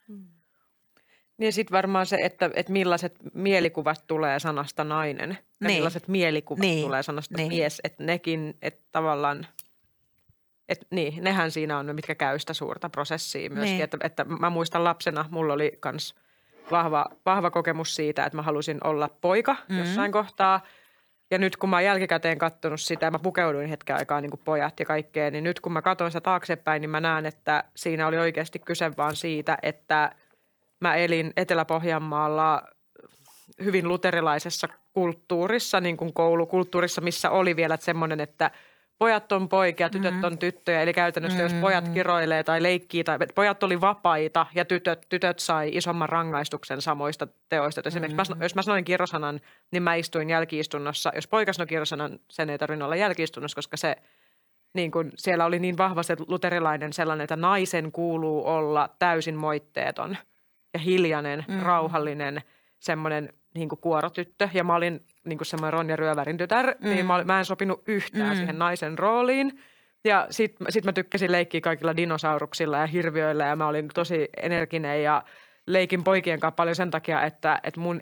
Niin sitten varmaan se, että millaiset mielikuvat tulee sanasta nainen ja millaiset mielikuvat tulee sanasta mies. Että nekin, että tavallaan, että nehän siinä on, mitkä käy sitä suurta prosessia myöskin. Että mä muistan lapsena, mulla oli myös vahva kokemus siitä, että mä halusin olla poika jossain kohtaa. Ja nyt kun mä oon jälkikäteen katsonut sitä, mä pukeuduin hetken aikaa niin kuin pojat ja kaikkea, niin nyt kun mä katson sitä taaksepäin, niin mä näen, että siinä oli oikeasti kyse vaan siitä, että mä elin Etelä-Pohjanmaalla hyvin luterilaisessa kulttuurissa, niin kuin koulukulttuurissa, missä oli vielä semmoinen, että pojat on poikia, tytöt on tyttöjä. Eli käytännössä jos pojat kiroilee tai leikkii tai pojat oli vapaita ja tytöt sai isomman rangaistuksen samoista teoista. Esimerkiksi jos mä sanoin kirrosanan, niin mä istuin jälki-istunnossa. Jos poika sanoi kirrosanan, sen ei tarvinnut olla jälki-istunnossa, koska se niin kun siellä oli niin vahva se luterilainen sellainen, että naisen kuuluu olla täysin moitteeton ja hiljainen, rauhallinen, semmoinen niin kuin kuorotyttö. Ja mä olin niin kuin semmoinen Ronja Ryövärin tytär, niin mä en sopinut yhtään siihen naisen rooliin. Ja sit mä tykkäsin leikkiä kaikilla dinosauruksilla ja hirviöillä ja mä olin tosi energinen ja leikin poikien kanssa paljon sen takia, että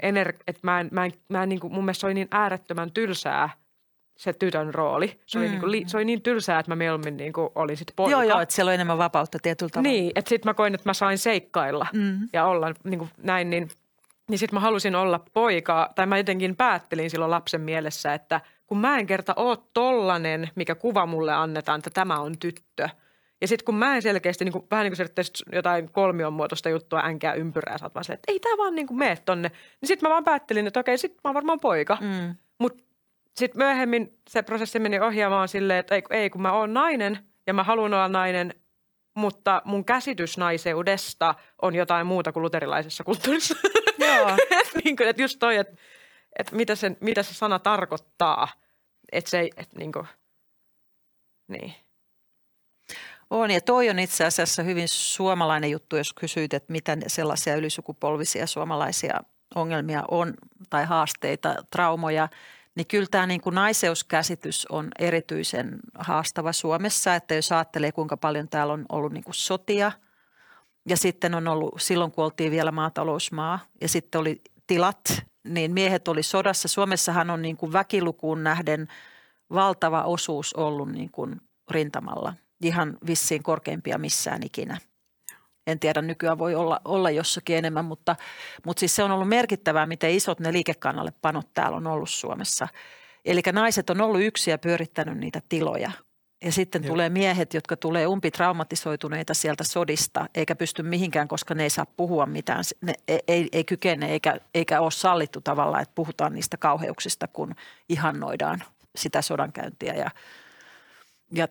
mä en niin kuin, mun mielestä se oli niin äärettömän tylsää se tytön rooli. Se oli, se oli niin tylsää, että mä mieluummin niin kuin olin sit poika. Joo, että siellä on enemmän vapautta tietyllä tavalla. Niin, että sit mä koin, että mä sain seikkailla ja olla niin kuin näin, niin sitten mä halusin olla poika, tai mä jotenkin päättelin silloin lapsen mielessä, että kun mä en kerta ole tollanen, mikä kuva mulle annetaan, että tämä on tyttö. Ja sitten kun mä en selkeästi, niin kuin, vähän niin kuin se jotain kolmion muotoista juttua änkää ympyrää, sä oot vaan silleen, että ei tää vaan niin kuin mene tonne. Niin sitten mä vaan päättelin, että okei, sit mä oon varmaan poika. Mutta sitten myöhemmin se prosessi meni ohjaamaan silleen, että ei kun mä oon nainen ja mä haluan olla nainen, mutta mun käsitys naiseudesta on jotain muuta kuin luterilaisessa kulttuurissa. Joo. Että just toi, että mitä se sana tarkoittaa. Että se ei, että niin. On ja toi on itse asiassa hyvin suomalainen juttu, jos kysyit, että mitä sellaisia ylisukupolvisia suomalaisia ongelmia on tai haasteita, traumoja. Niin kyllä tämä niin kuin naiseuskäsitys on erityisen haastava Suomessa, että jos ajattelee kuinka paljon täällä on ollut niin kuin sotia ja sitten on ollut silloin kun oltiin vielä maatalousmaa ja sitten oli tilat, niin miehet oli sodassa. Suomessahan on niin kuin väkilukuun nähden valtava osuus ollut niin kuin rintamalla, ihan vissiin korkeimpia missään ikinä. En tiedä, nykyään voi olla jossakin enemmän, mutta siis se on ollut merkittävää, miten isot ne liikekannallepanot täällä on ollut Suomessa. Eli naiset on ollut yksin ja pyörittänyt niitä tiloja. Ja sitten tulee miehet, jotka tulee umpitraumatisoituneita sieltä sodista, eikä pysty mihinkään, koska ne ei saa puhua mitään. Ne ei kykene eikä ole sallittu tavallaan, että puhutaan niistä kauheuksista, kun ihannoidaan sitä sodankäyntiä. Ja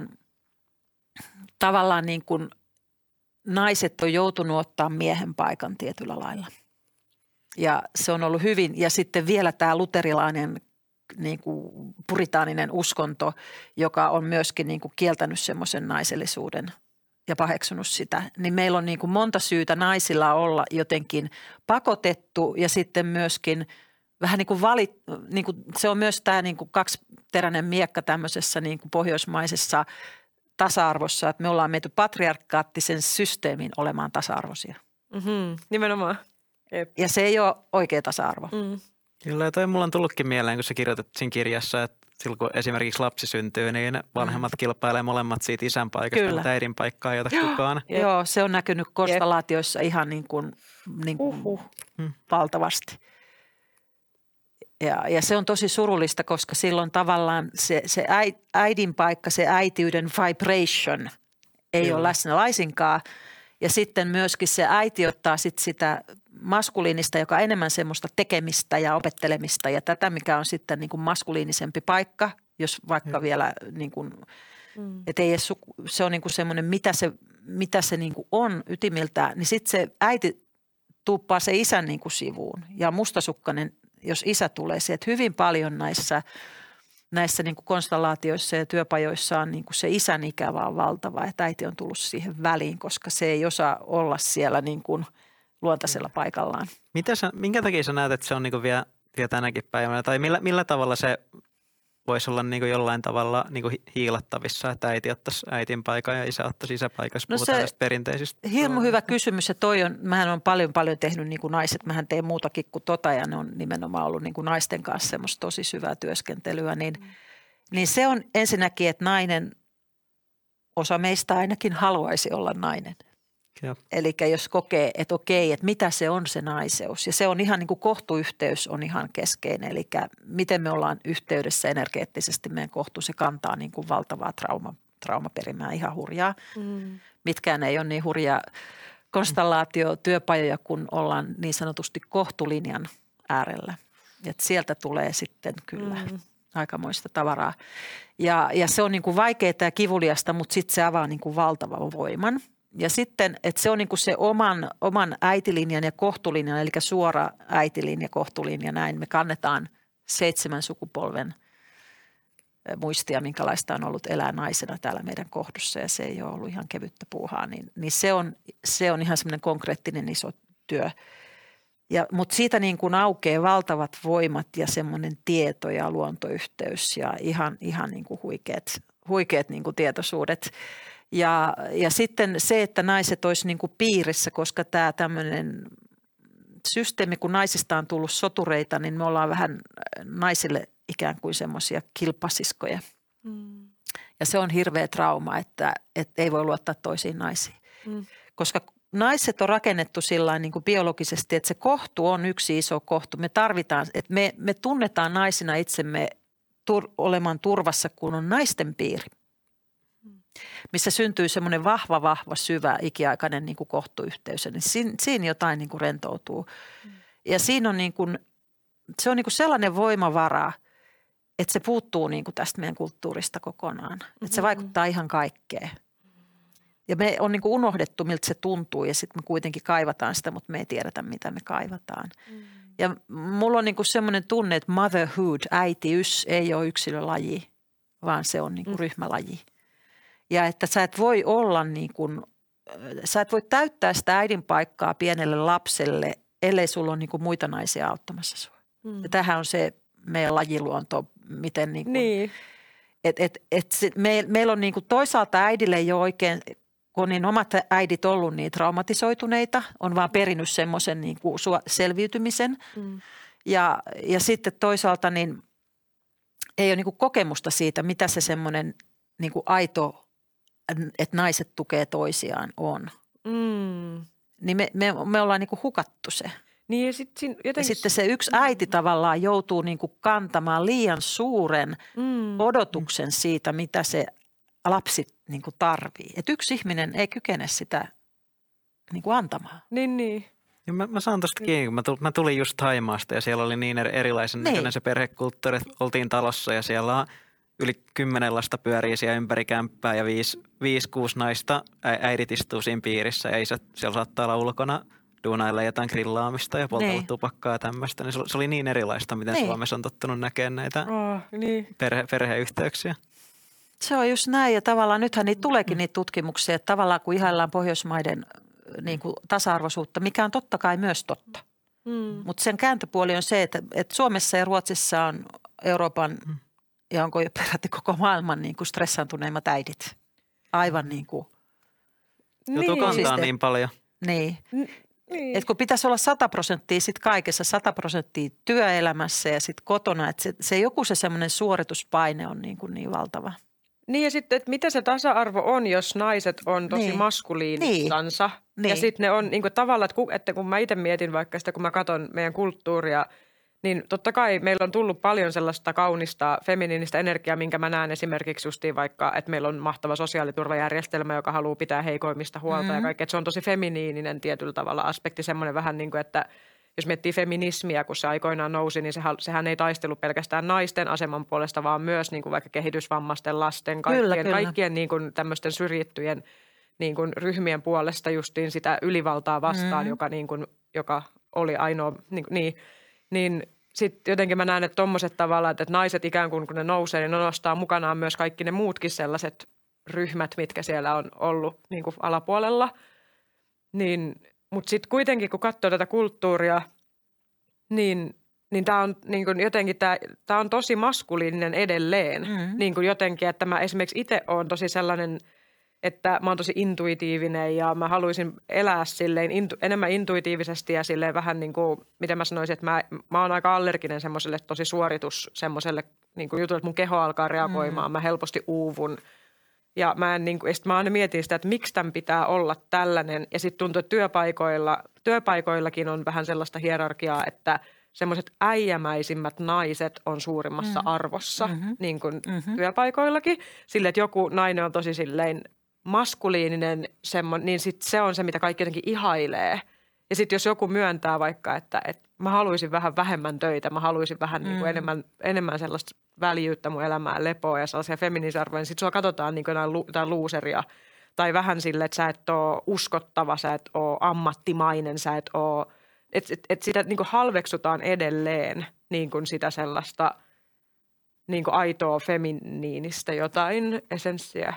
tavallaan niin kuin naiset on joutunut ottaa miehen paikan tietyllä lailla. Ja se on ollut hyvin, ja sitten vielä tämä luterilainen niin kuin puritaaninen uskonto, joka on myöskin niin kuin kieltänyt semmoisen naisellisuuden ja paheksunut sitä. Niin meillä on niin kuin monta syytä naisilla olla jotenkin pakotettu ja sitten myöskin vähän niin kuin niin kuin se on myös tämä niin kuin kaksiteräinen miekka tämmöisessä niin kuin pohjoismaisessa tasa-arvossa, että me ollaan menty patriarkaattisen systeemin olemaan tasa-arvoisia. Nimenomaan. Jep. Ja se ei ole oikea tasa-arvo. Kyllä, ja toi mulla on tullutkin mieleen, kun sä kirjoitat siinä kirjassa, että silloin kun esimerkiksi lapsi syntyy, niin vanhemmat kilpailee molemmat siitä isän paikasta, Kyllä. mutta äidin paikkaa ei ota kukaan. Joo, se on näkynyt konstellaatioissa ihan niin kuin valtavasti. Ja se on tosi surullista, koska silloin tavallaan se äidin paikka, se äitiyden vibration ei ole läsnä laisinkaan. Ja sitten myöskin se äiti ottaa sitten sitä maskuliinista, joka on enemmän semmoista tekemistä ja opettelemista ja tätä, mikä on sitten niin kuin maskuliinisempi paikka, jos vaikka vielä niin kuin, että ei edes, se on niin kuin semmoinen, mitä se niin kuin on ytimiltään, niin sitten se äiti tuuppaa se isän niin kuin sivuun ja mustasukkainen, jos isä tulee sieltä hyvin paljon näissä niin kuin konstellaatioissa ja työpajoissa on niin kuin se isän ikävä on valtava, että äiti on tullut siihen väliin, koska se ei osaa olla siellä niin kuin luontaisella paikallaan. Minkä takia sä näet, että se on niin kuin vielä tänäkin päivänä, tai millä tavalla se voisi olla niin kuin jollain tavalla niin kuin hiilattavissa, että äiti ottaisi äitin paikan ja isä ottaisi isäpaikan, jos puhutaan tästä perinteisistä? Hirmu hyvä kysymys ja mähän on paljon tehnyt niin kuin naiset, mähän teen muutakin kuin ja ne on nimenomaan ollut niin kuin naisten kanssa semmoista tosi syvää työskentelyä, niin se on ensinnäkin, että nainen, osa meistä ainakin haluaisi olla nainen. Eli jos kokee, että okei, että mitä se on se naiseus ja se on ihan niin kuin kohtuyhteys on ihan keskeinen. Eli miten me ollaan yhteydessä energeettisesti meidän kohtu, se kantaa niin kuin valtavaa traumaperimää ihan hurjaa. Mitkään ei ole niin hurjaa konstellaatiotyöpajoja, kun ollaan niin sanotusti kohtulinjan äärellä. Et sieltä tulee sitten kyllä aikamoista tavaraa. Ja se on niin kuin vaikeaa ja kivuliasta, mutta sitten se avaa niin kuin valtavan voiman. Ja sitten, että se on niin kuin se oman äitilinjan ja kohtulinjan, eli suora äitilinja, kohtulinja, näin. Me kannetaan 7 sukupolven muistia, minkälaista on ollut elää naisena täällä meidän kohdussa ja se ei ole ollut ihan kevyttä puuhaa. Niin se on ihan semmoinen konkreettinen iso työ. Mutta siitä niin kuin aukeaa valtavat voimat ja semmoinen tieto ja luontoyhteys ja ihan niin kuin huikeat niin kuin tietoisuudet. Ja sitten se, että naiset olisi niin kuin piirissä, koska tämä tämmöinen systeemi, kun naisista on tullut sotureita, niin me ollaan vähän naisille ikään kuin semmoisia kilpasiskoja. Ja se on hirveä trauma, että ei voi luottaa toisiin naisiin. Koska naiset on rakennettu sillain niin kuin biologisesti, että se kohtu on yksi iso kohtu. Me tarvitaan, että me tunnetaan naisina itsemme olemaan turvassa, kun on naisten piiri. Missä syntyy semmoinen vahva, syvä, ikiaikainen niin kuin kohtuyhteys. Niin siinä jotain niin kuin rentoutuu. Ja siinä on niin kuin, se on niin kuin sellainen voimavara, että se puuttuu niin kuin tästä meidän kulttuurista kokonaan. Että se vaikuttaa ihan kaikkeen. Ja me on niin kuin unohdettu, miltä se tuntuu ja sitten me kuitenkin kaivataan sitä, mutta me ei tiedetä, mitä me kaivataan. Ja mulla on niin kuin semmoinen tunne, että motherhood, äitiys, ei ole yksilölaji, vaan se on niin kuin ryhmälaji. Ja että sä et voi olla niin kuin, sä et voi täyttää sitä äidin paikkaa pienelle lapselle, ellei sulla ole niin kuin muita naisia auttamassa sua. Ja tämähän on se meidän lajiluonto, miten niin kuin, meillä on niin kuin toisaalta äidille ei ole oikein, kun on niin omat äidit ollut niin traumatisoituneita, on vaan perinnyt semmoisen niin kuin selviytymisen. Ja sitten toisaalta niin ei ole niin kuin kokemusta siitä, mitä se semmoinen niin kuin aito, että naiset tukee toisiaan on. Niin me ollaan niin kuin hukattu se. Niin ja sitten se yksi äiti tavallaan joutuu niin kuin kantamaan liian suuren odotuksen siitä, mitä se lapsi niin kuin tarvii. Että yksi ihminen ei kykene sitä niin kuin antamaan. Niin. Ja mä saan tosta kiinni, kun mä tulin just Thaimaasta ja siellä oli niin erilaisen näköinen se perhekulttuuri, että oltiin talossa ja siellä on yli 10 lasta pyörii siellä ympäri kämppää ja 5-6 naista äidit istuu siinä piirissä ja isät siellä saattaa olla ulkona duunailla jotain grillaamista ja poltella tupakkaa ja tämmöistä. Niin se oli niin erilaista, miten Suomessa on tottunut näkemään näitä perheyhteyksiä. Se on just näin ja tavallaan nythän niitä tuleekin niitä tutkimuksia, että tavallaan kun ihaillaan Pohjoismaiden niin kuin tasa-arvoisuutta, mikä on totta kai myös totta. Mutta sen kääntöpuoli on se, että Suomessa ja Ruotsissa on Euroopan ja onko jo peräti koko maailman niin kuin stressaantuneimmat äidit. Aivan niin kuin. Joutuu kantaa niin paljon. Niin. Niin. Et kun pitäisi olla 100% sit kaikessa, 100% työelämässä ja sitten kotona, että se joku se semmoinen suorituspaine on niin valtava. Niin ja sitten, että mitä se tasa-arvo on, jos naiset on tosi maskuliinistansa. Niin. Ja sitten ne on niin kuin tavallaan, että kun mä itse mietin vaikka sitä, kun mä katson meidän kulttuuria, niin totta kai meillä on tullut paljon sellaista kaunista feminiinistä energiaa, minkä mä näen esimerkiksi justiin vaikka, että meillä on mahtava sosiaaliturvajärjestelmä, joka haluaa pitää heikoimmista huolta ja kaikkea. Että se on tosi feminiininen tietyllä tavalla aspekti, semmoinen vähän niin kuin, että jos miettii feminismiä, kun se aikoinaan nousi, niin sehän ei taistelu pelkästään naisten aseman puolesta, vaan myös niin kuin vaikka kehitysvammaisten lasten, kaikkien niin kuin tämmöisten syrjittyjen niin kuin ryhmien puolesta justiin sitä ylivaltaa vastaan, joka oli ainoa, niin sitten jotenkin mä näen, että tommoset tavalla, että naiset ikään kuin kun ne nousee, niin ne nostaa mukanaan myös kaikki ne muutkin sellaiset ryhmät, mitkä siellä on ollut niin kuin alapuolella. Mutta sitten kuitenkin, kun katsoo tätä kulttuuria, niin tämä on niin kuin jotenkin, tämä on tosi maskuliininen edelleen. Niin kuin jotenkin, että mä esimerkiksi itse olen tosi sellainen, että mä oon tosi intuitiivinen ja mä haluaisin elää silleen enemmän intuitiivisesti ja silleen vähän niin kuin, miten mä sanoisin, että mä oon aika allerginen semmoiselle tosi semmoiselle niin kuin jutulle, että mun keho alkaa reagoimaan, mä helposti uuvun. Ja mä aina mietin sitä, että miksi tämän pitää olla tällainen. Ja sitten tuntuu, että työpaikoillakin on vähän sellaista hierarkiaa, että semmoiset äijämäisimmät naiset on suurimmassa arvossa niin kuin työpaikoillakin. Silleen, että joku nainen on tosi silleen maskuliininen, niin sit se on se, mitä kaikki jotenkin ihailee. Ja sitten jos joku myöntää vaikka, että mä haluaisin vähän vähemmän töitä, mä haluaisin vähän niin kuin enemmän sellaista väljyyttä mun elämään, lepoa ja sellaisia feminiinisarvoja, niin sitten sua katsotaan niin kuin jotain luuseria. Tai vähän silleen, että sä et ole uskottava, sä et ole ammattimainen, sä et ole, että sitä niin kuin halveksutaan edelleen niin kuin sitä sellaista niin kuin aitoa feminiinistä jotain essenssiä.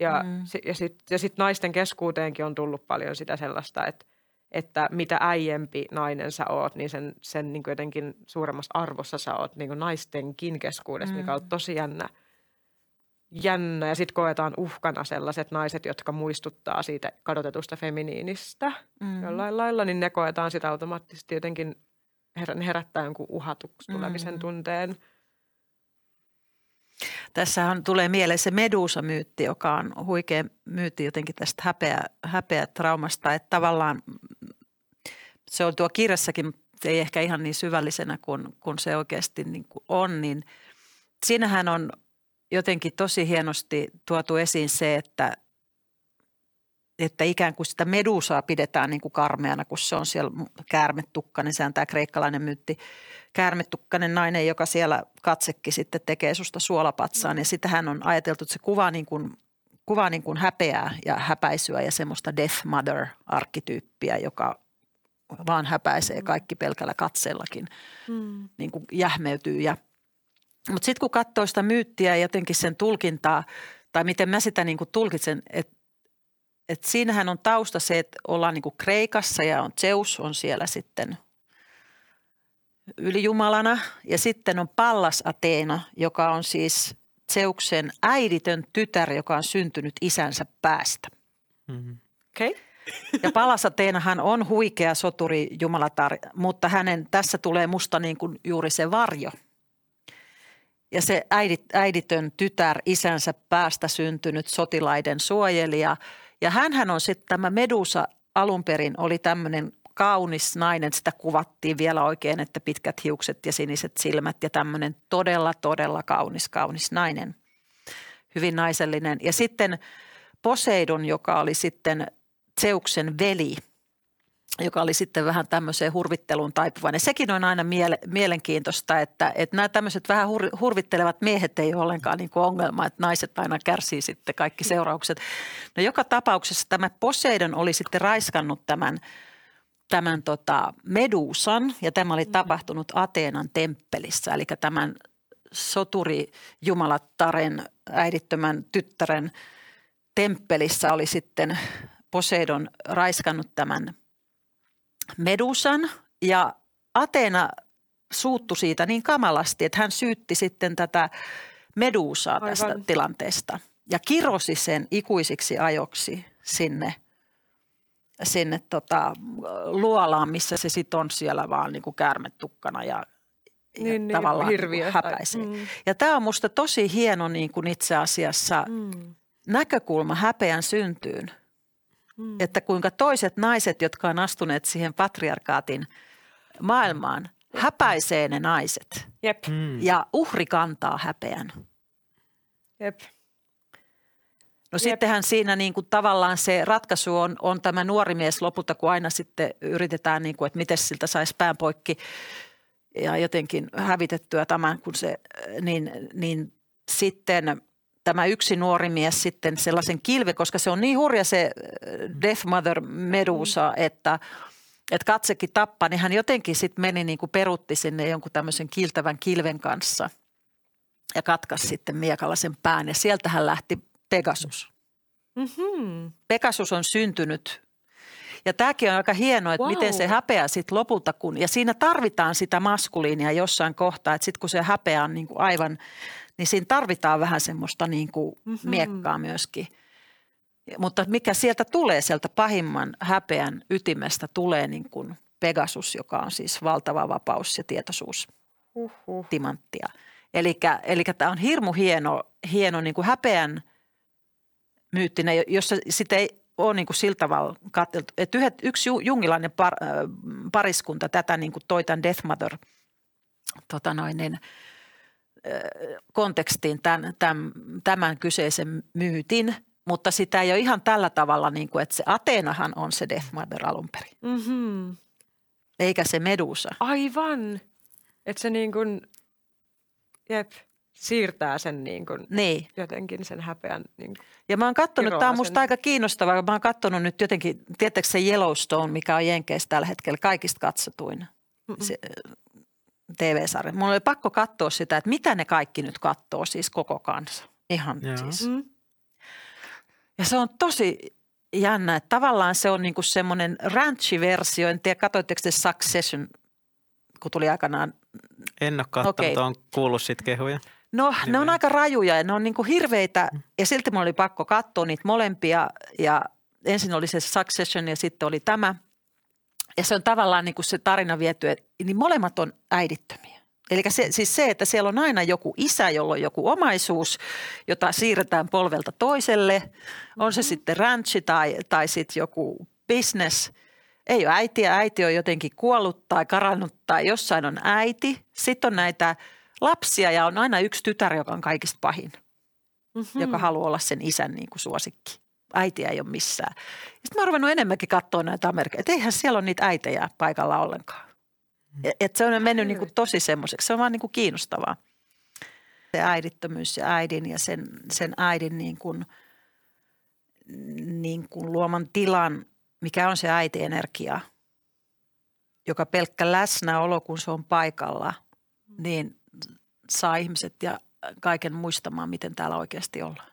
Ja sit naisten keskuuteenkin on tullut paljon sitä sellaista, että mitä äijempi nainen sä oot, niin sen niin kuin jotenkin suuremmassa arvossa sä oot niin kuin naistenkin keskuudessa, mikä on tosi jännä. Ja sitten koetaan uhkana sellaiset naiset, jotka muistuttaa siitä kadotetusta feminiinistä jollain lailla, niin ne koetaan sitä automaattisesti jotenkin herättää jonkun uhatuksi tulemisen tunteen. Tässähän tulee mieleen se Medusa-myytti, joka on huikea myytti jotenkin tästä häpeätraumasta, että tavallaan se on tuo kirjassakin, mutta ei ehkä ihan niin syvällisenä kuin se oikeasti niin kuin on, niin siinähän on jotenkin tosi hienosti tuotu esiin se, että ikään kuin sitä Medusaa pidetään niin kuin karmeana, kun se on siellä käärmetukkainen, se on tämä kreikkalainen myytti, käärmetukkainen nainen, joka siellä katsekin sitten tekee susta suolapatsaan ja sitähän on ajateltu, että se kuvaa niin kuin häpeää ja häpäisyä ja semmoista death mother-arkkityyppiä, joka vaan häpäisee kaikki pelkällä katseellakin, niin kuin jähmeytyy. Mutta sitten kun katsoo sitä myyttiä ja jotenkin sen tulkintaa, tai miten mä sitä niin kuin tulkitsen, että siinähän on tausta se, että ollaan niin kuin Kreikassa ja on Zeus on siellä sitten ylijumalana. Ja sitten on Pallas Athena, joka on siis Zeuksen äiditön tytär, joka on syntynyt isänsä päästä. Okay. Ja Pallas Athenahan on huikea soturi jumalatar, mutta tässä tulee musta niin kuin juuri se varjo. Ja se äiditön tytär, isänsä päästä syntynyt sotilaiden suojelija. Ja hänhän on sitten tämä Medusa alun perin oli tämmöinen kaunis nainen. Sitä kuvattiin vielä oikein, että pitkät hiukset ja siniset silmät ja tämmöinen todella, todella kaunis nainen. Hyvin naisellinen. Ja sitten Poseidon, joka oli sitten Zeuksen veli, joka oli sitten vähän tämmöiseen hurvitteluun taipuvainen. Sekin on aina mielenkiintoista, että nämä tämmöiset vähän hurvittelevat miehet ei ole ollenkaan niin kuin ongelma, että naiset aina kärsii sitten kaikki seuraukset. No joka tapauksessa tämä Poseidon oli sitten raiskannut tämän Medusan ja tämä oli tapahtunut Ateenan temppelissä, eli tämän soturi-jumalattaren äidittömän tyttären temppelissä oli sitten Poseidon raiskannut tämän Medusan ja Athena suuttui siitä niin kamalasti, että hän syytti sitten tätä Medusaa tästä tilanteesta ja kirosi sen ikuisiksi ajoksi sinne sinne luolaan, missä se sitten on siellä vaan niin kuin käärmetukkana ja tavallaan hirviö, häpäisee. Ja tämä on musta tosi hieno niin kuin itse asiassa näkökulma häpeän syntyyn. Että kuinka toiset naiset, jotka on astuneet siihen patriarkaatin maailmaan, häpäisee ne naiset. Jep. Ja uhri kantaa häpeän. Jep. No sittenhän siinä niin kuin tavallaan se ratkaisu on tämä nuori mies lopulta, kun aina sitten yritetään, niin kuin, että miten siltä saisi pään poikki ja jotenkin hävitettyä tämän, kun se, niin sitten tämä yksi nuori mies sitten sellaisen koska se on niin hurja se Death Mother Medusa, että katsekin tappaa, niin hän jotenkin sitten meni niin kuin perutti sinne jonkun tämmöisen kiiltävän kilven kanssa ja katkaisi sitten miekalla sen pään ja sieltähän lähti Pegasus. Pegasus on syntynyt ja tämäkin on aika hienoa, että miten se häpeä sitten lopulta, ja siinä tarvitaan sitä maskuliinia jossain kohtaa, että sitten kun se häpeä on niin kuin aivan, niin siinä tarvitaan vähän semmoista niin kuin miekkaa myöskin. Mutta mikä sieltä tulee, sieltä pahimman häpeän ytimestä tulee niin kuin Pegasus, joka on siis valtava vapaus ja tietoisuus timanttia. Eli tämä on hirmu hieno niin kuin häpeän myyttinä, jossa sitten ei ole niin kuin sillä tavalla katseltu. Että yksi jungilainen pariskunta tätä niin kuin toi tämän Death Mother kontekstiin tämän kyseisen myytin, mutta sitä ei ole ihan tällä tavalla, niin kuin, että se Ateenahan on se Death Mother alun perin, eikä se Medusa. Aivan, että se niin kuin, siirtää sen niin kuin jotenkin sen häpeän. Niin kuin ja mä oon katsonut, tämä on musta aika kiinnostavaa, mä oon katsonut nyt jotenkin, tiedättekö se Yellowstone, mikä on Jenkeissä tällä hetkellä kaikista katsotuin TV-sarja. Mulla oli pakko katsoa sitä, että mitä ne kaikki nyt katsoo, siis koko kansa. Ihan siis. Ja se on tosi jännä, että tavallaan se on niinku semmoinen ranchi-versio. En tiedä, katsoitteko te Succession, kun tuli aikanaan? En ole katsonut, on kuullut siitä kehuja. No ne on aika rajuja ja ne on niinku hirveitä ja silti mulla oli pakko katsoa niitä molempia ja ensin oli se Succession ja sitten oli tämä. Ja se on tavallaan niin kuin se tarina viety, niin molemmat on äidittömiä. Eli siis se, että siellä on aina joku isä, jolla on joku omaisuus, jota siirretään polvelta toiselle. On se sitten ranchi tai sitten joku business. Ei ole äitiä, äiti on jotenkin kuollut tai karannut tai jossain on äiti. Sitten on näitä lapsia ja on aina yksi tytär, joka on kaikista pahin, joka haluaa olla sen isän niin kuin suosikki. Äitiä ei ole missään. Sitten mä oon ruvennut enemmänkin katsoa näitä Amerikkaa, että eihän siellä ole niitä äitejä paikalla ollenkaan. Että se on mennyt niin kuin tosi semmoiseksi. Se on vaan niin kuin kiinnostavaa. Se äidittömyys ja äidin ja sen äidin niin kuin luoman tilan, mikä on se äitienergia, joka pelkkä läsnäolo, kun se on paikalla, niin saa ihmiset ja kaiken muistamaan, miten täällä oikeasti ollaan.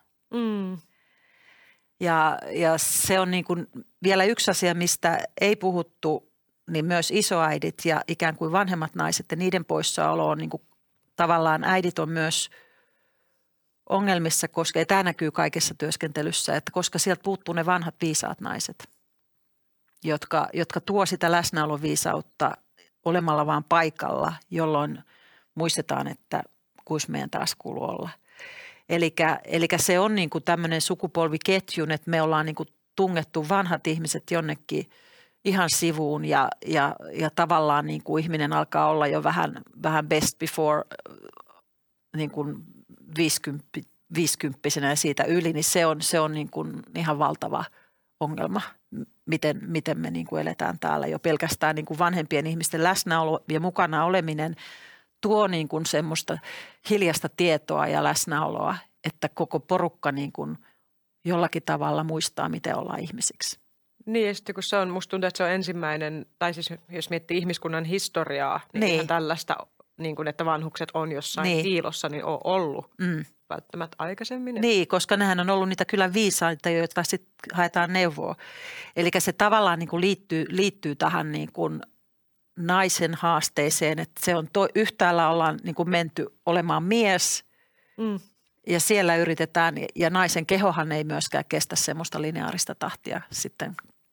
Ja se on niin kuin vielä yksi asia, mistä ei puhuttu, niin myös isoäidit ja ikään kuin vanhemmat naiset ja niiden poissaolo on niin kuin tavallaan äidit on myös ongelmissa, koska tämä näkyy kaikessa työskentelyssä, että koska sieltä puuttuu ne vanhat viisaat naiset, jotka tuo sitä läsnäoloviisautta olemalla vaan paikalla, jolloin muistetaan, että kuis meidän taas kuuluu olla. Eli se on niin kuin tämmöinen sukupolviketjun, että me ollaan niin kuin tungettu vanhat ihmiset jonnekin ihan sivuun ja tavallaan niin kuin ihminen alkaa olla jo vähän best before niin kuin 50-vuotiaana ja siitä yli, niin se on niin kuin ihan valtava ongelma, miten me niin kuin eletään täällä. Jo pelkästään niin kuin vanhempien ihmisten läsnäolo ja mukana oleminen tuo niin kuin semmoista hiljaista tietoa ja läsnäoloa, että koko porukka niin kuin jollakin tavalla muistaa, miten ollaan ihmisiksi. Niin ja sitten kun se on, musta tuntuu, että se on ensimmäinen, tai siis jos miettii ihmiskunnan historiaa, niin ihan tällaista, niin kuin, että vanhukset on jossain piilossa, niin on ollut välttämättä aikaisemmin. Niin, koska nehän on ollut niitä kyllä viisaita, joita sitten haetaan neuvoa. Eli se tavallaan niin kuin liittyy tähän niin kuin naisen haasteeseen, että se on yhtäällä ollaan niin kuin menty olemaan mies ja siellä yritetään, ja naisen kehohan ei myöskään kestä semmoista lineaarista tahtia sitten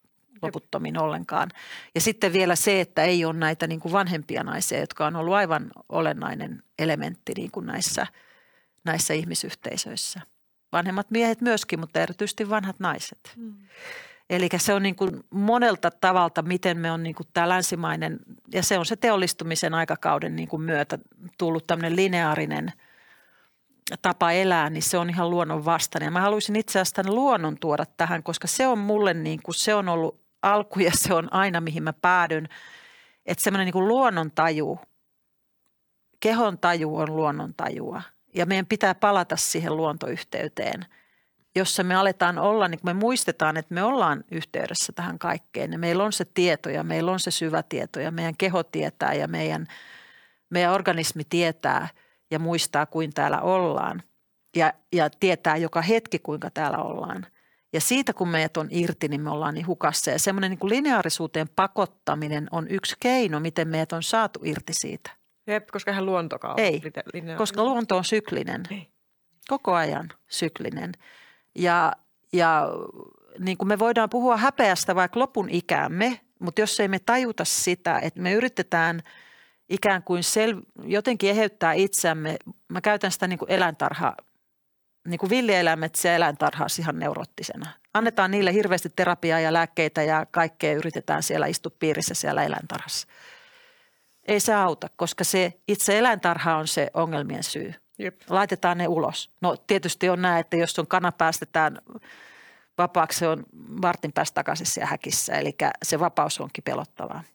loputtomiin ollenkaan. Ja sitten vielä se, että ei ole näitä niin kuin vanhempia naisia, jotka on ollut aivan olennainen elementti niin kuin näissä ihmisyhteisöissä. Vanhemmat miehet myöskin, mutta erityisesti vanhat naiset. Eli se on niin kuin monelta tavalta, miten me on niin kuin tämä länsimainen, ja se on se teollistumisen aikakauden niin kuin myötä tullut tämmöinen lineaarinen tapa elää, niin se on ihan luonnon vastainen. Ja mä haluaisin itse asiassa tämän luonnon tuoda tähän, koska se on mulle niin kuin, se on ollut alku ja se on aina mihin mä päädyn. Että semmoinen niin kuin luonnon taju, kehon taju on luonnon tajua ja meidän pitää palata siihen luontoyhteyteen, jossa me aletaan olla, niin me muistetaan, että me ollaan yhteydessä tähän kaikkeen. Ja meillä on se tieto ja meillä on se syvä tieto ja meidän keho tietää ja meidän organismi tietää ja muistaa, kuin täällä ollaan ja tietää joka hetki, kuinka täällä ollaan. Ja siitä, kun meidät on irti, niin me ollaan niin hukassa. Ja semmoinen niin kuin lineaarisuuteen pakottaminen on yksi keino, miten meidät on saatu irti siitä. Jep, koska eihän luontokaan ei, koska luonto on syklinen. Ei. Koko ajan syklinen. Ja niin kuin me voidaan puhua häpeästä vaikka lopun ikäämme, mutta jos ei me tajuta sitä, että me yritetään ikään kuin jotenkin eheyttää itseämme. Mä käytän sitä niin kuin eläintarha, niin kuin villieläimet siellä eläintarhaassa ihan neurottisena. Annetaan niille hirveästi terapiaa ja lääkkeitä ja kaikkea yritetään siellä istua piirissä siellä eläintarhassa. Ei se auta, koska se itse eläintarha on se ongelmien syy. Jep. Laitetaan ne ulos. No tietysti on näin, että jos on kana päästetään vapaaksi, se on vartin päästä takaisin siellä häkissä. Eli se vapaus onkin pelottavaa.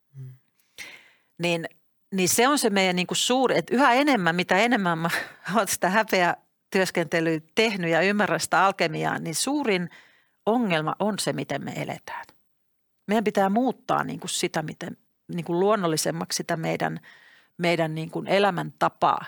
Niin se on se meidän niin kuin suuri, että yhä enemmän, mitä enemmän mä olen sitä häpeätyöskentelyä tehnyt ja ymmärrän sitä alkemiaa, niin suurin ongelma on se, miten me eletään. Meidän pitää muuttaa niin kuin sitä, miten niin kuin luonnollisemmaksi sitä meidän niin kuin elämäntapaa.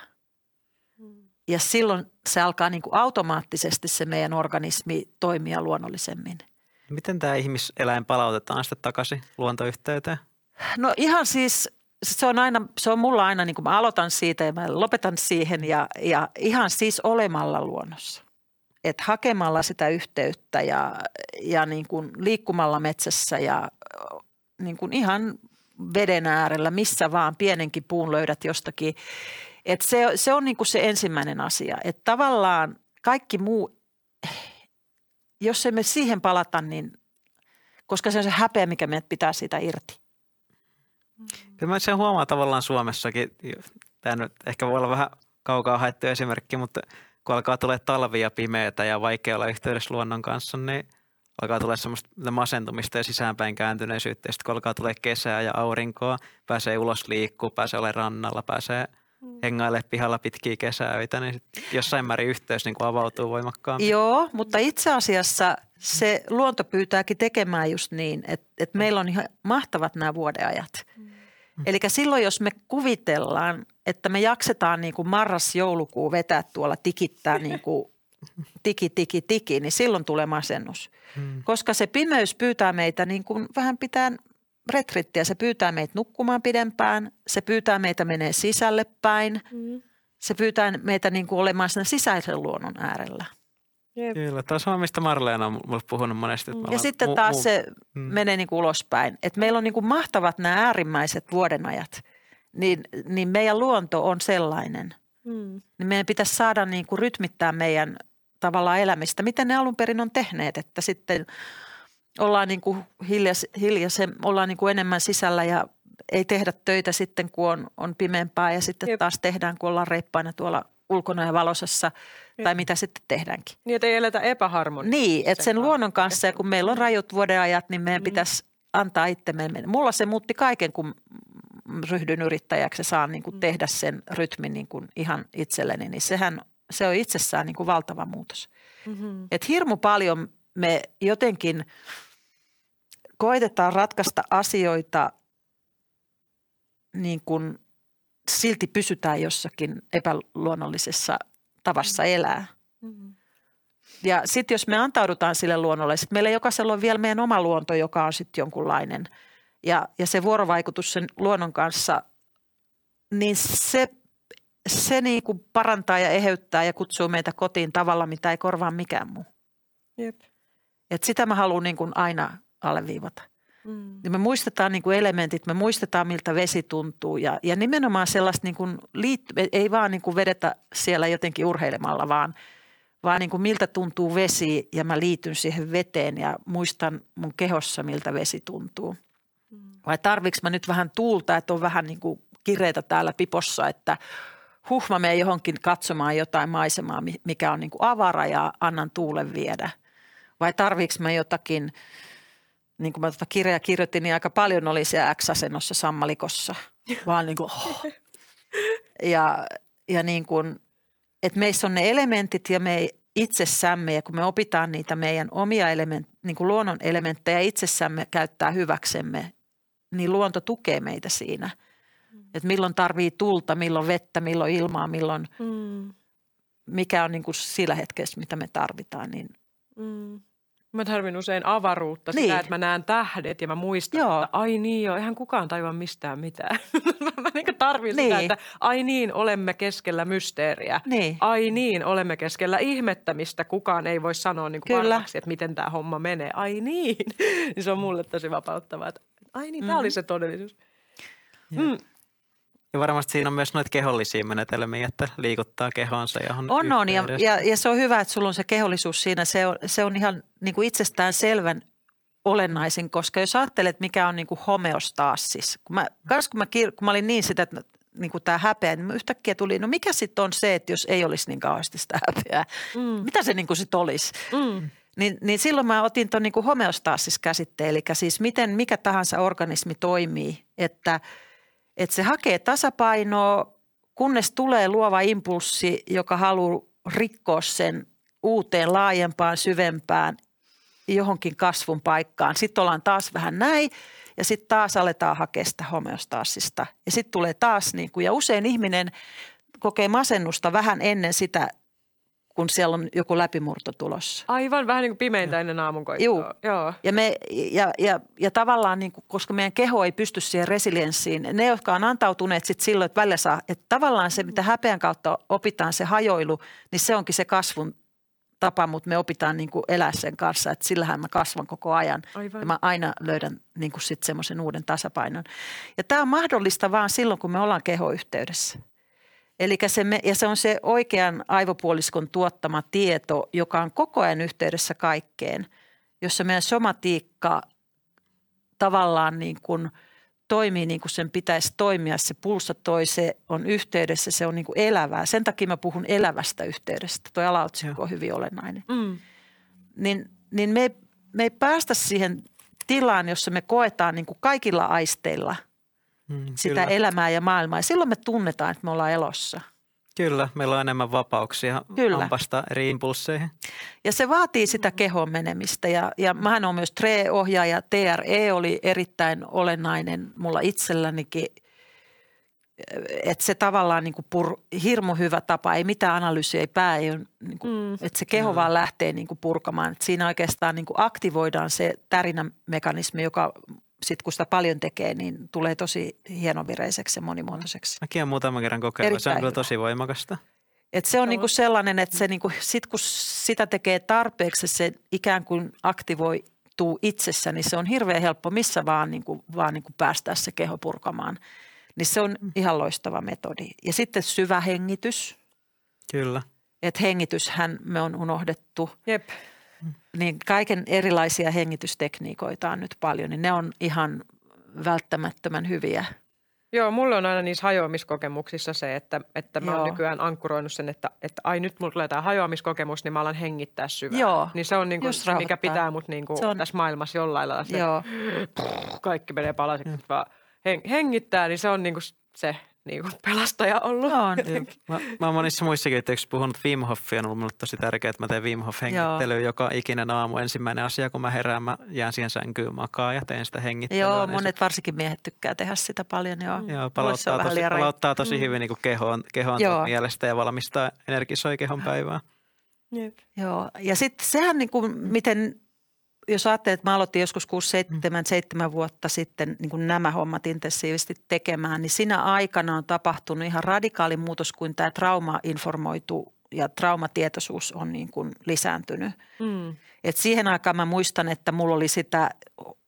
Ja silloin se alkaa niin kuin automaattisesti se meidän organismi toimia luonnollisemmin. Miten tämä ihmiseläin palautetaan sitten takaisin luontoyhteyteen? No ihan siis se on mulla aina niin kuin mä aloitan siitä ja mä lopetan siihen ja ihan siis olemalla luonnossa. Että hakemalla sitä yhteyttä ja niin kuin liikkumalla metsässä ja niin kuin ihan veden äärellä, missä vaan pienenkin puun löydät jostakin. Että se on niin kuin se ensimmäinen asia. Että tavallaan kaikki muu, jos emme siihen palata, niin koska se on se häpeä, mikä meidät pitää siitä irti. Kyllä mä sen huomaan tavallaan Suomessakin. Tämä nyt ehkä voi olla vähän kaukaa haettu esimerkki, mutta kun alkaa tulee talvia ja pimeätä ja vaikea olla yhteydessä luonnon kanssa, niin alkaa tulla semmoista masentumista ja sisäänpäin kääntyneisyyttä. Ja sitten kun alkaa tulee kesää ja aurinkoa, pääsee ulos liikkuu, pääsee olemaan rannalla, pääsee hengailemaan pihalla pitkiä kesäöitä, niin jossain määrin yhteys niin kuin avautuu voimakkaammin. Joo, mutta itse asiassa se luonto pyytääkin tekemään just niin, että meillä on ihan mahtavat nämä vuodenajat. Eli silloin, jos me kuvitellaan, että me jaksetaan niin kuin marras-joulukuu vetää tuolla tikittää niin kuin tiki, niin silloin tulee masennus. Koska se pimeys pyytää meitä niin kuin vähän pitää retrittiä. Se pyytää meitä nukkumaan pidempään, se pyytää meitä menee sisälle päin, se pyytää meitä niin kuin olemaan siinä sisäisen luonnon äärellä. Jep. Kyllä, tämä on sama, mistä Marleena on mulle puhunut monesti. Ja sitten taas se menee niin kuin ulospäin. Että meillä on niin kuin mahtavat nämä äärimmäiset vuodenajat, niin meidän luonto on sellainen. Niin meidän pitäisi saada niin kuin rytmittää meidän tavallaan elämistä, miten ne alun perin on tehneet, että sitten ollaan niin kuin hiljaisen, ollaan niin kuin enemmän sisällä ja ei tehdä töitä sitten, kun on pimeämpää ja sitten taas tehdään, kun ollaan reippaina tuolla ulkona ja valosassa tai mitä sitten tehdäänkin. Niin, että ei eletä epäharmonisesti. Niin, että sen luonnon kanssa ja kun meillä on rajut vuodenajat, niin meidän pitäisi antaa itsemme mennä. Mulla se muutti kaiken, kun ryhdyn yrittäjäksi ja saan niin kuin tehdä sen rytmin niin kuin ihan itselleni, niin se on itsessään niin kuin valtava muutos. Että hirmu paljon me jotenkin koitetaan ratkaista asioita niin kuin silti pysytään jossakin epäluonnollisessa tavassa elää. Ja sitten jos me antaudutaan sille luonnolle, sitten meillä jokaisella on vielä meidän oma luonto, joka on sitten jonkunlainen. Ja se vuorovaikutus sen luonnon kanssa, niin se niin kuin parantaa ja eheyttää ja kutsuu meitä kotiin tavalla, mitä ei korvaa mikään muu. Jep. Et sitä mä haluan niin kuin aina alleviivata. Niin me muistetaan niin kuin elementit, me muistetaan miltä vesi tuntuu ja nimenomaan sellaista niin kuin ei vaan niin kuin vedetä siellä jotenkin urheilemalla, vaan niin kuin miltä tuntuu vesi ja mä liityn siihen veteen ja muistan mun kehossa miltä vesi tuntuu. Vai tarviks mä nyt vähän tuulta, että on vähän niin kuin kireitä täällä pipossa, että mä menen johonkin katsomaan jotain maisemaa, mikä on niin kuin avara ja annan tuulen viedä. Vai tarviks mä jotakin, niin kuin mä kirjaa kirjoitin, niin aika paljon oli siellä X-asennossa sammalikossa. Vaan niin kuin, ja niin kuin, että meissä on ne elementit ja me itsessämme ja kun me opitaan niitä meidän omia niin kuin luonnon elementtejä itsessämme käyttää hyväksemme, niin luonto tukee meitä siinä. Että milloin tarvii tulta, milloin vettä, milloin ilmaa, milloin mikä on niin kuin sillä hetkessä, mitä me tarvitaan. Niin. Mä tarvin usein avaruutta, sitä, että mä näen tähdet ja mä muistan, että ai niin joo, eihän kukaan tajua mistään mitään. Mä niin tarvin sitä, että ai niin, olemme keskellä mysteeriä. Niin. Ai niin, olemme keskellä ihmettä, mistä kukaan ei voi sanoa niin kuin varmaksi, että miten tämä homma menee. Ai niin, niin se on mulle tosi vapauttavaa, että ai niin, tämä oli se todellisuus. Ja varmasti siinä on myös noita kehollisia menetelmiä, että liikuttaa kehonsa johon on ja se on hyvä, että sulla on se kehollisuus siinä. Se on ihan niin kuin itsestään selvän olennaisin, koska jos ajattelet, mikä on niin kuin homeostaassis. Kun mä olin niin sitä, että niin kuin tämä häpeä, niin yhtäkkiä tuli, no mikä sitten on se, että jos ei olisi niin kauheasti sitä häpeää? Mitä se niin kuin sitten olisi? Niin silloin mä otin tuon niin kuin homeostaassis-käsitteen, eli siis miten mikä tahansa organismi toimii, että se hakee tasapainoa, kunnes tulee luova impulssi, joka haluaa rikkoa sen uuteen, laajempaan, syvempään johonkin kasvun paikkaan. Sitten ollaan taas vähän näin ja sitten taas aletaan hakea sitä homeostaassista. Ja sitten tulee taas niin kuin, ja usein ihminen kokee masennusta vähän ennen sitä, kun siellä on joku läpimurto tulossa. Aivan, vähän niin kuin pimeintä ennen aamunkoittoa. Joo. Ja tavallaan, niin kuin, koska meidän keho ei pysty siihen resilienssiin, ne, jotka on antautuneet sitten silloin, että välillä saa, että tavallaan se, mitä häpeän kautta opitaan, se hajoilu, niin se onkin se kasvun tapa, mutta me opitaan niin kuin elää sen kanssa, että sillähän mä kasvan koko ajan. Aivan. Ja mä aina löydän niin kuin sitten semmoisen uuden tasapainon. Ja tämä on mahdollista vaan silloin, kun me ollaan kehoyhteydessä. Eli se on se oikean aivopuoliskon tuottama tieto, joka on koko ajan yhteydessä kaikkeen, jossa meidän somatiikka tavallaan niin kuin toimii niin kuin sen pitäisi toimia. Se pulssatoi, se on yhteydessä, se on niin kuin elävää. Sen takia mä puhun elävästä yhteydestä. Tuo alaotsikko on hyvin olennainen. Niin me ei päästä siihen tilaan, jossa me koetaan niin kuin kaikilla aisteilla sitä elämää ja maailmaa. Ja silloin me tunnetaan, että me ollaan elossa. Kyllä, meillä on enemmän vapauksia ampasta eri impulsseihin. Ja se vaatii sitä kehon menemistä. Ja mähän on myös TRE-ohjaaja. TRE oli erittäin olennainen mulla itsellänikin. Että se tavallaan niin kuin hirmu hyvä tapa. Ei mitään analyysiä, ei pää. Ei ole, niin kuin, että se keho vaan lähtee niin kuin purkamaan. Että siinä oikeastaan niin kuin aktivoidaan se tärinämekanismi, joka sitten kun sitä paljon tekee, niin tulee tosi hienovireiseksi ja monimuotoiseksi. Mäkin olen muutaman kerran kokeillut. Se on kyllä tosi voimakasta. Et se on niinku sellainen, että se niinku, sit kun sitä tekee tarpeeksi, se ikään kuin aktivoituu itsessä, niin se on hirveän helppo missä vaan niinku päästää se keho purkamaan. Niin se on ihan loistava metodi. Ja sitten syvä hengitys. Kyllä. Että hengityshän me on unohdettu. Jep. Niin kaiken erilaisia hengitystekniikoita on nyt paljon, niin ne on ihan välttämättömän hyviä. Joo, mulle on aina niissä hajoamiskokemuksissa se, että mä oon nykyään ankkuroinut sen, että ai nyt mulla tulee tämä hajoamiskokemus, niin mä alan hengittää syvään. Joo, niin se on niinku se, mikä pitää mut niinku tässä maailmassa jollain lailla se, kaikki menee palasiksi, vaan hengittää, niin se on niinku se niinku pelastaja ollut. Mä oon monissa muissakin yhteyksissä puhunut Wim Hofia, on ollut mulle tosi tärkeää, että mä teen Wim Hof-hengittelyä joka ikinen aamu. Ensimmäinen asia, kun mä herään, mä jään siihen sänkyyn makaa ja teen sitä hengittelyä. Joo, monet varsinkin miehet tykkää tehdä sitä paljon. Joo, palauttaa tosi hyvin niin kuin kehoon mielestä ja valmistaa, energisoi kehon päivää. Jep. Joo, ja sitten sehän niin kuin miten, jos ajattelee, että mä aloitin joskus 7 vuotta sitten niin kuin nämä hommat intensiivisesti tekemään, niin siinä aikana on tapahtunut ihan radikaali muutos, kuin tämä trauma-informoitu ja traumatietoisuus on niin kuin lisääntynyt. Et siihen aikaan mä muistan, että mulla oli sitä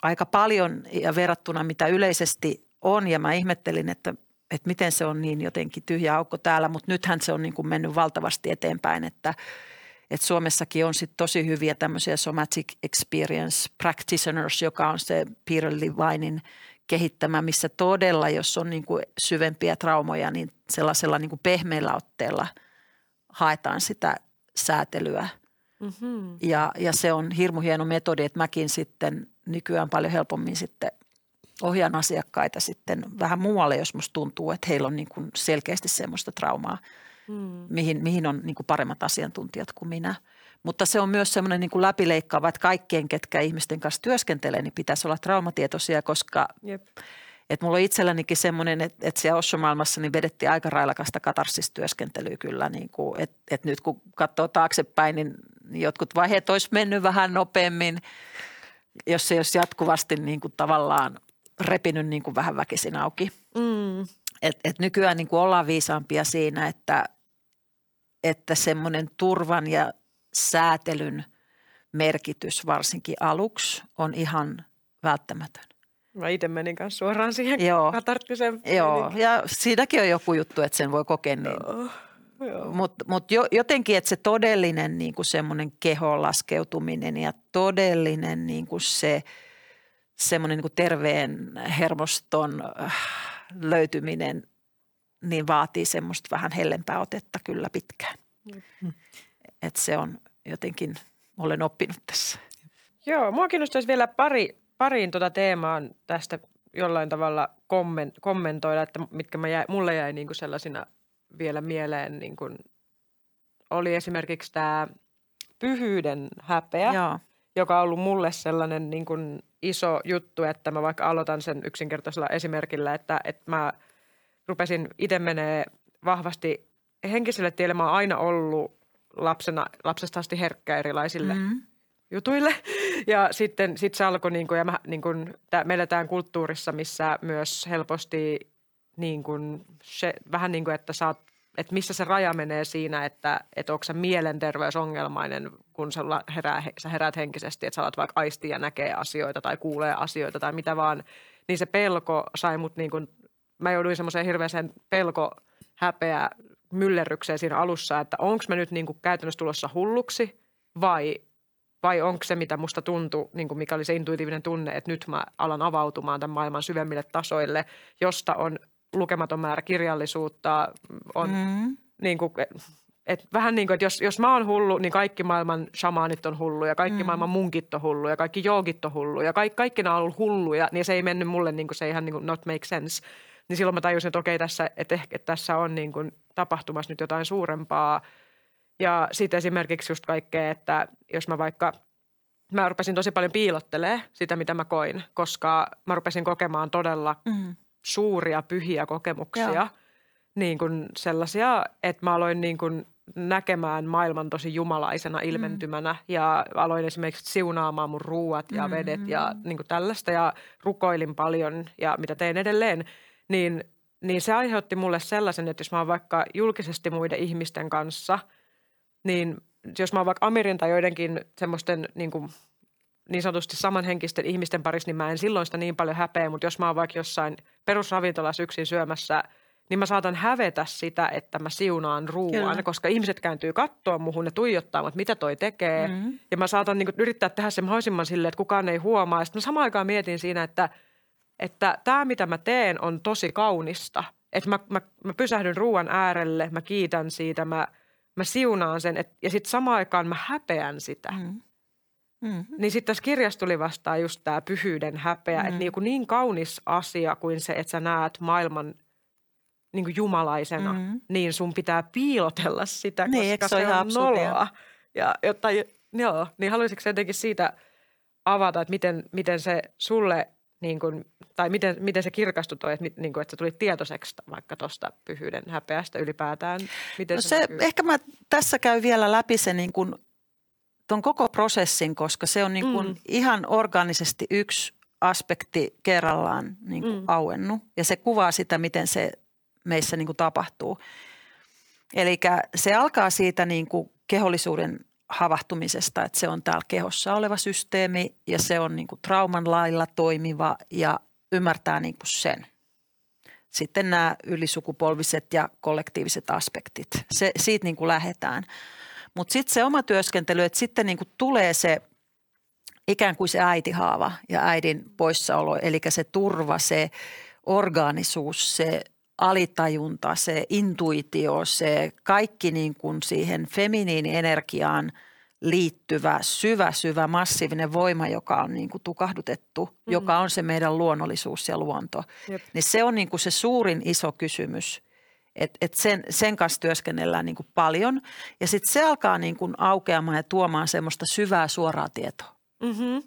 aika paljon ja verrattuna mitä yleisesti on. Ja mä ihmettelin, että miten se on niin jotenkin tyhjä aukko täällä, mutta nythän se on niin kuin mennyt valtavasti eteenpäin, että Suomessakin on sitten tosi hyviä tämmöisiä somatic experience practitioners, joka on se Peter Levinein kehittämä, missä todella, jos on niin kuin syvempiä traumoja, niin sellaisella niin kuin pehmeällä otteella haetaan sitä säätelyä. Mm-hmm. Ja se on hirmu hieno metodi, että mäkin sitten nykyään paljon helpommin sitten ohjaan asiakkaita sitten vähän muualle, jos musta tuntuu, että heillä on niin kuin selkeästi semmoista traumaa, mihin on niin kuin paremmat asiantuntijat kuin minä. Mutta se on myös semmoinen niin kuin läpileikkaava, että kaikkien, ketkä ihmisten kanssa työskentelee, niin pitäisi olla traumatietoisia, koska että mulla on itsellänikin semmoinen, että siellä Osho-maailmassa niin vedettiin aika railakasta katarsistyöskentelyä kyllä. Niin kuin, että nyt kun katsoo taaksepäin, niin jotkut vaiheet olisi mennyt vähän nopeammin, jos se olisi jatkuvasti niin kuin tavallaan repinyt niin kuin vähän väkisin auki. Et nykyään niin kuin ollaan viisaampia siinä, että semmoinen turvan ja säätelyn merkitys varsinkin aluksi on ihan välttämätön. Mä itse menin kanssa suoraan siihen katarttiseen. Joo, ja siinäkin on joku juttu, että sen voi kokea niin. Mutta jotenkin, että se todellinen niin kuin semmoinen kehon laskeutuminen ja todellinen niin kuin se semmoinen niin kuin terveen hermoston löytyminen, niin vaatii semmoista vähän hellempää otetta kyllä pitkään. Että se on jotenkin, olen oppinut tässä. Joo, mua kiinnostaisi vielä pariin teemaan tästä jollain tavalla kommentoida, että mitkä mulle jäi niin kuin sellaisina vielä mieleen, niin kuin oli esimerkiksi tämä pyhyyden häpeä, joka on ollut mulle sellainen niin kuin iso juttu, että mä vaikka aloitan sen yksinkertaisella esimerkillä, että mä rupesin itse menee vahvasti henkiselle tielle. Mä oon aina ollut lapsesta asti herkkä erilaisille jutuille. Ja sitten se alkoi me eletään kulttuurissa, missä myös helposti vähän niin kuin, että missä se raja menee siinä, että onko sä mielenterveysongelmainen, kun sä heräät henkisesti, että sä alat vaikka aistia ja näkee asioita tai kuulee asioita tai mitä vaan. Niin se pelko sai mut niin kuin, mä jouduin semmoiseen hirveäseen häpeä myllerrykseen siinä alussa, että onko mä nyt niin kuin käytännössä tulossa hulluksi vai onko se, mitä musta tuntui, niin kuin mikä oli se intuitiivinen tunne, että nyt mä alan avautumaan tämän maailman syvemmille tasoille, josta on lukematon määrä kirjallisuutta, on niin kuin, että vähän niin kuin, että jos mä oon hullu, niin kaikki maailman shamaanit on hulluja, kaikki maailman munkit on hulluja, kaikki joogit on hulluja, kaikki nämä on ollut hulluja, niin se ei mennyt mulle, niin kuin se ihan niin kuin not make sense. Niin silloin mä tajusin, että okei, että ehkä tässä on niin kuin tapahtumassa nyt jotain suurempaa. Ja sitten esimerkiksi just kaikkea, että jos mä rupesin tosi paljon piilottelemaan sitä, mitä mä koin, koska mä rupesin kokemaan todella suuria pyhiä kokemuksia. Niin kuin sellaisia, että mä aloin niin kuin näkemään maailman tosi jumalaisena ilmentymänä ja aloin esimerkiksi siunaamaan mun ruuat ja vedet ja niin kuin tällaista ja rukoilin paljon ja mitä teen edelleen. Niin se aiheutti mulle sellaisen, että jos mä oon vaikka julkisesti muiden ihmisten kanssa, niin jos mä oon vaikka Amirin tai joidenkin semmoisten niin sanotusti samanhenkisten ihmisten parissa, niin mä en silloin sitä niin paljon häpeä, mutta jos mä oon vaikka jossain perusravintolassa yksin syömässä, niin mä saatan hävetä sitä, että mä siunaan ruuan, koska ihmiset kääntyy katsoa muhun ja tuijottaa, että mitä toi tekee. Ja mä saatan niin kuin yrittää tehdä sen mahdollisimman silleen, että kukaan ei huomaa. Ja sitten mä samaan aikaan mietin siinä, että tämä, mitä mä teen, on tosi kaunista. Että mä pysähdyn ruuan äärelle, mä kiitän siitä, mä siunaan sen ja sitten samaan aikaan mä häpeän sitä. Niin sitten tässä kirjassa tuli vastaan just tämä pyhyyden häpeä, että niin kaunis asia kuin se, että sä näet maailman niin kuin jumalaisena, niin sun pitää piilotella sitä, koska se on noloa. Niin haluaisitko jotenkin siitä avata, että miten se sulle, niin kuin, tai miten se kirkastui toi, että, niin kuin, että sä tulit tietoiseksi vaikka tuosta pyhyyden häpeästä ylipäätään? Miten ehkä mä tässä käyn vielä läpi se niin kuin ton koko prosessin, koska se on niin kuin ihan orgaanisesti yksi aspekti kerrallaan niin kuin auennut. Ja se kuvaa sitä, miten se meissä niin kuin tapahtuu. Eli se alkaa siitä niin kuin kehollisuuden havahtumisesta, että se on täällä kehossa oleva systeemi ja se on niin kuin trauman lailla toimiva ja ymmärtää niin kuin sen. Sitten nämä ylisukupolviset ja kollektiiviset aspektit. Siitä niin kuin lähdetään. Mutta sitten se oma työskentely, että sitten niin kuin tulee se ikään kuin se äitihaava ja äidin poissaolo, eli se turva, se orgaanisuus, se alitajunta, se intuitio, se kaikki niin kuin siihen feminiinienergiaan liittyvä syvä massiivinen voima, joka on niin kuin tukahdutettu, joka on se meidän luonnollisuus ja luonto. Jep. Niin se on niin kuin se suurin iso kysymys, että sen kanssa työskennellään niin kuin paljon ja sitten se alkaa niin kuin aukeamaan ja tuomaan semmoista syvää suoraa tietoa. Mm-hmm.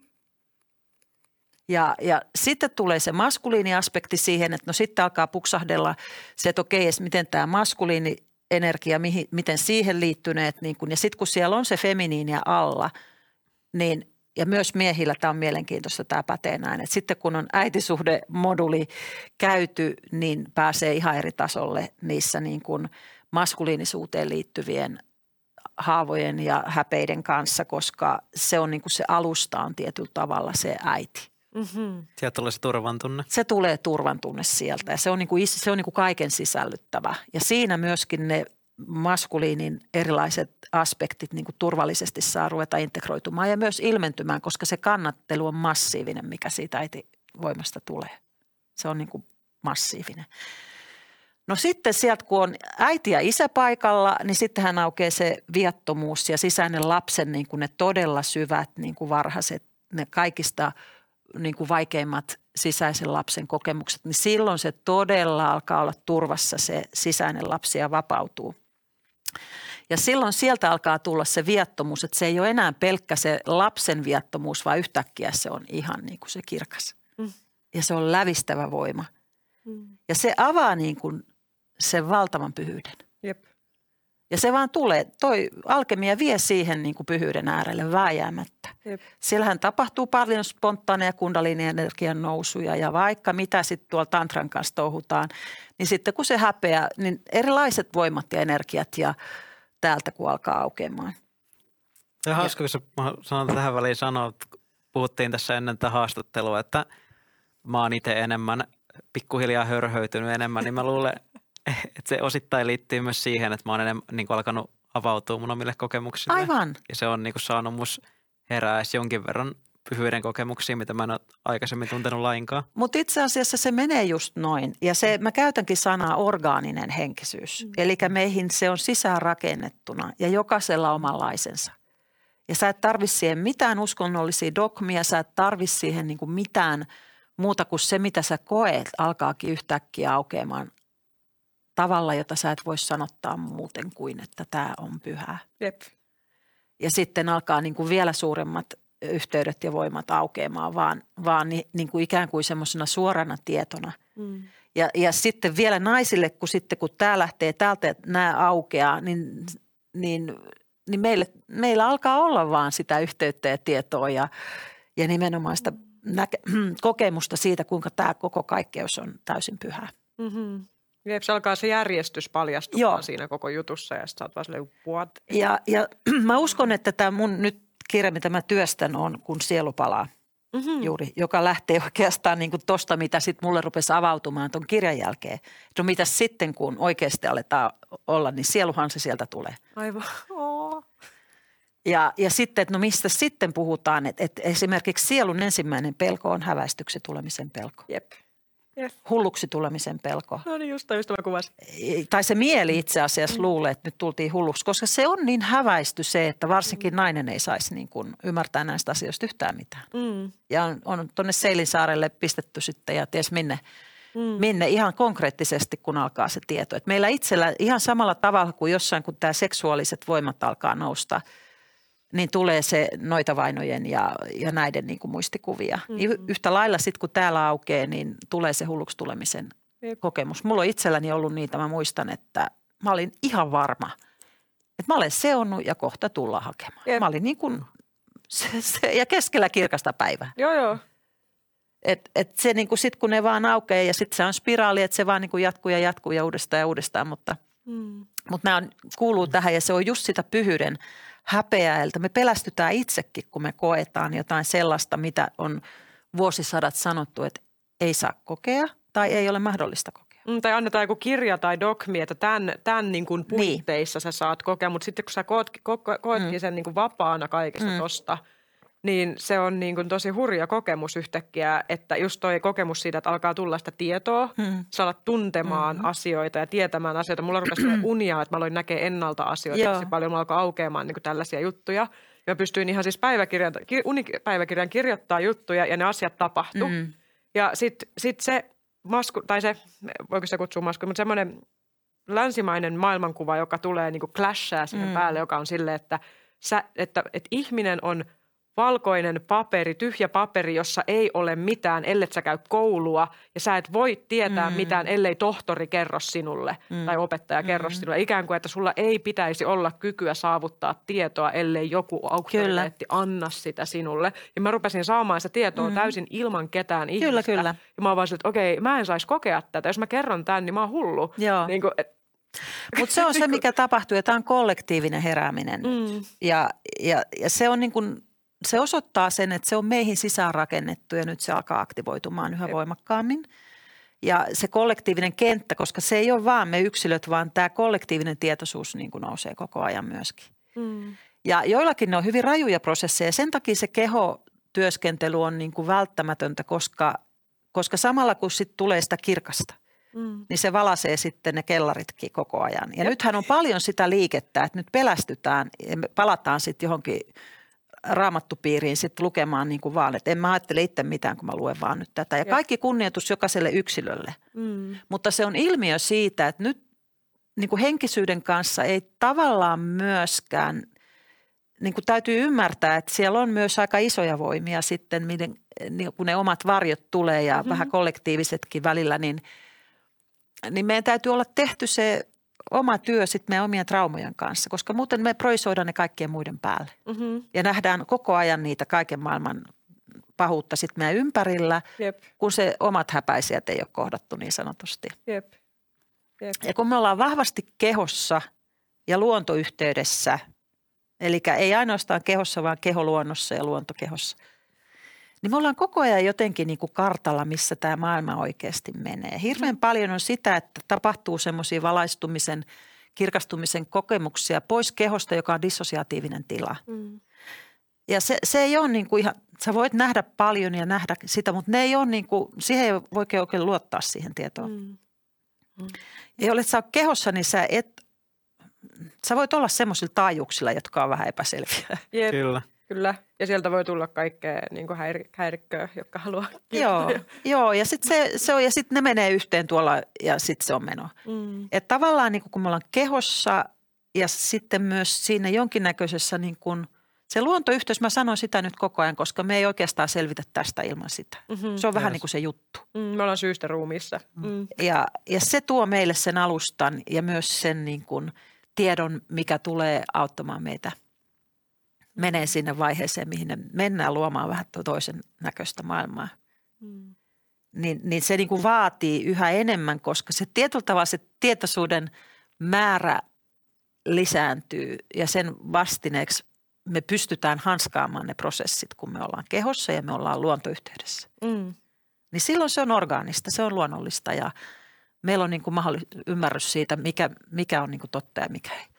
Ja sitten tulee se maskuliiniaspekti siihen, että no sitten alkaa puksahdella se, että okei, miten tämä maskuliinienergia, miten siihen liittyneet, niin kun, ja sitten kun siellä on se feminiinia alla, niin ja myös miehillä tämä on mielenkiintoista, tämä pätee näin, että sitten kun on äitisuhdemoduli käyty, niin pääsee ihan eri tasolle niissä niin kuin maskuliinisuuteen liittyvien haavojen ja häpeiden kanssa, koska se on niin kuin se alusta on tietyllä tavalla se äiti. Mm-hmm. Sieltä tulee se turvan tunne. Se tulee turvan tunne sieltä ja se on niin kuin kaiken sisällyttävä. Ja siinä myöskin ne maskuliinin erilaiset aspektit niin kuin turvallisesti saa ruveta integroitumaan ja myös ilmentymään, koska se kannattelu on massiivinen, mikä siitä äitivoimasta tulee. Se on niin kuin massiivinen. No sitten sieltä, kun on äiti ja isä paikalla, niin sittenhän aukeaa se viattomuus ja sisäinen lapsen niin kuin ne todella syvät niin kuin varhaiset, ne kaikista niin kuin vaikeimmat sisäisen lapsen kokemukset, niin silloin se todella alkaa olla turvassa se sisäinen lapsi ja vapautuu. Ja silloin sieltä alkaa tulla se viattomuus, että se ei ole enää pelkkä se lapsen viattomuus, vaan yhtäkkiä se on ihan niin kuin se kirkas. Ja se on lävistävä voima. Ja se avaa niin kuin sen valtavan pyhyyden. Jep. Ja se vaan tulee, toi alkemia vie siihen niin kuin pyhyyden äärelle vääjäämättä. Jep. Siellähän tapahtuu paljon spontaaneja kundaliini-energian nousuja ja vaikka mitä sitten tuolla tantran kanssa touhutaan, niin sitten kun se häpeää, niin erilaiset voimat ja energiat ja täältä kun alkaa aukeamaan. Ja hauska, kun mä sanon tähän väliin sanoa, että puhuttiin tässä ennen tätä haastattelua, että mä oon itse enemmän pikkuhiljaa hörhöytynyt enemmän, niin mä luulen, että se osittain liittyy myös siihen, että mä oon enemmän niin kuin alkanut avautua mun omille kokemuksille. Aivan. Ja se on niin kuin saanut mus herää edes jonkin verran pyhyyden kokemuksia, mitä mä en ole aikaisemmin tuntenut lainkaan. Mutta itse asiassa se menee just noin. Ja mä käytänkin sanaa orgaaninen henkisyys. Eli meihin se on sisäänrakennettuna ja jokaisella omanlaisensa. Ja sä et tarvi siihen mitään uskonnollisia dogmia, sä et tarvi siihen niin kuin mitään muuta kuin se, mitä sä koet, alkaakin yhtäkkiä aukeamaan tavalla, jota sä et voi sanottaa muuten kuin, että tämä on pyhää. Jep. Ja sitten alkaa niin kuin vielä suuremmat yhteydet ja voimat aukeamaan, vaan niin kuin ikään kuin semmoisena suorana tietona. Ja sitten vielä naisille, kun tämä lähtee täältä, nämä aukeaa, niin meillä alkaa olla vaan sitä yhteyttä ja tietoa ja nimenomaan sitä kokemusta siitä, kuinka tämä koko kaikkeus on täysin pyhää. Mm-hmm. Jep, se alkaa se järjestys paljastumaan siinä koko jutussa ja sitten sä oot vaan silleen, what? Ja mä uskon, että tämä mun nyt kirja, mitä mä työstän on, kun sielu palaa juuri, joka lähtee oikeastaan niin kuin tosta, mitä sitten mulle rupesi avautumaan ton kirjan jälkeen. No mitä sitten, kun oikeasti aletaan olla, niin sieluhan se sieltä tulee. Aivan. Ja sitten, että no mistä sitten puhutaan, että esimerkiksi sielun ensimmäinen pelko on häväistyksi tulemisen pelko. Jep. Hulluksi tulemisen pelko. No niin, just mä kuvasin. Tai se mieli itse asiassa luulee, että nyt tultiin hulluksi, koska se on niin häväisty se, että varsinkin nainen ei saisi niin kuin ymmärtää näistä asioista yhtään mitään. Ja on tuonne Seilinsaarelle pistetty sitten ja ties minne ihan konkreettisesti, kun alkaa se tieto. Että meillä itsellä ihan samalla tavalla kuin jossain, kun tämä seksuaaliset voimat alkaa nousta, niin tulee se noitavainojen ja näiden niin kuin muistikuvia. Yhtä lailla sitten, kun täällä aukeaa, niin tulee se hulluksi tulemisen kokemus. Mulla on itselläni ollut niitä, mä muistan, että mä olin ihan varma, että mä olen seonnut ja kohta tullaan hakemaan. Mä olin niin kuin ja keskellä kirkasta päivää. Joo. Et se niin kuin sit, kun ne vaan aukeaa ja sitten se on spiraali, että se vaan niin kuin jatkuu ja uudestaan, mutta nämä kuuluu tähän ja se on just sitä pyhyyden häpeäiltä. Me pelästytään itsekin, kun me koetaan jotain sellaista, mitä on vuosisadat sanottu, että ei saa kokea tai ei ole mahdollista kokea. Tai annetaan joku kirja tai dogmi, että tämän niin kuin puitteissa sä saat kokea, mutta sitten kun sä koetkin sen niin kuin vapaana kaikesta tosta, niin se on niin kuin tosi hurja kokemus yhtäkkiä, että just toi kokemus siitä, että alkaa tulla sitä tietoa, sä alat tuntemaan asioita ja tietämään asioita. Mulla rupesi unia, että mä aloin näkee ennalta asioita tosi paljon, mulla alkoi aukeamaan niin kuin tällaisia juttuja. Ja mä pystyin ihan siis unipäiväkirjan kirjoittaa juttuja ja ne asiat tapahtu. Ja sit se voiko se kutsua mutta semmoinen länsimainen maailmankuva, joka tulee niin kuin clashaa siihen päälle, joka on silleen, että ihminen on valkoinen paperi, tyhjä paperi, jossa ei ole mitään, ellet sä käy koulua ja sä et voi tietää mitään, ellei tohtori kerro sinulle tai opettaja kerro sinulle. Ikään kuin, että sulla ei pitäisi olla kykyä saavuttaa tietoa, ellei joku auktoriteetti anna sitä sinulle. Ja mä rupesin saamaan sitä tietoa täysin ilman ketään ihmistä. Kyllä. Ja mä oon vaan että okei, mä en saisi kokea tätä. Jos mä kerron tämän, niin mä oon hullu. Niin mutta se on se, mikä tapahtuu ja tämä on kollektiivinen herääminen. Ja se on niin kuin se osoittaa sen, että se on meihin sisäänrakennettu ja nyt se alkaa aktivoitumaan yhä voimakkaammin. Ja se kollektiivinen kenttä, koska se ei ole vaan me yksilöt, vaan tämä kollektiivinen tietoisuus niin kuin nousee koko ajan myöskin. Ja joillakin ne on hyvin rajuja prosesseja. Sen takia se kehotyöskentely on niin kuin välttämätöntä, koska samalla kun sitten tulee sitä kirkasta, niin se valaisee sitten ne kellaritkin koko ajan. Ja nythän on paljon sitä liikettä, että nyt pelästytään ja me palataan sitten johonkin raamattupiiriin sitten lukemaan niin kuin vaan, että en mä ajattele itse mitään, kun mä luen vaan nyt tätä. Ja kaikki kunnioitus jokaiselle yksilölle. Mutta se on ilmiö siitä, että nyt niin kuin henkisyyden kanssa ei tavallaan myöskään, niin kuin täytyy ymmärtää, että siellä on myös aika isoja voimia sitten, kun ne omat varjot tulee ja vähän kollektiivisetkin välillä, niin meidän täytyy olla tehty se oma työ sitten meidän omien traumojen kanssa, koska muuten me projisoidaan ne kaikkien muiden päälle. Ja nähdään koko ajan niitä kaiken maailman pahuutta sitten meidän ympärillä, kun se omat häpäisijät ei ole kohdattu niin sanotusti. Ja kun me ollaan vahvasti kehossa ja luontoyhteydessä, eli ei ainoastaan kehossa, vaan keholuonnossa ja luontokehossa, niin me ollaan koko ajan jotenkin niin kuin kartalla, missä tämä maailma oikeasti menee. Hirveän paljon on sitä, että tapahtuu semmoisia valaistumisen, kirkastumisen kokemuksia pois kehosta, joka on dissosiatiivinen tila. Ja se ei ole niin kuin ihan, sä voit nähdä paljon ja nähdä sitä, mutta ne ei ole niin kuin, siihen ei voi oikein luottaa siihen tietoon. Ja olet sä kehossa, niin sä voit olla semmoisilla taajuuksilla, jotka on vähän epäselviä. Kyllä. Ja sieltä voi tulla kaikkea niin kuin häirikköä, jotka haluaa. Joo, ja sitten se on, ja sitten ne menee yhteen tuolla ja sitten se on meno. Että tavallaan niin kun me ollaan kehossa ja sitten myös siinä jonkinnäköisessä niin kun, se luontoyhteys, mä sanon sitä nyt koko ajan, koska me ei oikeastaan selvitä tästä ilman sitä. Se on vähän niin kuin se juttu. Me ollaan syystä ruumiissa. Ja se tuo meille sen alustan ja myös sen niin kun tiedon, mikä tulee auttamaan meitä. Menee sinne vaiheeseen, mihin ne mennään luomaan vähän toisen näköistä maailmaa. Niin se niin kuin vaatii yhä enemmän, koska se tietyllä tavalla se tietoisuuden määrä lisääntyy ja sen vastineeksi me pystytään hanskaamaan ne prosessit, kun me ollaan kehossa ja me ollaan luontoyhteydessä. Niin silloin se on orgaanista, se on luonnollista ja meillä on niin kuin ymmärrys siitä, mikä on niin kuin totta ja mikä ei.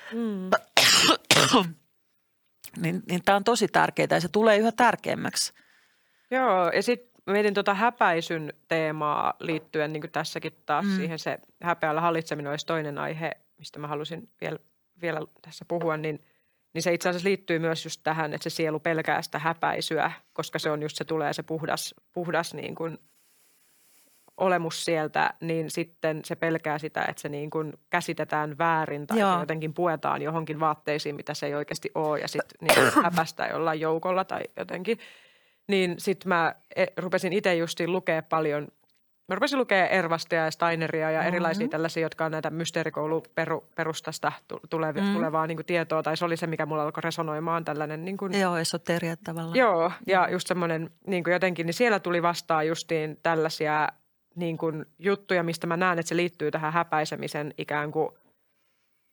Niin tämä on tosi tärkeää ja se tulee yhä tärkeämmäksi. Joo, ja sitten mietin häpäisyn teemaa liittyen niin kuin tässäkin taas siihen se häpeällä hallitseminen olisi toinen aihe, mistä mä halusin vielä tässä puhua, niin se itse asiassa liittyy myös just tähän, että se sielu pelkää sitä häpäisyä, koska se on just se tulee se puhdas niin kuin olemus sieltä, niin sitten se pelkää sitä, että se niin kuin käsitetään väärin tai se jotenkin puetaan johonkin vaatteisiin, mitä se ei oikeasti ole ja sitten niin häpästää jollain joukolla tai jotenkin. Niin sitten mä rupesin itse justiin lukea paljon. Mä rupesin lukea Ervastia ja Steineria ja erilaisia tällaisia, jotka on näitä mysteerikouluperustasta tulevaa niin kuin tietoa. Tai se oli se, mikä mulla alkoi resonoimaan tällainen. Niin kuin, esoteria tavallaan. Joo, ja just semmoinen niin kuin jotenkin, niin siellä tuli vastaan justiin tällaisia niin kuin juttuja, mistä mä näen, että se liittyy tähän häpäisemisen ikään kuin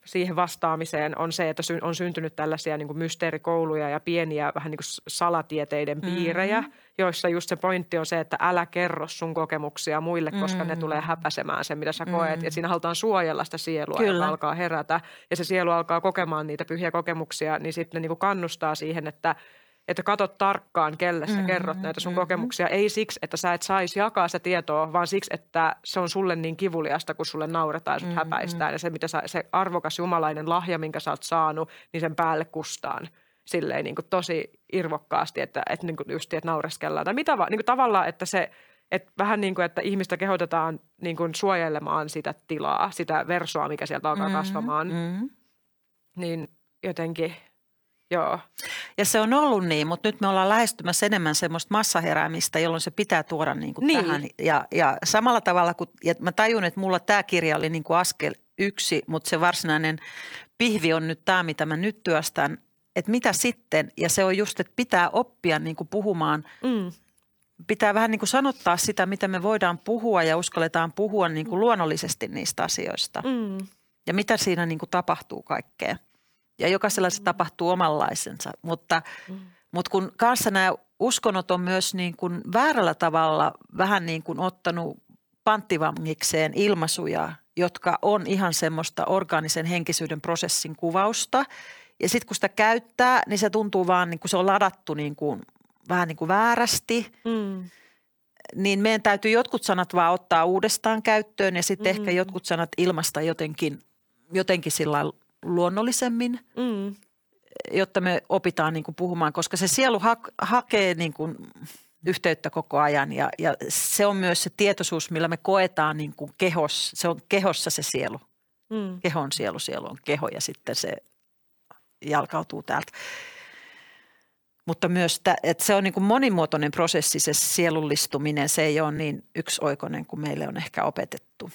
siihen vastaamiseen on se, että on syntynyt tällaisia niin kuin mysteerikouluja ja pieniä vähän niin kuin salatieteiden piirejä, joissa just se pointti on se, että älä kerro sun kokemuksia muille, koska ne tulee häpäisemään sen, mitä sä koet. Ja siinä halutaan suojella sitä sielua, joka alkaa herätä ja se sielu alkaa kokemaan niitä pyhiä kokemuksia, niin sitten ne niin kuin kannustaa siihen, että katsot tarkkaan, kelle sä kerrot näitä sun kokemuksia. Ei siksi, että sä et saisi jakaa sitä tietoa, vaan siksi, että se on sulle niin kivuliasta, kun sulle nauretaan ja sut häpäistään. Ja se arvokas jumalainen lahja, minkä sä oot saanut, niin sen päälle kustaan silleen niin kuin tosi irvokkaasti, että niin kuin just että naureskellaan. Tai mitä vaan, niin kuin tavallaan, että se, että vähän niin kuin, että ihmistä kehotetaan niin kuin suojelemaan sitä tilaa, sitä versoa, mikä sieltä alkaa kasvamaan. Niin jotenkin... Joo. Ja se on ollut niin, mutta nyt me ollaan lähestymässä enemmän semmoista massaheräämistä, jolloin se pitää tuoda niin kuin tähän. Ja samalla tavalla, kun mä tajun, että mulla tämä kirja oli niin kuin askel 1, mutta se varsinainen pihvi on nyt tämä, mitä mä nyt työstän, että mitä sitten. Ja se on just, että pitää oppia niin kuin puhumaan, pitää vähän niin kuin sanottaa sitä, mitä me voidaan puhua ja uskalletaan puhua niin kuin luonnollisesti niistä asioista. Ja mitä siinä niin kuin tapahtuu kaikkea. Ja jokaisella se tapahtuu omanlaisensa, mutta kun kanssa nämä uskonnot on myös niin kuin väärällä tavalla vähän niin kuin ottanut panttivangikseen ilmaisuja, jotka on ihan semmoista orgaanisen henkisyyden prosessin kuvausta. Ja sitten kun sitä käyttää, niin se tuntuu vaan niin kuin se on ladattu niin kuin, vähän niin kuin väärästi. Niin meidän täytyy jotkut sanat vaan ottaa uudestaan käyttöön ja sitten ehkä jotkut sanat ilmaista jotenkin sillä luonnollisemmin, jotta me opitaan niin kuin puhumaan, koska se sielu hakee niin kuin yhteyttä koko ajan ja se on myös se tietoisuus, millä me koetaan niin kuin kehossa. Se on kehossa se sielu. Kehon sielu on keho ja sitten se jalkautuu täältä. Mutta myös, että se on niin kuin monimuotoinen prosessi, se sielullistuminen, se ei ole niin yksioikoinen kuin meille on ehkä opetettu.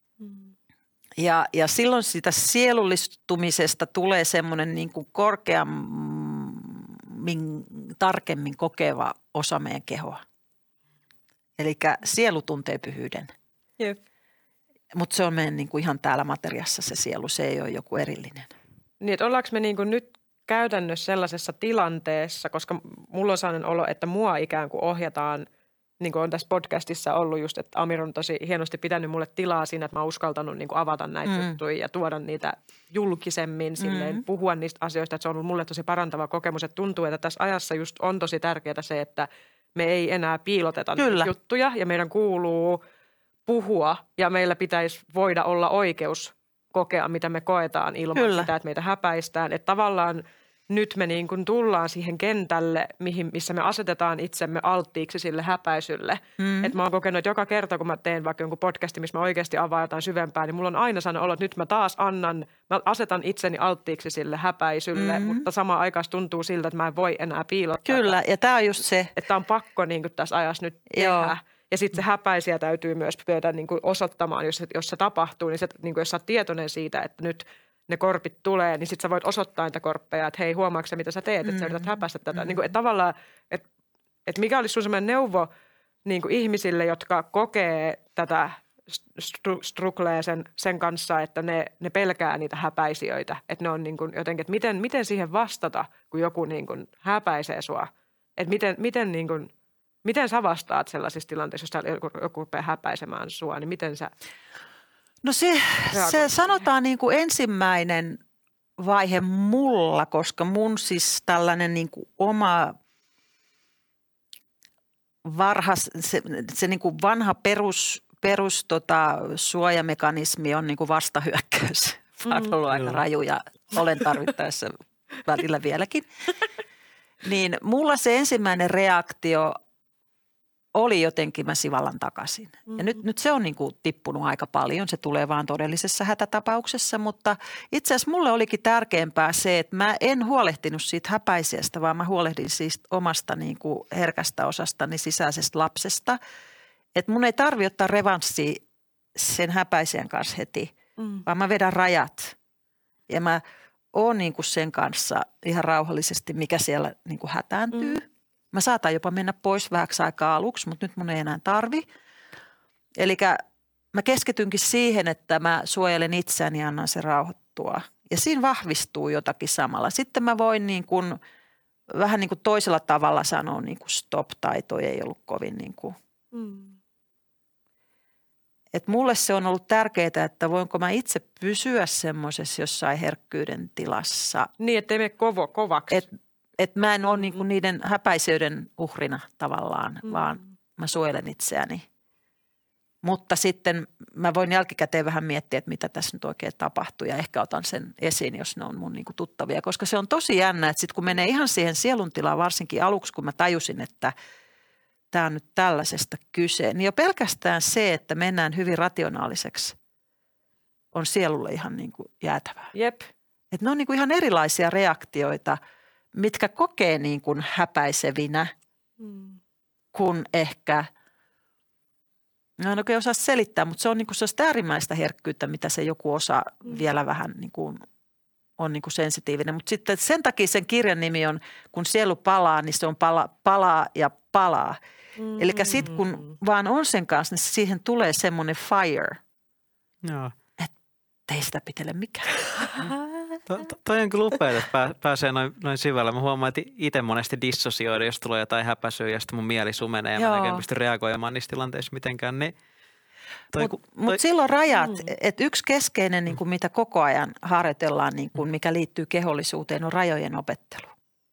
Ja silloin siitä sielullistumisesta tulee semmoinen niin kuin korkeammin, tarkemmin kokeva osa meidän kehoa. Eli sielu tuntee pyhyyden. Mutta se on meidän niin kuin ihan täällä materiassa se sielu, se ei ole joku erillinen. Niin, että ollaanko me niin kuin nyt käytännössä sellaisessa tilanteessa, koska mulla on sellainen olo, että mua ikään kuin ohjataan, niin kuin on tässä podcastissa ollut just, että Amir on tosi hienosti pitänyt mulle tilaa siinä, että mä oon uskaltanut niin kuin avata näitä juttuja ja tuoda niitä julkisemmin, silleen, puhua niistä asioista, että se on ollut mulle tosi parantava kokemus, että tuntuu, että tässä ajassa just on tosi tärkeää se, että me ei enää piiloteta niitä juttuja ja meidän kuuluu puhua ja meillä pitäisi voida olla oikeus kokea, mitä me koetaan ilman sitä, että meitä häpäistään. Että tavallaan nyt me niin kuin tullaan siihen kentälle, missä me asetetaan itsemme alttiiksi sille häpäisylle. Että mä oon kokenut, että joka kerta, kun mä teen vaikka jonkun podcastin, missä mä oikeasti avaan jotain syvempää, niin mulla on aina sellainen olo, että nyt mä taas mä asetan itseni alttiiksi sille häpäisylle, mutta samaan aikaan tuntuu siltä, että mä en voi enää piilottaa. Kyllä, ja tää on just se. Että on pakko niin kuin tässä ajassa nyt tehdä. Ja sitten se häpäisiä täytyy myös pyytää niin kuin osoittamaan, jos se tapahtuu, niin, niin kuin jos sä oot tietoinen siitä, että nyt ne korpit tulee, niin sitten sä voit osoittaa niitä korppeja, että hei, huomaatko sä, mitä sä teet, että sä yrität häpäistä tätä. Niin kuin, että tavallaan, että mikä olisi sun sellainen neuvo niin kuin ihmisille, jotka kokee tätä strugglee sen kanssa, että ne pelkää niitä häpäisijöitä. Että ne on niin kuin jotenkin, että miten siihen vastata, kun joku niin kuin häpäisee sua. Että miten sä vastaat sellaisissa tilanteissa, jos joku rupeaa häpäisemään sua, niin miten sä... No se sanotaan niin kuin ensimmäinen vaihe mulla, koska mun siis tällainen niin kuin oma se niin kuin vanha perus suojamekanismi on niin kuin vastahyökkäys. Mä oon ollut aika raju ja olen tarvittaessa välillä vieläkin. Niin mulla se ensimmäinen reaktio oli jotenkin, mä sivallan takaisin. Ja nyt se on niin kuin tippunut aika paljon. Se tulee vaan todellisessa hätätapauksessa, mutta itse asiassa mulle olikin tärkeämpää se, että mä en huolehtinut siitä häpäisestä, vaan mä huolehdin siis omasta niin kuin herkästä osastani sisäisestä lapsesta. Että mun ei tarvitse ottaa revanssia sen häpäiseen kanssa heti, vaan mä vedän rajat. Ja mä oon niin kuin sen kanssa ihan rauhallisesti, mikä siellä niin kuin hätääntyy. Mä saatan jopa mennä pois vähäksi aikaa aluksi, mutta nyt mun ei enää tarvi. Eli mä keskitynkin siihen, että mä suojelen itseäni ja annan sen sanottua. Ja siinä vahvistuu jotakin samalla. Sitten mä voin niin kuin, vähän niin kuin toisella tavalla sanoa niin kuin stop tai toi ei ollut kovin niin kuin. Että mulle se on ollut tärkeää, että voinko mä itse pysyä semmoisessa jossain herkkyyden tilassa. Niin, ettei mene kovaksi. Että mä en ole niin kuin niiden häpäisyyden uhrina tavallaan, vaan mä suojelen itseäni. Mutta sitten mä voin jälkikäteen vähän miettiä, että mitä tässä nyt oikein tapahtuu ja ehkä otan sen esiin, jos ne on mun niin kuin tuttavia. Koska se on tosi jännä, että sitten kun menee ihan siihen sieluntilaan, varsinkin aluksi kun mä tajusin, että tämä on nyt tällaisesta kyse, niin jo pelkästään se, että mennään hyvin rationaaliseksi, on sielulle ihan niin kuin jäätävää. Jep. Että ne on niin kuin ihan erilaisia reaktioita, mitkä kokee niin kuin häpäisevinä, kun ehkä, no en oikein osaa selittää, mutta se on niin kuin sellaista äärimmäistä herkkyyttä, mitä se joku osa vielä vähän niin kuin on niin kuin sensitiivinen. Mutta sitten sen takia sen kirjan nimi on, kun sielu palaa, niin se on palaa ja palaa. Eli sitten kun vaan on sen kanssa, niin siihen tulee semmoinen fire, että ei sitä pitele mikään. Toi on kyllä upea, että pääsee noin syvällä. Mä huomaan, että itse monesti dissosioida, jos tulee jotain häpäisyä ja sitten mun mieli sumenee ja mä en pysty reagoimaan niissä tilanteissa mitenkään. Niin Mutta silloin rajat, että yksi keskeinen, niin kuin mitä koko ajan harjoitellaan, niin kuin mikä liittyy kehollisuuteen, on rajojen opettelu.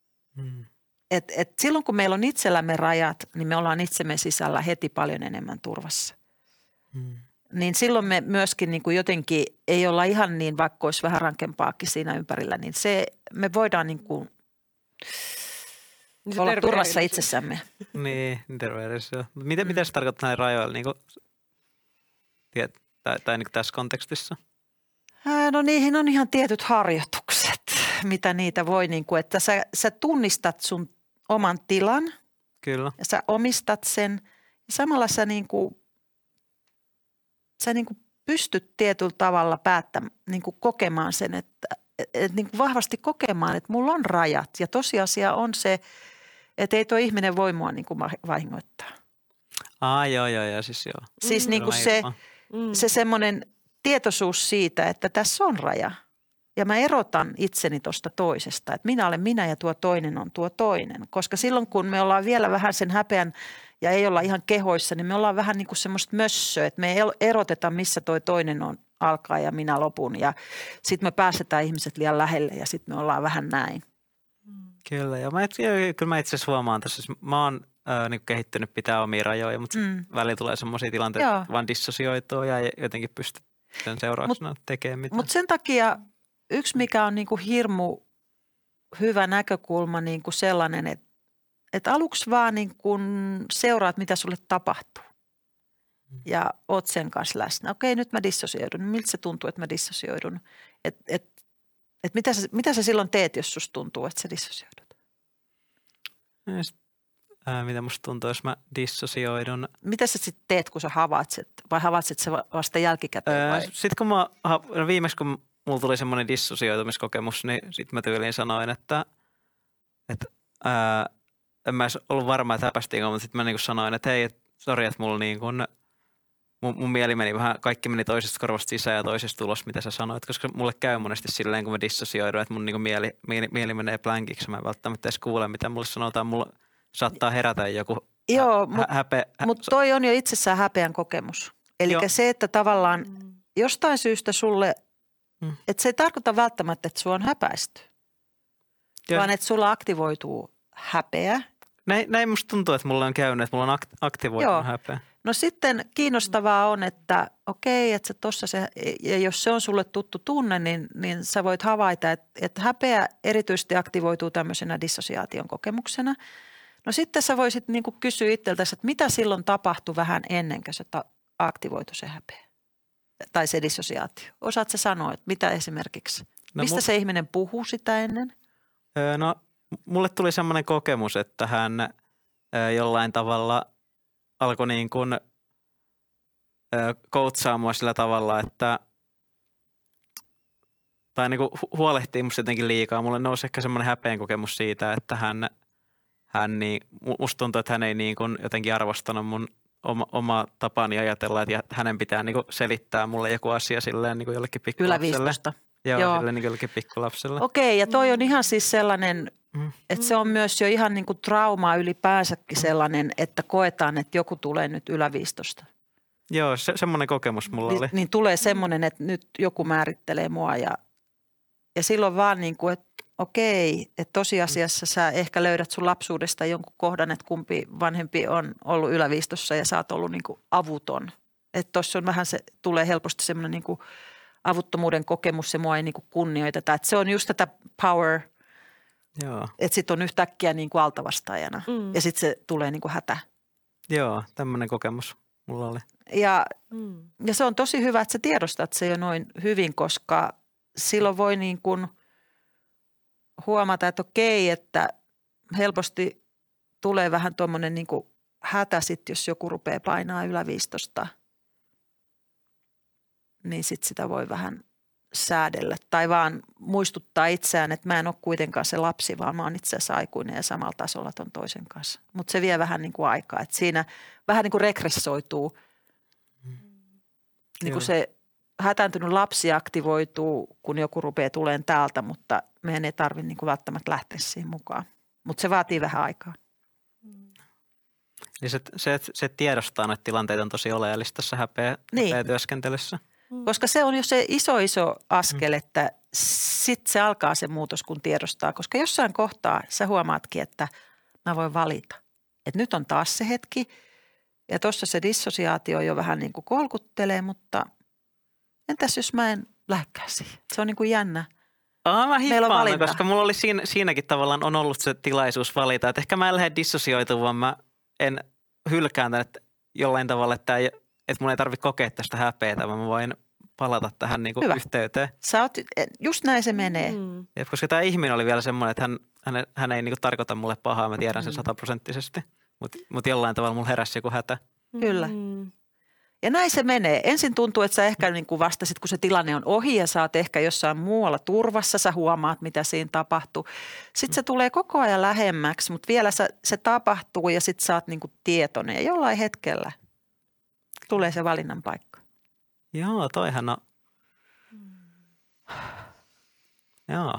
Et silloin kun meillä on itsellämme rajat, niin me ollaan itsemme sisällä heti paljon enemmän turvassa. Niin silloin me myöskin niin kuin jotenkin ei olla ihan niin, vaikka olisi vähän rankempaakin siinä ympärillä, niin me voidaan niin kuin olla turvassa itsessämme. Niin, terveellisyys. Mitä se tarkoittaa näin rajoilla niin kuin, tai niin kuin tässä kontekstissa? No niihin on ihan tietyt harjoitukset, mitä niitä voi, niin kuin, että sä tunnistat sun oman tilan. Kyllä. Ja sä omistat sen ja samalla sä niin kuin pystyt tietyllä tavalla niin kuin kokemaan sen, että niin kuin vahvasti kokemaan, että mulla on rajat. Ja tosiasia on se, että ei tuo ihminen voi mua niin kuin vahingoittaa. Joo, siis joo. Siis niin kuin se semmoinen tietoisuus siitä, että tässä on raja. Ja mä erotan itseni tuosta toisesta, että minä olen minä ja tuo toinen on tuo toinen. Koska silloin kun me ollaan vielä vähän sen häpeän ja ei olla ihan kehoissa, niin me ollaan vähän niin kuin semmoista mössöä, että me ei eroteta missä toi toinen on alkaa ja minä lopun. Ja sitten me päästetään ihmiset liian lähelle ja sitten me ollaan vähän näin. Kyllä, ja kyllä mä itse asiassa huomaan tässä, mä oon niin kehittynyt pitää omia rajoja, mutta välillä tulee semmoisia tilanteita, että vaan dissosioituu ja jotenkin pystyy sen seurauksena tekemään mitään. Mutta sen takia yksi, mikä on niin kuin hirmu hyvä näkökulma niin kuin sellainen, että aluksi vaan niin kuin seuraat, mitä sulle tapahtuu ja oot sen kanssa läsnä. Okei, nyt mä dissosioidun. Miltä se tuntuu, että mä dissosioidun? Mitä sä silloin teet, jos susta tuntuu, että sä dissosioidut? Mitä musta tuntuu, jos mä dissosioidun? Mitä sä sitten teet, kun sä havaitset? Vai havaitset sä vasta jälkikäteen? Sitten kun viimeksi kun mulla tuli semmoinen dissosioitumiskokemus, niin sitten mä tyyliin sanoin, että en mä edes ollut varma, että häpästiinkö, mutta sitten mä niin kuin sanoin, että hei, sori, että mulla niin kuin, mun mieli meni vähän, kaikki meni toisesta korvasta sisään ja toisesta ulos, mitä sä sanoit, koska mulle käy monesti silleen, kun mä dissosioidun, että mun niin kuin mieli menee blankiksi, mä en välttämättä edes kuule, mitä mulle sanotaan, mulla saattaa herätä joku häpeä. Mutta toi on jo itsessään häpeän kokemus. Eli se, että tavallaan jostain syystä sulle, että se ei tarkoita välttämättä, että sua on häpäisty, vaan että sulla aktivoituu häpeä. Näin musta tuntuu, että mulla on käynyt, että mulla on aktivoitunut häpeä. No sitten kiinnostavaa on, että okei, että ja jos se on sulle tuttu tunne, niin sä voit havaita, että häpeä erityisesti aktivoituu tämmöisenä dissosiaation kokemuksena. No sitten sä voisit niin kuin kysyä itseltäsi, että mitä silloin tapahtui vähän ennen kuin se aktivoitu se häpeä tai se dissosiaatio. Osaat sä sanoa, että mitä esimerkiksi, mistä se ihminen puhuu sitä ennen? No mulle tuli semmoinen kokemus, että hän jollain tavalla alkoi niin kuin coachaa mua sillä tavalla, että tai niin kuin huolehtii musta jotenkin liikaa. Mulle nousi ehkä semmoinen häpeän kokemus siitä, että musta tuntuu, että hän ei niin kuin jotenkin arvostanut mun oma tapani ajatella, että hänen pitää niin kuin selittää mulle joku asia silleen niin kuin jollekin pikkulapselle. Yläviistosta. Joo. Sille niin kylläkin pikkulapselle. Okei, ja toi on ihan siis sellainen, että se on myös jo ihan niin kuin trauma ylipäänsäkin sellainen, että koetaan, että joku tulee nyt yläviistosta. Joo, semmoinen kokemus mulla oli. Niin tulee semmoinen, että nyt joku määrittelee mua ja silloin vaan niin kuin, että okei, että tosiasiassa sä ehkä löydät sun lapsuudesta jonkun kohdan, että kumpi vanhempi on ollut yläviistossa ja sä oot ollut niin kuin avuton. Että tuossa on vähän tulee helposti semmoinen niin kuin avuttomuuden kokemus ja mua ei niin kuin kunnioiteta. Että se on just tätä power, Joo. että sit on yhtäkkiä niin kuin altavastaajana ja sitten se tulee niin kuin hätä. Joo, tämmöinen kokemus mulla oli. Ja se on tosi hyvä, että sä tiedostat se jo noin hyvin, koska silloin voi niin kuin huomata, että okei, että helposti tulee vähän tuommoinen niin kuin hätä sitten, jos joku rupeaa painaa yläviistosta, niin sitten sitä voi vähän säädellä tai vaan muistuttaa itseään, että mä en ole kuitenkaan se lapsi, vaan mä oon itse asiassa aikuinen ja samalla tasolla ton toisen kanssa. Mutta se vie vähän niin kuin aikaa, että siinä vähän niin kuin regressoituu, niin kuin se hätääntynyt lapsi aktivoituu, kun joku rupeaa tulemaan täältä, mutta meidän ei tarvitse niin kuin välttämättä lähteä siihen mukaan. Mutta se vaatii vähän aikaa. Niin se tiedostaa noita tilanteita on tosi oleellista tässä häpeä työskentelyssä. Koska se on jo se iso askel, että sitten se alkaa se muutos, kun tiedostaa. Koska jossain kohtaa sä huomaatkin, että mä voin valita. Että nyt on taas se hetki ja tuossa se dissosiaatio jo vähän niin kuin kolkuttelee, mutta entäs jos mä en lähdekään siihen? Se on niin kuin jännä. Mä hippaan, koska mulla oli siinäkin tavallaan on ollut se tilaisuus valita. Että ehkä mä en lähde dissosioitumaan, vaan mä en hylkään että jollain tavalla, että mun ei tarvitse kokea tästä häpeätä, vaan mä voin palata tähän niin kuin yhteyteen. Just näin se menee. Ja koska tämä ihminen oli vielä semmoinen, että hän ei niin kuin tarkoita mulle pahaa, mä tiedän sen 100%. Mutta jollain tavalla mulla heräsi joku hätä. Kyllä. Ja näin se menee. Ensin tuntuu, että sä ehkä niin kuin vastasit, kun se tilanne on ohi ja sä oot ehkä jossain muualla turvassa, sä huomaat, mitä siinä tapahtuu. Sitten se tulee koko ajan lähemmäksi, mutta vielä se tapahtuu ja sitten sä oot niin kuin tietoinen. Ja jollain hetkellä tulee se valinnan paikka. Joo, toihan on. Joo.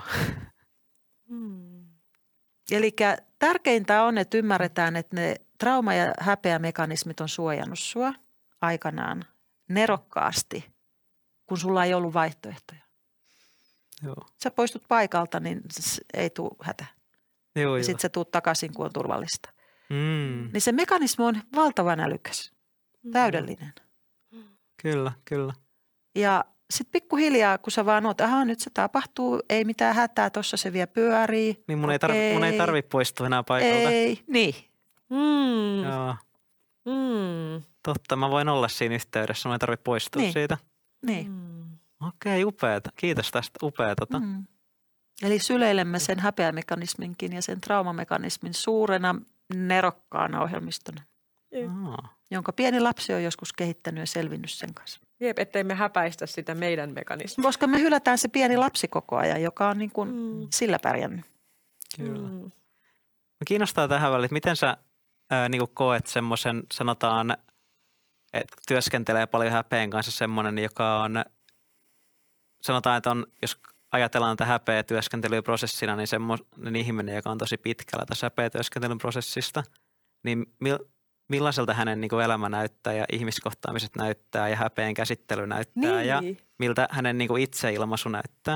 Eli tärkeintä on, että ymmärretään, että ne trauma- ja häpeämekanismit on suojannut sua aikanaan nerokkaasti, kun sulla ei ollut vaihtoehtoja. Joo. Sä poistut paikalta, niin ei tule hätä. Joo, ja sitten sä tuut takaisin, kun on turvallista. Niin se mekanismi on valtavan älykäs, täydellinen. Kyllä. Ja sitten pikkuhiljaa, kun sä vaan oot, nyt se tapahtuu, ei mitään hätää, tossa se vielä pyörii. Niin mun ei tarvitse poistua enää paikalta. Ei, niin. Joo. Totta, mä voin olla siinä yhteydessä, mun ei tarvitse poistua siitä. Niin. Okei, upeata. Kiitos tästä, upeata. Eli syleilemme sen häpeämekanisminkin ja sen traumamekanismin suurena nerokkaana ohjelmistona, jonka pieni lapsi on joskus kehittänyt ja selvinnyt sen kanssa. Jep, ettei me häpäistä sitä meidän mekanismia. Koska me hylätään se pieni lapsi koko ajan, joka on niin kuin sillä pärjännyt. Kyllä. Mä kiinnostaa tähän väliin, että miten sä niin kuin koet semmoisen, sanotaan, että työskentelee paljon häpeän kanssa semmoinen, joka on, sanotaan, että on, jos ajatellaan tätä häpeätyöskentelyä prosessina, niin semmoinen ihminen, joka on tosi pitkällä tässä häpeätyöskentelyn prosessista, niin millaiselta hänen niin kuin elämä näyttää ja ihmiskohtaamiset näyttää ja häpeän käsittely näyttää ja miltä hänen niin kuin itseilmaisu näyttää?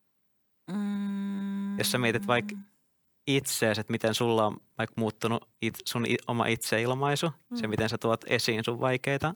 Jos sä mietit vaikka itseäsi, että miten sulla on vaikka muuttunut sun oma itseilmaisu, se miten sä tuot esiin sun vaikeita?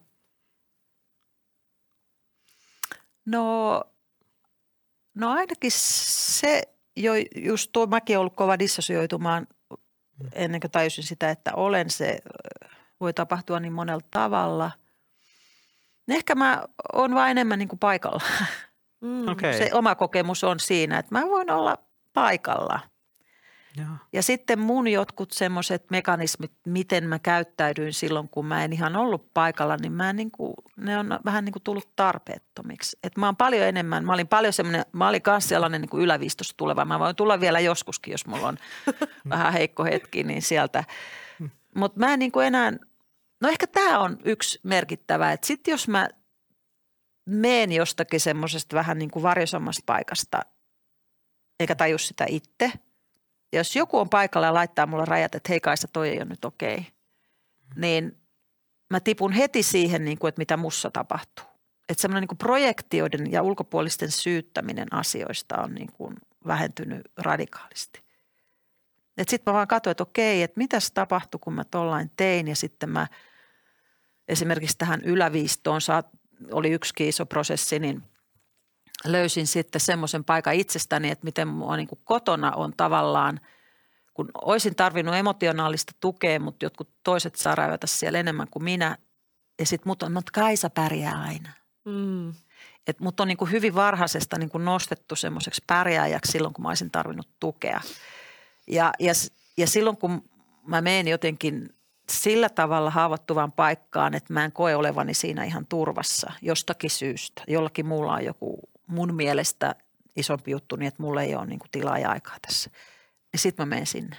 No ainakin se, just tuo mäkin olen ollut kova dissosioitumaan ennen kuin tajusin sitä, että olen se, voi tapahtua niin monella tavalla. Ehkä mä oon vaan enemmän niin kuin paikalla. Okay. Se oma kokemus on siinä, että mä voin olla paikalla. Ja sitten mun jotkut semmoiset mekanismit, miten mä käyttäydyin silloin, kun mä en ihan ollut paikalla, niin ne on vähän niin kuin tullut tarpeettomiksi. Että mä oon paljon enemmän, mä olin myös sellainen niin kuin yläviistosta tuleva. Mä voin tulla vielä joskuskin, jos mulla on vähän heikko hetki, niin sieltä. Mutta mä en niin kuin enää, no ehkä tää on yksi merkittävä, että sitten jos mä meen jostakin semmoisesta vähän niin kuin varjosammasta paikasta, eikä taju sitä itse. Ja jos joku on paikalla ja laittaa mulle rajat, että hei Kaisa, toi ei ole nyt okei, niin mä tipun heti siihen, niin kuin, että mitä mussa tapahtuu. Että semmoinen niin kuin projektioiden ja ulkopuolisten syyttäminen asioista on niin kuin vähentynyt radikaalisti. Että sitten mä vaan katsoin, että okei, että mitäs tapahtui, kun mä tollain tein ja sitten mä esimerkiksi tähän yläviistoon oli yksikin iso prosessi, niin löysin sitten semmoisen paikan itsestäni, että miten mua niin kuin kotona on tavallaan, kun olisin tarvinnut emotionaalista tukea, mutta jotkut toiset saa raivata siellä enemmän kuin minä. Ja sitten mut Kaisa pärjää aina. Että mut on niin kuin hyvin varhaisesta niin kuin nostettu semmoiseksi pärjääjäksi silloin, kun mä olisin tarvinnut tukea. Ja silloin, kun mä menen jotenkin sillä tavalla haavoittuvaan paikkaan, että mä en koe olevani siinä ihan turvassa jostakin syystä. Jollakin muulla on joku mun mielestä isompi juttu niin, että mulla ei ole niin kuin tilaa ja aikaa tässä. Ja sitten mä menen sinne.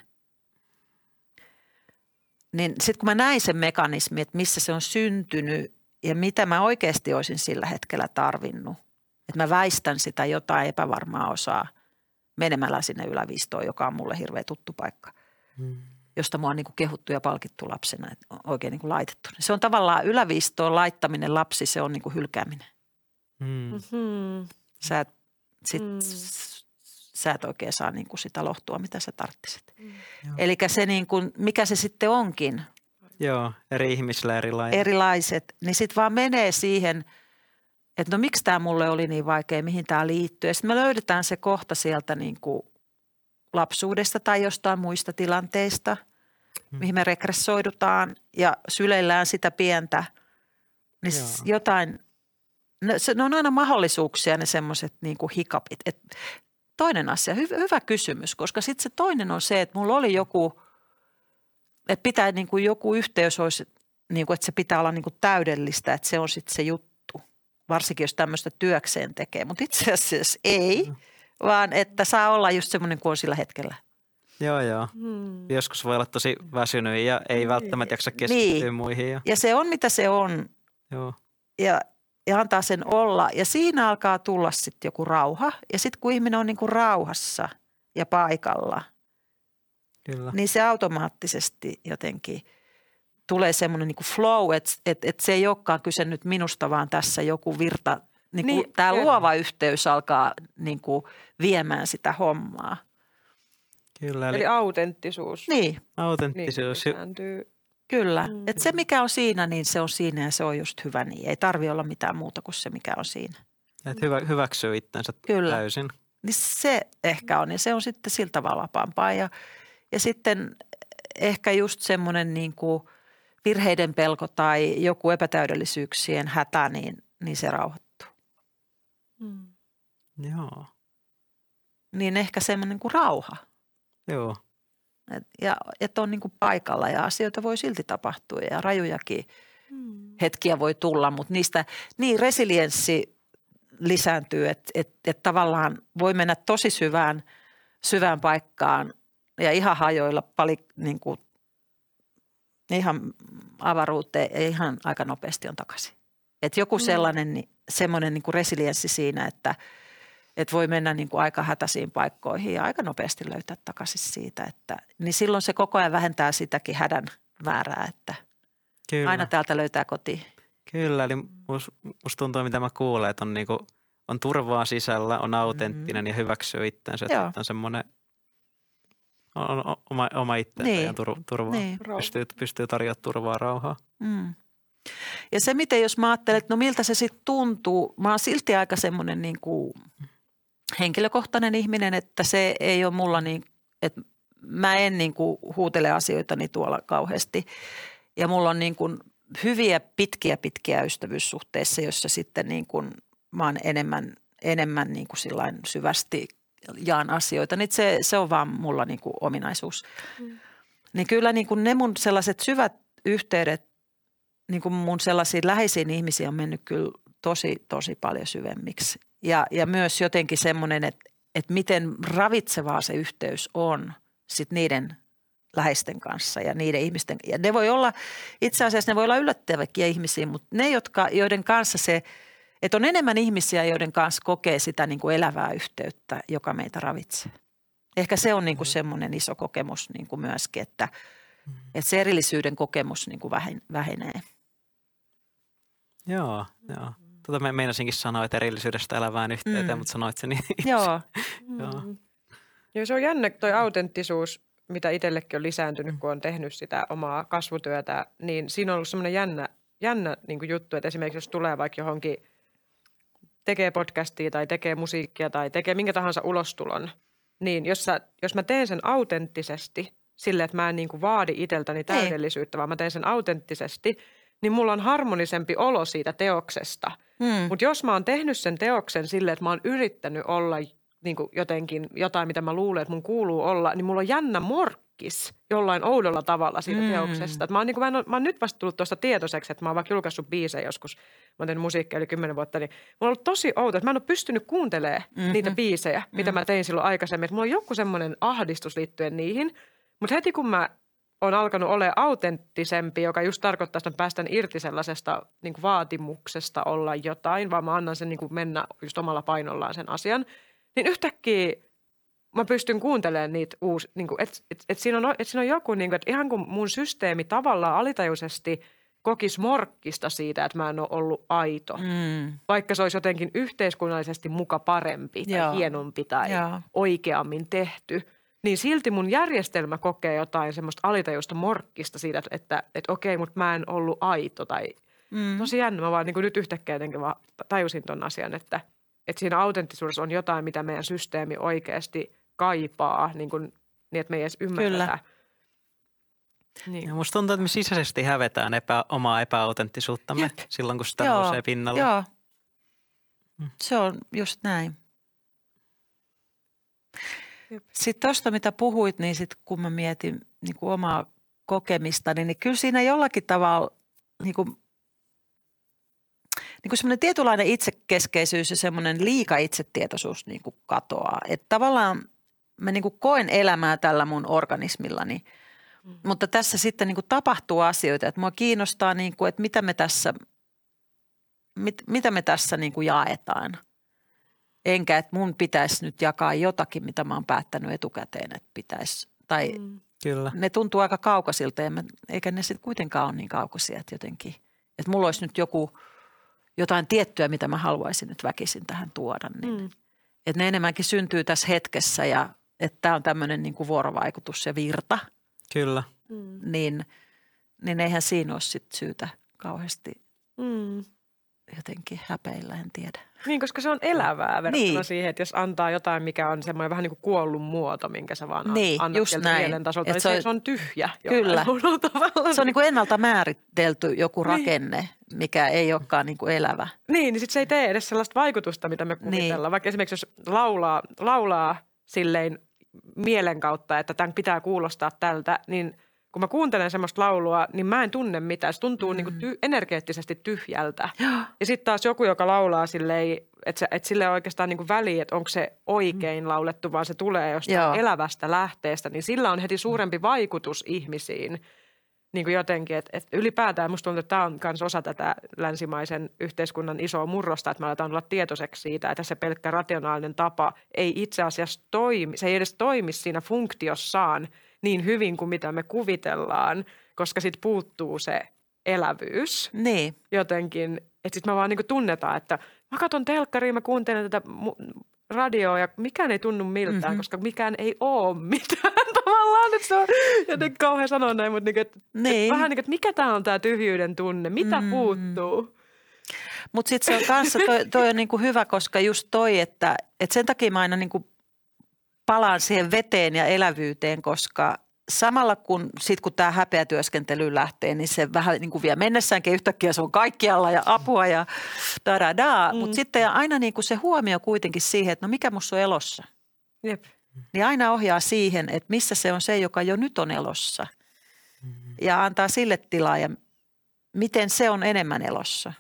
Niin sitten kun mä näin sen mekanismi, että missä se on syntynyt ja mitä mä oikeasti olisin sillä hetkellä tarvinnut, että mä väistän sitä jotain epävarmaa osaa menemällä sinne yläviistoon, joka on mulle hirveän tuttu paikka, josta mua on niin kuin kehuttu ja palkittu lapsena, että oikein niin kuin laitettu. Se on tavallaan yläviistoon laittaminen lapsi, se on niin kuin hylkääminen. Sä et oikein saa niin kuin sitä lohtua, mitä sä tarttisit. Eli se niin kuin, mikä se sitten onkin. Joo, eri ihmisillä erilaiset. Erilaiset, niin sitten vaan menee siihen, että no miksi tämä mulle oli niin vaikea, mihin tämä liittyy. Ja sitten me löydetään se kohta sieltä niin kuin lapsuudesta tai jostain muista tilanteista, mihin me regressoidutaan ja syleillään sitä pientä. Niin jotain, ne on aina mahdollisuuksia ne semmoiset niin kuin hiccupit. Toinen asia, hyvä kysymys, koska sitten se toinen on se, että mulla oli joku, että pitää niin kuin joku yhteys olisi, niin kuin, että se pitää olla niin kuin täydellistä, että se on sitten se juttu. Varsinkin, jos tämmöistä työkseen tekee, mutta itse asiassa ei, vaan että saa olla just semmoinen kuin on sillä hetkellä. Joo. Joskus voi olla tosi väsynyt ja ei välttämättä jaksa keskittyä muihin. Ja se on mitä se on. Joo. Ja antaa sen olla. Ja siinä alkaa tulla sitten joku rauha. Ja sitten kun ihminen on niin kuin rauhassa ja paikalla, Kyllä. niin se automaattisesti jotenkin tulee semmoinen niin kuin flow, että se ei olekaan kyse nyt minusta, vaan tässä joku virta. Niin tämä luova yhteys alkaa niin kuin viemään sitä hommaa. Kyllä. Eli autenttisuus. Niin. Autenttisuus. Lisääntyy. Kyllä. Että se mikä on siinä, niin se on siinä ja se on just hyvä niin. Ei tarvitse olla mitään muuta kuin se mikä on siinä. Että hyväksyy itsensä täysin. Niin se ehkä on ja se on sitten sillä tavalla vapaampaa. Ja sitten ehkä just semmoinen niin kuin virheiden pelko tai joku epätäydellisyyksien hätä, niin se rauhoittuu. Joo. Niin ehkä semmoinen kuin rauha. Joo. Että on niin kuin paikalla ja asioita voi silti tapahtua ja rajujakin hetkiä voi tulla, mutta niistä niin resilienssi lisääntyy, että tavallaan voi mennä tosi syvään paikkaan ja ihan hajoilla niin kuin ihan avaruuteen ja ihan aika nopeasti on takaisin. Että joku semmoinen niin kuin resilienssi siinä, että voi mennä niin kuin aika hätäisiin paikkoihin ja aika nopeasti löytää takaisin siitä. Niin silloin se koko ajan vähentää sitäkin hädän määrää, että Kyllä. aina täältä löytää kotiin. Kyllä, eli musta tuntuu, mitä mä kuulen, että on turvaa sisällä, on autenttinen ja hyväksyy itseänsä. Että on semmoinen oma itseänsä ja turvaa. Niin. Pystyy tarjoamaan turvaa, rauhaa. Ja se, miten jos mä ajattelen, että no miltä se sitten tuntuu, mä oon silti aika semmoinen niin kuin henkilökohtainen ihminen, että se ei ole mulla niin, että mä en niin kuin huutele asioitani tuolla kauheasti. Ja mulla on niin kuin hyviä pitkiä ystävyyssuhteissa, jossa sitten niin kuin mä oon enemmän niin kuin sillain syvästi jaan asioita. Niin se on vaan mulla niin kuin ominaisuus. Niin kyllä niin kuin ne mun sellaiset syvät yhteydet, niin kuin mun sellaisiin läheisiin ihmisiin on mennyt kyllä tosi paljon syvemmiksi. Ja myös jotenkin semmoinen, että miten ravitsevaa se yhteys on sit niiden läheisten kanssa ja niiden ihmisten. Ja ne voi olla, itse asiassa ne voi olla yllättäviäkin ihmisiä, mutta ne, joiden kanssa se Että on enemmän ihmisiä, joiden kanssa kokee sitä niin kuin elävää yhteyttä, joka meitä ravitsee. Ehkä se on niin kuin semmoinen iso kokemus niin kuin myöskin, että se erillisyyden kokemus niin kuin vähenee. Joo. Meinasinkin sanoa, että erillisyydestä elävään yhteyteen, mutta sanoit sen niin. Joo. Joo, se on jännä toi autenttisuus, mitä itsellekin on lisääntynyt, kun on tehnyt sitä omaa kasvutyötä, niin siinä on ollut semmoinen jännä niin kuin juttu, että esimerkiksi jos tulee vaikka johonkin, tekee podcastia tai tekee musiikkia tai tekee minkä tahansa ulostulon, niin jos mä teen sen autenttisesti silleen, että mä en niin kuin vaadi itseltäni täydellisyyttä, vaan mä teen sen autenttisesti, niin mulla on harmonisempi olo siitä teoksesta. Mutta jos mä oon tehnyt sen teoksen silleen, että mä oon yrittänyt olla niin kuin jotenkin jotain, mitä mä luulen, että mun kuuluu olla, niin mulla on jännä morkkis jollain oudolla tavalla siitä teoksesta. Mä oon nyt vasta tullut tuosta tietoiseksi, että mä oon vaikka julkaissut biisejä joskus. Mä oon tehnyt musiikkia yli 10 vuotta, niin mulla on ollut tosi outo, että mä en ole pystynyt kuuntelemaan niitä biisejä, mitä mä tein silloin aikaisemmin. Että mulla on joku semmoinen ahdistus liittyen niihin. Mutta heti kun mä oon alkanut olemaan autenttisempi, joka just tarkoittaa, että mä päästän irti sellaisesta niin kuin vaatimuksesta olla jotain, vaan mä annan sen niin kuin mennä just omalla painollaan sen asian, niin yhtäkkiä mä pystyn kuuntelemaan niitä niin että siinä on joku, niin kuin, että ihan kuin mun systeemi tavallaan alitajuisesti kokisi morkkista siitä, että mä en ole ollut aito. Vaikka se olisi jotenkin yhteiskunnallisesti muka parempi tai hienompi tai oikeammin tehty, niin silti mun järjestelmä kokee jotain semmoista alitajuista morkkista siitä, että okei, mutta mä en ollut aito tai tosi jännä. Mä vaan niin kuin nyt yhtäkkiä jotenkin vaan tajusin ton asian, että siinä autenttisuudessa on jotain, mitä meidän systeemi oikeasti kaipaa, niin että me ei edes ymmärretä. Niin. Ja musta tuntuu, että me sisäisesti hävetään omaa epäautenttisuuttamme silloin, kun sitä nousee pinnalle. Joo, se on just näin. Sitten tuosta, mitä puhuit, niin sitten kun mä mietin niin kuin omaa kokemistani, niin kyllä siinä jollakin tavalla niin kuin semmoinen tietynlainen itsekeskeisyys ja semmoinen liika itsetietoisuus niin kuin katoaa. Että tavallaan mä niin kuin koen elämää tällä mun organismillani, mutta tässä sitten niin kuin tapahtuu asioita, että mua kiinnostaa, niin kuin, että mitä me tässä niin kuin jaetaan. Enkä, että mun pitäisi nyt jakaa jotakin, mitä mä oon päättänyt etukäteen, että pitäisi. Tai Kyllä. Ne tuntuu aika kaukaisilta, eikä ne sitten kuitenkaan ole niin kaukaisia, että jotenkin. Että mulla olisi nyt jotain tiettyä, mitä mä haluaisin nyt väkisin tähän tuoda. Niin. Että ne enemmänkin syntyy tässä hetkessä ja että tämä on tämmöinen niin kuin vuorovaikutus ja virta. Kyllä. Niin eihän siinä ole sit syytä kauheasti jotenkin häpeillä, en tiedä. Niin, koska se on elävää verrattuna siihen, että jos antaa jotain, mikä on semmoinen vähän niin kuin kuollut muoto, minkä sä vaan annat sieltä mielen tasolta, niin se on tyhjä. Kyllä. Se on niin kuin ennalta määritelty joku rakenne, mikä ei olekaan niin kuin elävä. Niin sitten se ei tee edes sellaista vaikutusta, mitä me kuvitellaan. Niin. Vaikka esimerkiksi jos laulaa silleen mielen kautta, että tämän pitää kuulostaa tältä, niin kun mä kuuntelen semmoista laulua, niin mä en tunne mitään. Se tuntuu niin kuin energeettisesti tyhjältä. Ja sitten taas joku, joka laulaa silleen, että sille on oikeastaan niin kuin väliä, että onko se oikein laulettu, vaan se tulee jostain elävästä lähteestä, niin sillä on heti suurempi vaikutus ihmisiin. Niin kuin jotenkin, että ylipäätään musta tuntuu, että tämä on myös osa tätä länsimaisen yhteiskunnan isoa murrosta, että me aletaan olla tietoiseksi siitä, että se pelkkä rationaalinen tapa ei itse asiassa toimi, se ei edes toimi siinä funktiossaan niin hyvin kuin mitä me kuvitellaan, koska sitten puuttuu se elävyys. Niin. Jotenkin, että sitten me vaan niinku tunnetaan, että mä katson telkkariin, mä kuuntelen tätä radioa ja mikään ei tunnu miltään, koska mikään ei ole mitään tavallaan. Että se on jotenkin kauhean sanoa näin, mutta niin. Vähän niin kuin, että mikä tämä on tämä tyhjyyden tunne, mitä puuttuu? Mutta sitten se on kanssa, toi on niinku hyvä, koska just toi, että sen takia mä aina niinku palaan siihen veteen ja elävyyteen, koska samalla kun tämä häpeätyöskentely lähtee, niin se vähän niin kuin vie mennessäänkin yhtäkkiä se on kaikkialla ja apua ja da. Mutta sitten aina niin kuin se huomio kuitenkin siihen, että no mikä musta on elossa. Jep. Niin aina ohjaa siihen, että missä se on se, joka jo nyt on elossa. Ja antaa sille tilaa ja miten se on enemmän elossa.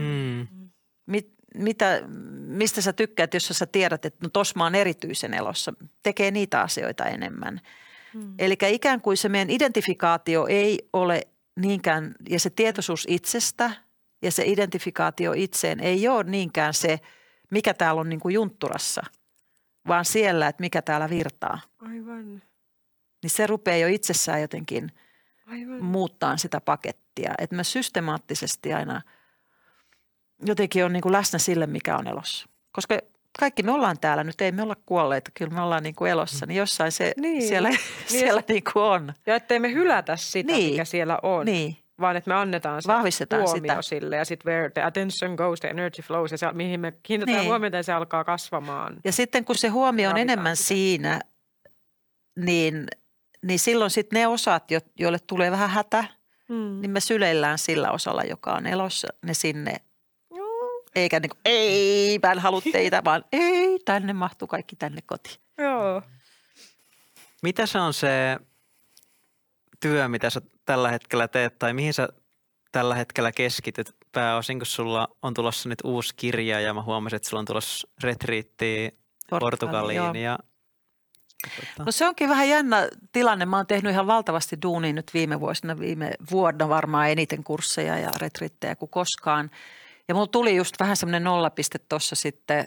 Mistä sä tykkäät, jos sä tiedät, että no tossa mä oon erityisen elossa, tekee niitä asioita enemmän. Eli ikään kuin se meidän identifikaatio ei ole niinkään, ja se tietoisuus itsestä ja se identifikaatio itseen ei ole niinkään se, mikä täällä on niin kuin juntturassa, vaan siellä, että mikä täällä virtaa. Aivan. Niin se rupeaa jo itsessään jotenkin muuttaa sitä pakettia. Että mä systemaattisesti aina jotenkin on niin kuin läsnä sille, mikä on elossa. Koska kaikki me ollaan täällä nyt, ei me olla kuolleita, kyllä me ollaan niin kuin elossa, niin jossain se siellä niin kuin on. Ja ettei me hylätä sitä, mikä siellä on, vaan että me annetaan se huomio sille ja sitten where the attention goes, the energy flows ja se, mihin me kiinnitetään huomiota ja se alkaa kasvamaan. Ja sitten kun se huomio on enemmän siinä, niin silloin sitten ne osat, joille tulee vähän hätä, niin me syleillään sillä osalla, joka on elossa, ne sinne. Eikä niin kuin, ei, mä en halua teitä, vaan ei, tänne mahtuu kaikki tänne kotiin. Joo. Mitä se on se työ, mitä sä tällä hetkellä teet tai mihin sä tällä hetkellä keskityt pääosin, kun sulla on tulossa nyt uusi kirja ja mä huomasin, että sulla on tulossa retriittiä Portugaliin ja No se onkin vähän jännä tilanne. Mä oon tehnyt ihan valtavasti duunia nyt viime vuonna varmaan eniten kursseja ja retriittejä kuin koskaan. Ja mulla tuli just vähän semmoinen nollapiste tuossa sitten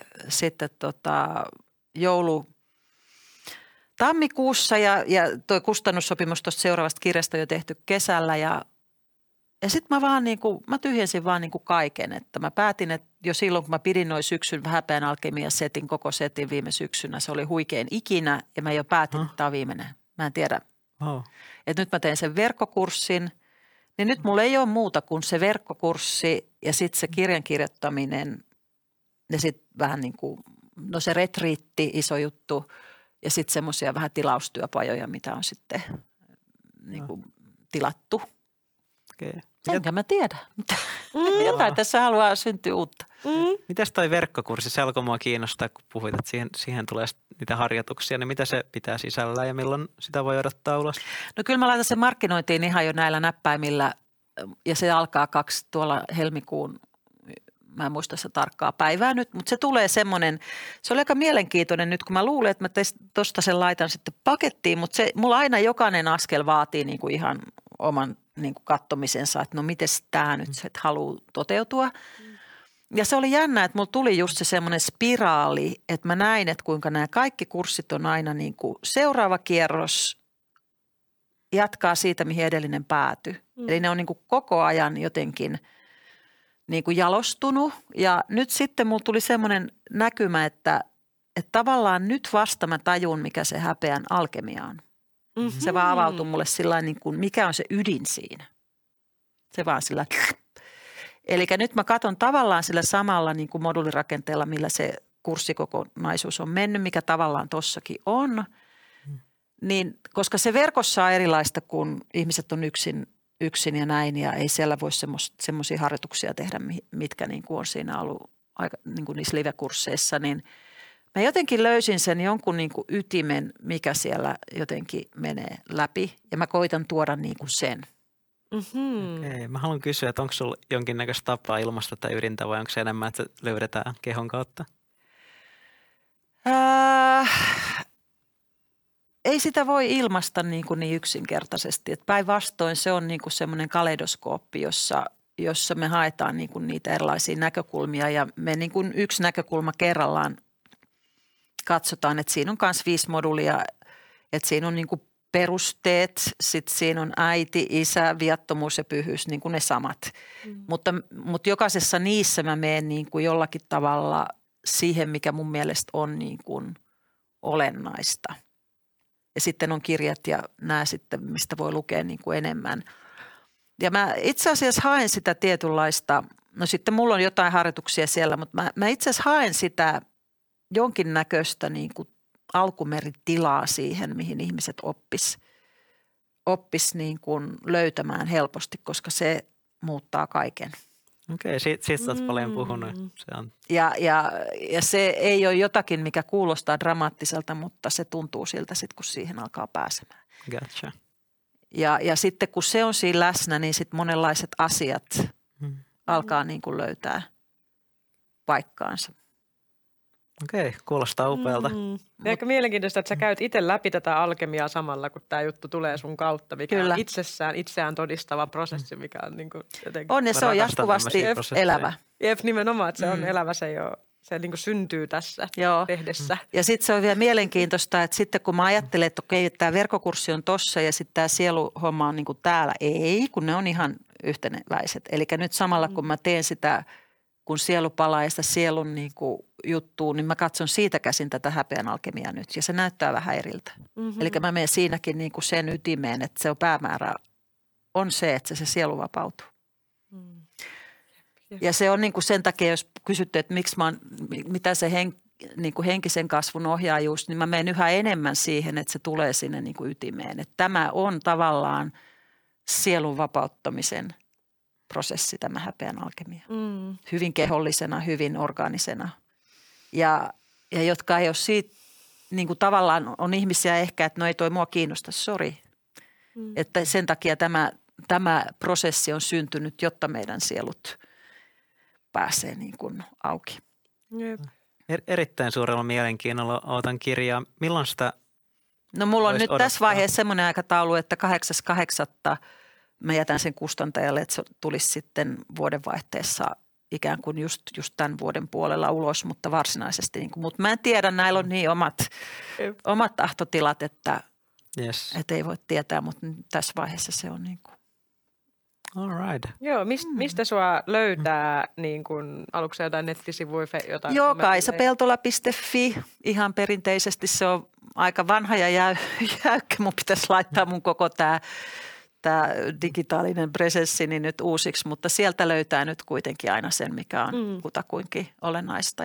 tammikuussa ja toi kustannussopimus tuosta seuraavasta kirjasta on jo tehty kesällä ja sitten mä vaan mä tyhjensin vaan kaiken, että mä päätin, että jo silloin kun mä pidin noin syksyn Häpeän alkemia-setin, koko setin viime syksynä, se oli huikein ikinä ja mä jo päätin, että tämä on viimeinen. Mä en tiedä, että nyt mä teen sen verkkokurssin, niin nyt mulla ei ole muuta kuin se verkkokurssi ja sitten se kirjan kirjoittaminen ja sitten vähän se retriitti, iso juttu ja sitten semmoisia vähän tilaustyöpajoja, mitä on sitten tilattu. Okay. Enkä mä tiedä. Jotain tässä haluaa syntyä uutta. Mitäs toi verkkokurssi? Se alkoi mua kiinnostaa, kun puhuit, että siihen tulee niitä harjoituksia. Niin mitä se pitää sisällä ja milloin sitä voi odottaa ulos? No kyllä mä laitan sen markkinointiin ihan jo näillä näppäimillä ja se alkaa tuolla helmikuun, mä en muista sitä tarkkaa päivää nyt, mutta se tulee semmoinen, se oli aika mielenkiintoinen nyt, kun mä luulen, että mä tosta sen laitan sitten pakettiin, mutta mulla aina jokainen askel vaatii ihan oman kattomisensa, että no mites tämä nyt se haluaa toteutua. Ja se oli jännä, että mulla tuli just se semmoinen spiraali, että mä näin, että kuinka nämä kaikki kurssit on aina seuraava kierros jatkaa siitä, mihin edellinen päätyi. Eli ne on koko ajan jotenkin jalostunut ja nyt sitten mulla tuli semmoinen näkymä, että tavallaan nyt vasta mä tajun, mikä se Häpeän alkemia on. Mm-hmm. Se vaan avautui mulle sillain mikä on se ydin siinä. Se vaan sillä. Eli nyt mä katson tavallaan sillä samalla moduulirakenteella, millä se kurssikokonaisuus on mennyt, mikä tavallaan tossakin on. Niin, koska se verkossa on erilaista, kun ihmiset on yksin ja näin ja ei siellä voi semmoisia harjoituksia tehdä, mitkä on siinä ollut aika, niissä live-kursseissa, niin mä jotenkin löysin sen jonkun ytimen, mikä siellä jotenkin menee läpi ja mä koitan tuoda sen. Mm-hmm. Okei. Mä haluan kysyä, että onko sulla jonkinnäköistä tapaa ilmaista tätä ydintä vai onko se enemmän, että se löydetään kehon kautta? Ei sitä voi ilmaista niin yksinkertaisesti. Päinvastoin se on semmoinen kaleidoskooppi, jossa me haetaan niitä erilaisia näkökulmia ja me yksi näkökulma kerrallaan katsotaan, että siinä on myös 5 moduulia, että siinä on perusteet, sitten siinä on äiti, isä, viattomuus ja pyhyys, ne samat. Mutta jokaisessa niissä mä menen jollakin tavalla siihen, mikä mun mielestä on olennaista. Ja sitten on kirjat ja nämä sitten, mistä voi lukea enemmän. Ja mä itse asiassa haen sitä tietynlaista, no sitten mulla on jotain harjoituksia siellä, mutta mä itse asiassa haen sitä jonkinnäköistä alkumeritilaa siihen, mihin ihmiset oppis löytämään helposti, koska se muuttaa kaiken. Okei, siitä olet paljon puhunut. Se on. Ja se ei ole jotakin, mikä kuulostaa dramaattiselta, mutta se tuntuu siltä sitten, kun siihen alkaa pääsemään. Gotcha. Ja sitten kun se on siinä läsnä, niin sitten monenlaiset asiat alkaa löytää paikkaansa. Okei, kuulostaa upealta. Aika mielenkiintoista, että sä käyt itse läpi tätä alkemiaa samalla, kun tämä juttu tulee sun kautta, mikä Kyllä. on itsessään itseään todistava prosessi, mikä on niin kuin jotenkin... On ja se on jatkuvasti elävä. Jep, nimenomaan, että se on elävä, se niin kuin syntyy tässä tehdessä. Ja sitten se on vielä mielenkiintoista, että sitten kun mä ajattelen, että okei, tämä verkkokurssi on tossa ja sitten tämä sieluhomma on niin kuin täällä, ei, kun ne on ihan yhteneväiset. Eli nyt samalla kun mä teen sitä, kun sielu palaa ja sitä sielun niin kuin juttua, niin mä katson siitä käsin tätä häpeän alkemiaa nyt ja se näyttää vähän eriltä. Eli mä menen siinäkin niin kuin sen ytimeen, että se on päämäärä on se, että se sielu vapautuu. Ja se on niin kuin sen takia, jos kysytte, että mitä se niin kuin henkisen kasvun ohjaajuus, niin mä menen yhä enemmän siihen, että se tulee sinne niin kuin ytimeen. Että tämä on tavallaan sielun vapauttamisen prosessi, tämä häpeän alkemia. Hyvin kehollisena, hyvin orgaanisena. Ja jotka ei ole siitä, niin kuin tavallaan on ihmisiä ehkä, että no ei toi mua kiinnosta, sori. Että sen takia tämä prosessi on syntynyt, jotta meidän sielut pääsee niin kuin auki. Jep. Erittäin suurella mielenkiinnolla odotan kirjaa. Milloin sitä No mulla on nyt tässä vaiheessa semmoinen aikataulu, että 8.8. mä jätän sen kustantajalle, että se tulisi sitten vuodenvaihteessa ikään kuin just tämän vuoden puolella ulos, mutta varsinaisesti. Niin kuin, mutta mä en tiedä, näillä on niin omat tahtotilat, että ei voi tietää, mutta tässä vaiheessa se on niin kuin. All right. Joo, mistä sua löytää, niin kun, aluksi jotain nettisivuja? Joo, kaisapeltola.fi. Ihan perinteisesti se on aika vanha ja jäykkä. Mun pitäisi laittaa mun koko tämä digitaalinen presenssini nyt uusiksi, mutta sieltä löytää nyt kuitenkin aina sen, mikä on kutakuinkin olennaista.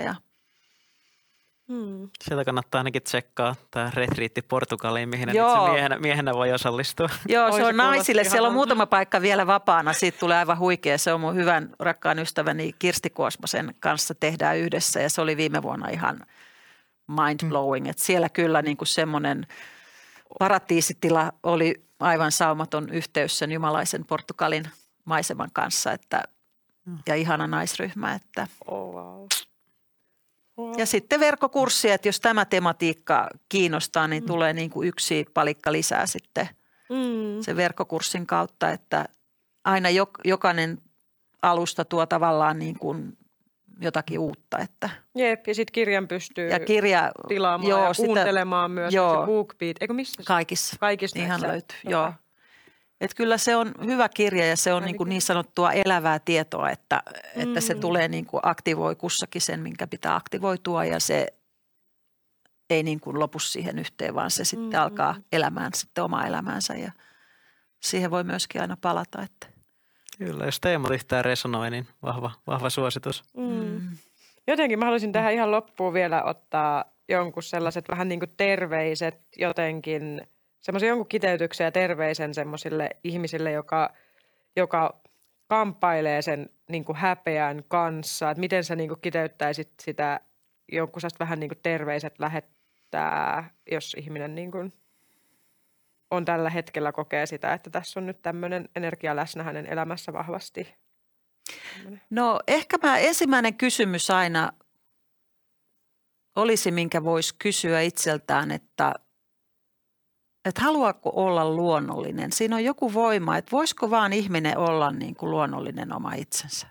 Sieltä kannattaa ainakin tsekkaa tämä retriitti Portugaliin, mihin itse miehenä voi osallistua. Joo, se on naisille. Siellä on muutama paikka vielä vapaana. Siitä tulee aivan huikea. Se on mun hyvän rakkaan ystäväni Kirsti Kuosmasen kanssa tehdään yhdessä ja se oli viime vuonna ihan mind-blowing. Että siellä kyllä niin kuin semmoinen paratiisitila oli aivan saumaton yhteys sen jumalaisen Portugalin maiseman kanssa ja ihana naisryhmä. Että. Oh, wow. Ja sitten verkkokurssi, että jos tämä tematiikka kiinnostaa, niin tulee niin kuin yksi palikka lisää sitten sen verkkokurssin kautta, että aina jokainen alusta tuo tavallaan niin kuin jotakin uutta. Että. Jep, ja sitten kirjan pystyy tilaamaan ja kuuntelemaan myös. Se BookBeat, eikö missä? Kaikissa ihan löytyy, joo. Että kyllä se on hyvä kirja ja se on niin sanottua elävää tietoa, että se tulee niin kuin aktivoi kussakin sen, minkä pitää aktivoitua ja se ei niin kuin lopu siihen yhteen, vaan se sitten alkaa elämään sitten omaa elämäänsä ja siihen voi myöskin aina palata. Että. Kyllä, jos teemat yhtään resonoi, niin vahva suositus. Jotenkin mä haluaisin tähän ihan loppuun vielä ottaa jonkun sellaiset vähän niin kuin terveiset jotenkin, semmoisen jonkun kiteytyksen ja terveisen semmoisille ihmisille, joka kamppailee sen niin kuin häpeän kanssa. Että miten sä niin kuin kiteyttäisit sitä jonkun vähän niin kuin terveiset lähettää, jos ihminen niin kuin on tällä hetkellä kokee sitä, että tässä on nyt tämmöinen energia läsnä hänen elämässä vahvasti. No ehkä ensimmäinen kysymys aina olisi, minkä voisi kysyä itseltään, että haluaako olla luonnollinen. Siinä on joku voima, että voisiko vaan ihminen olla niin kuin luonnollinen oma itsensä.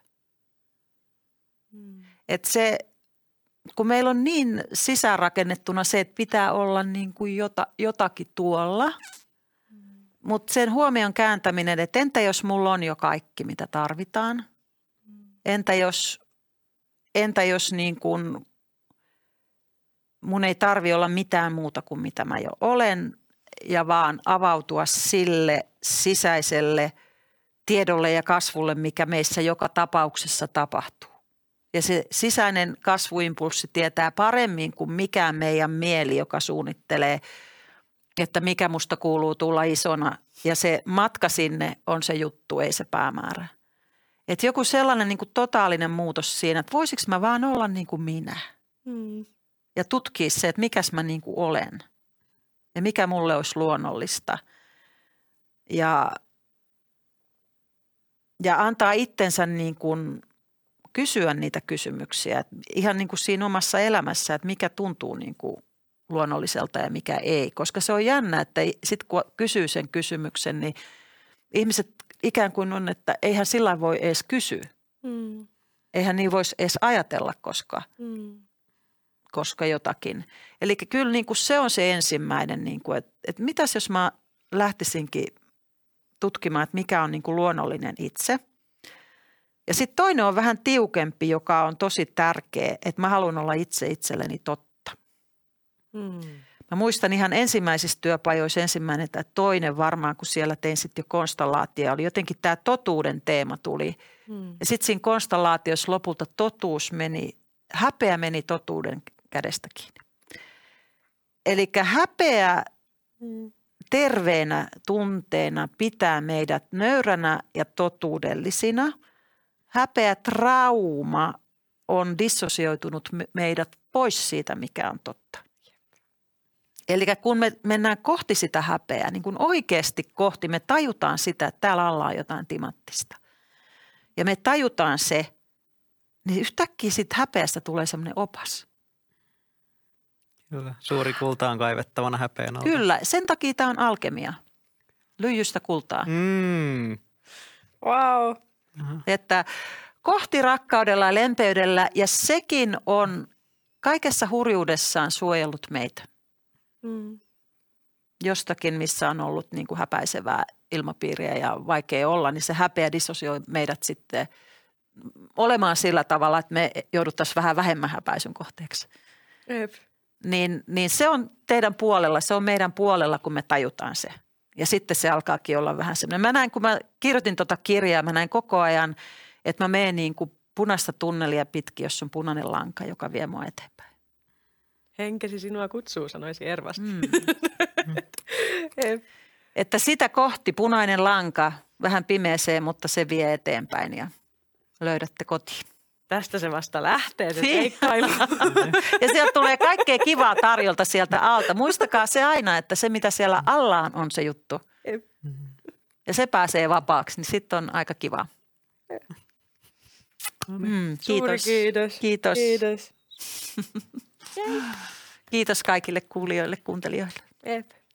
Että se, kun meillä on niin sisäänrakennettuna se, että pitää olla niin kuin jotakin tuolla, mutta sen huomion kääntäminen, että entä jos mulla on jo kaikki, mitä tarvitaan? Entä jos niin kuin mun ei tarvi olla mitään muuta kuin mitä mä jo olen ja vaan avautua sille sisäiselle tiedolle ja kasvulle, mikä meissä joka tapauksessa tapahtuu. Ja se sisäinen kasvuimpulssi tietää paremmin kuin mikään meidän mieli, joka suunnittelee, että mikä musta kuuluu tulla isona. Ja se matka sinne on se juttu, ei se päämäärä. Että joku sellainen niin kuin totaalinen muutos siinä, että voisiko mä vaan olla niin kuin minä. Ja tutkia se, että mikäs mä niin kuin olen. Ja mikä mulle olisi luonnollista. Ja antaa itsensä niin kuin kysyä niitä kysymyksiä. Et ihan niin kuin siinä omassa elämässä, että mikä tuntuu niin kuin luonnolliselta ja mikä ei. Koska se on jännä, että sitten kun kysyy sen kysymyksen, niin ihmiset ikään kuin on, että eihän sillä voi edes kysyä. Eihän niin voisi edes ajatella, koska jotakin. Eli kyllä niin kuin se on se ensimmäinen, niin kuin, että mitäs jos mä lähtisinkin tutkimaan, että mikä on niin kuin luonnollinen itse. Ja sitten toinen on vähän tiukempi, joka on tosi tärkeä, että mä haluan olla itse itselleni totta. Mä muistan ihan ensimmäisissä työpajoissa ensimmäinen tai toinen varmaan, kun siellä tein sitten jo konstellaatio, oli jotenkin tämä totuuden teema tuli. Ja sitten siinä konstellaatiossa lopulta häpeä meni totuuden kädestä kiinni. Eli häpeä terveenä tunteena pitää meidät nöyränä ja totuudellisina. Häpeä trauma on dissosioitunut meidät pois siitä, mikä on totta. Eli kun me mennään kohti sitä häpeää, niin kun oikeasti kohti, me tajutaan sitä, että täällä alla on jotain timanttista. Ja me tajutaan se, niin yhtäkkiä siitä häpeästä tulee semmoinen opas. Kyllä, suuri kulta on kaivettavana häpeän alta. Kyllä, sen takia tämä on alkemia. Lyijystä kultaa. Wow. Että kohti rakkaudella ja lempeydellä, ja sekin on kaikessa hurjuudessaan suojellut meitä. Jostakin, missä on ollut niin kuin häpäisevää ilmapiiriä ja vaikea olla, niin se häpeä dissosioi meidät sitten olemaan sillä tavalla, että me jouduttaisiin vähän vähemmän häpäisyn kohteeksi. Niin se on teidän puolella, se on meidän puolella, kun me tajutaan se. Ja sitten se alkaakin olla vähän semmoinen. Mä näin, kun mä kirjoitin tuota kirjaa, mä näin koko ajan, että mä menen niin kuin punaista tunnelia pitkin, jos on punainen lanka, joka vie mua eteenpäin. Henkesi sinua kutsuu, sanoisi Ervasti. Että sitä kohti punainen lanka, vähän pimeeseen, mutta se vie eteenpäin ja löydätte kotiin. Tästä se vasta lähtee, se seikkailu. Ja sieltä tulee kaikkea kivaa tarjolta sieltä alta. Muistakaa se aina, että se mitä siellä alla on se juttu. Ja se pääsee vapaaksi, niin sitten on aika kiva. Kiitos. Suuri kiitos. Kiitos. Kiitos. Kiitos kaikille kuulijoille, kuuntelijoille.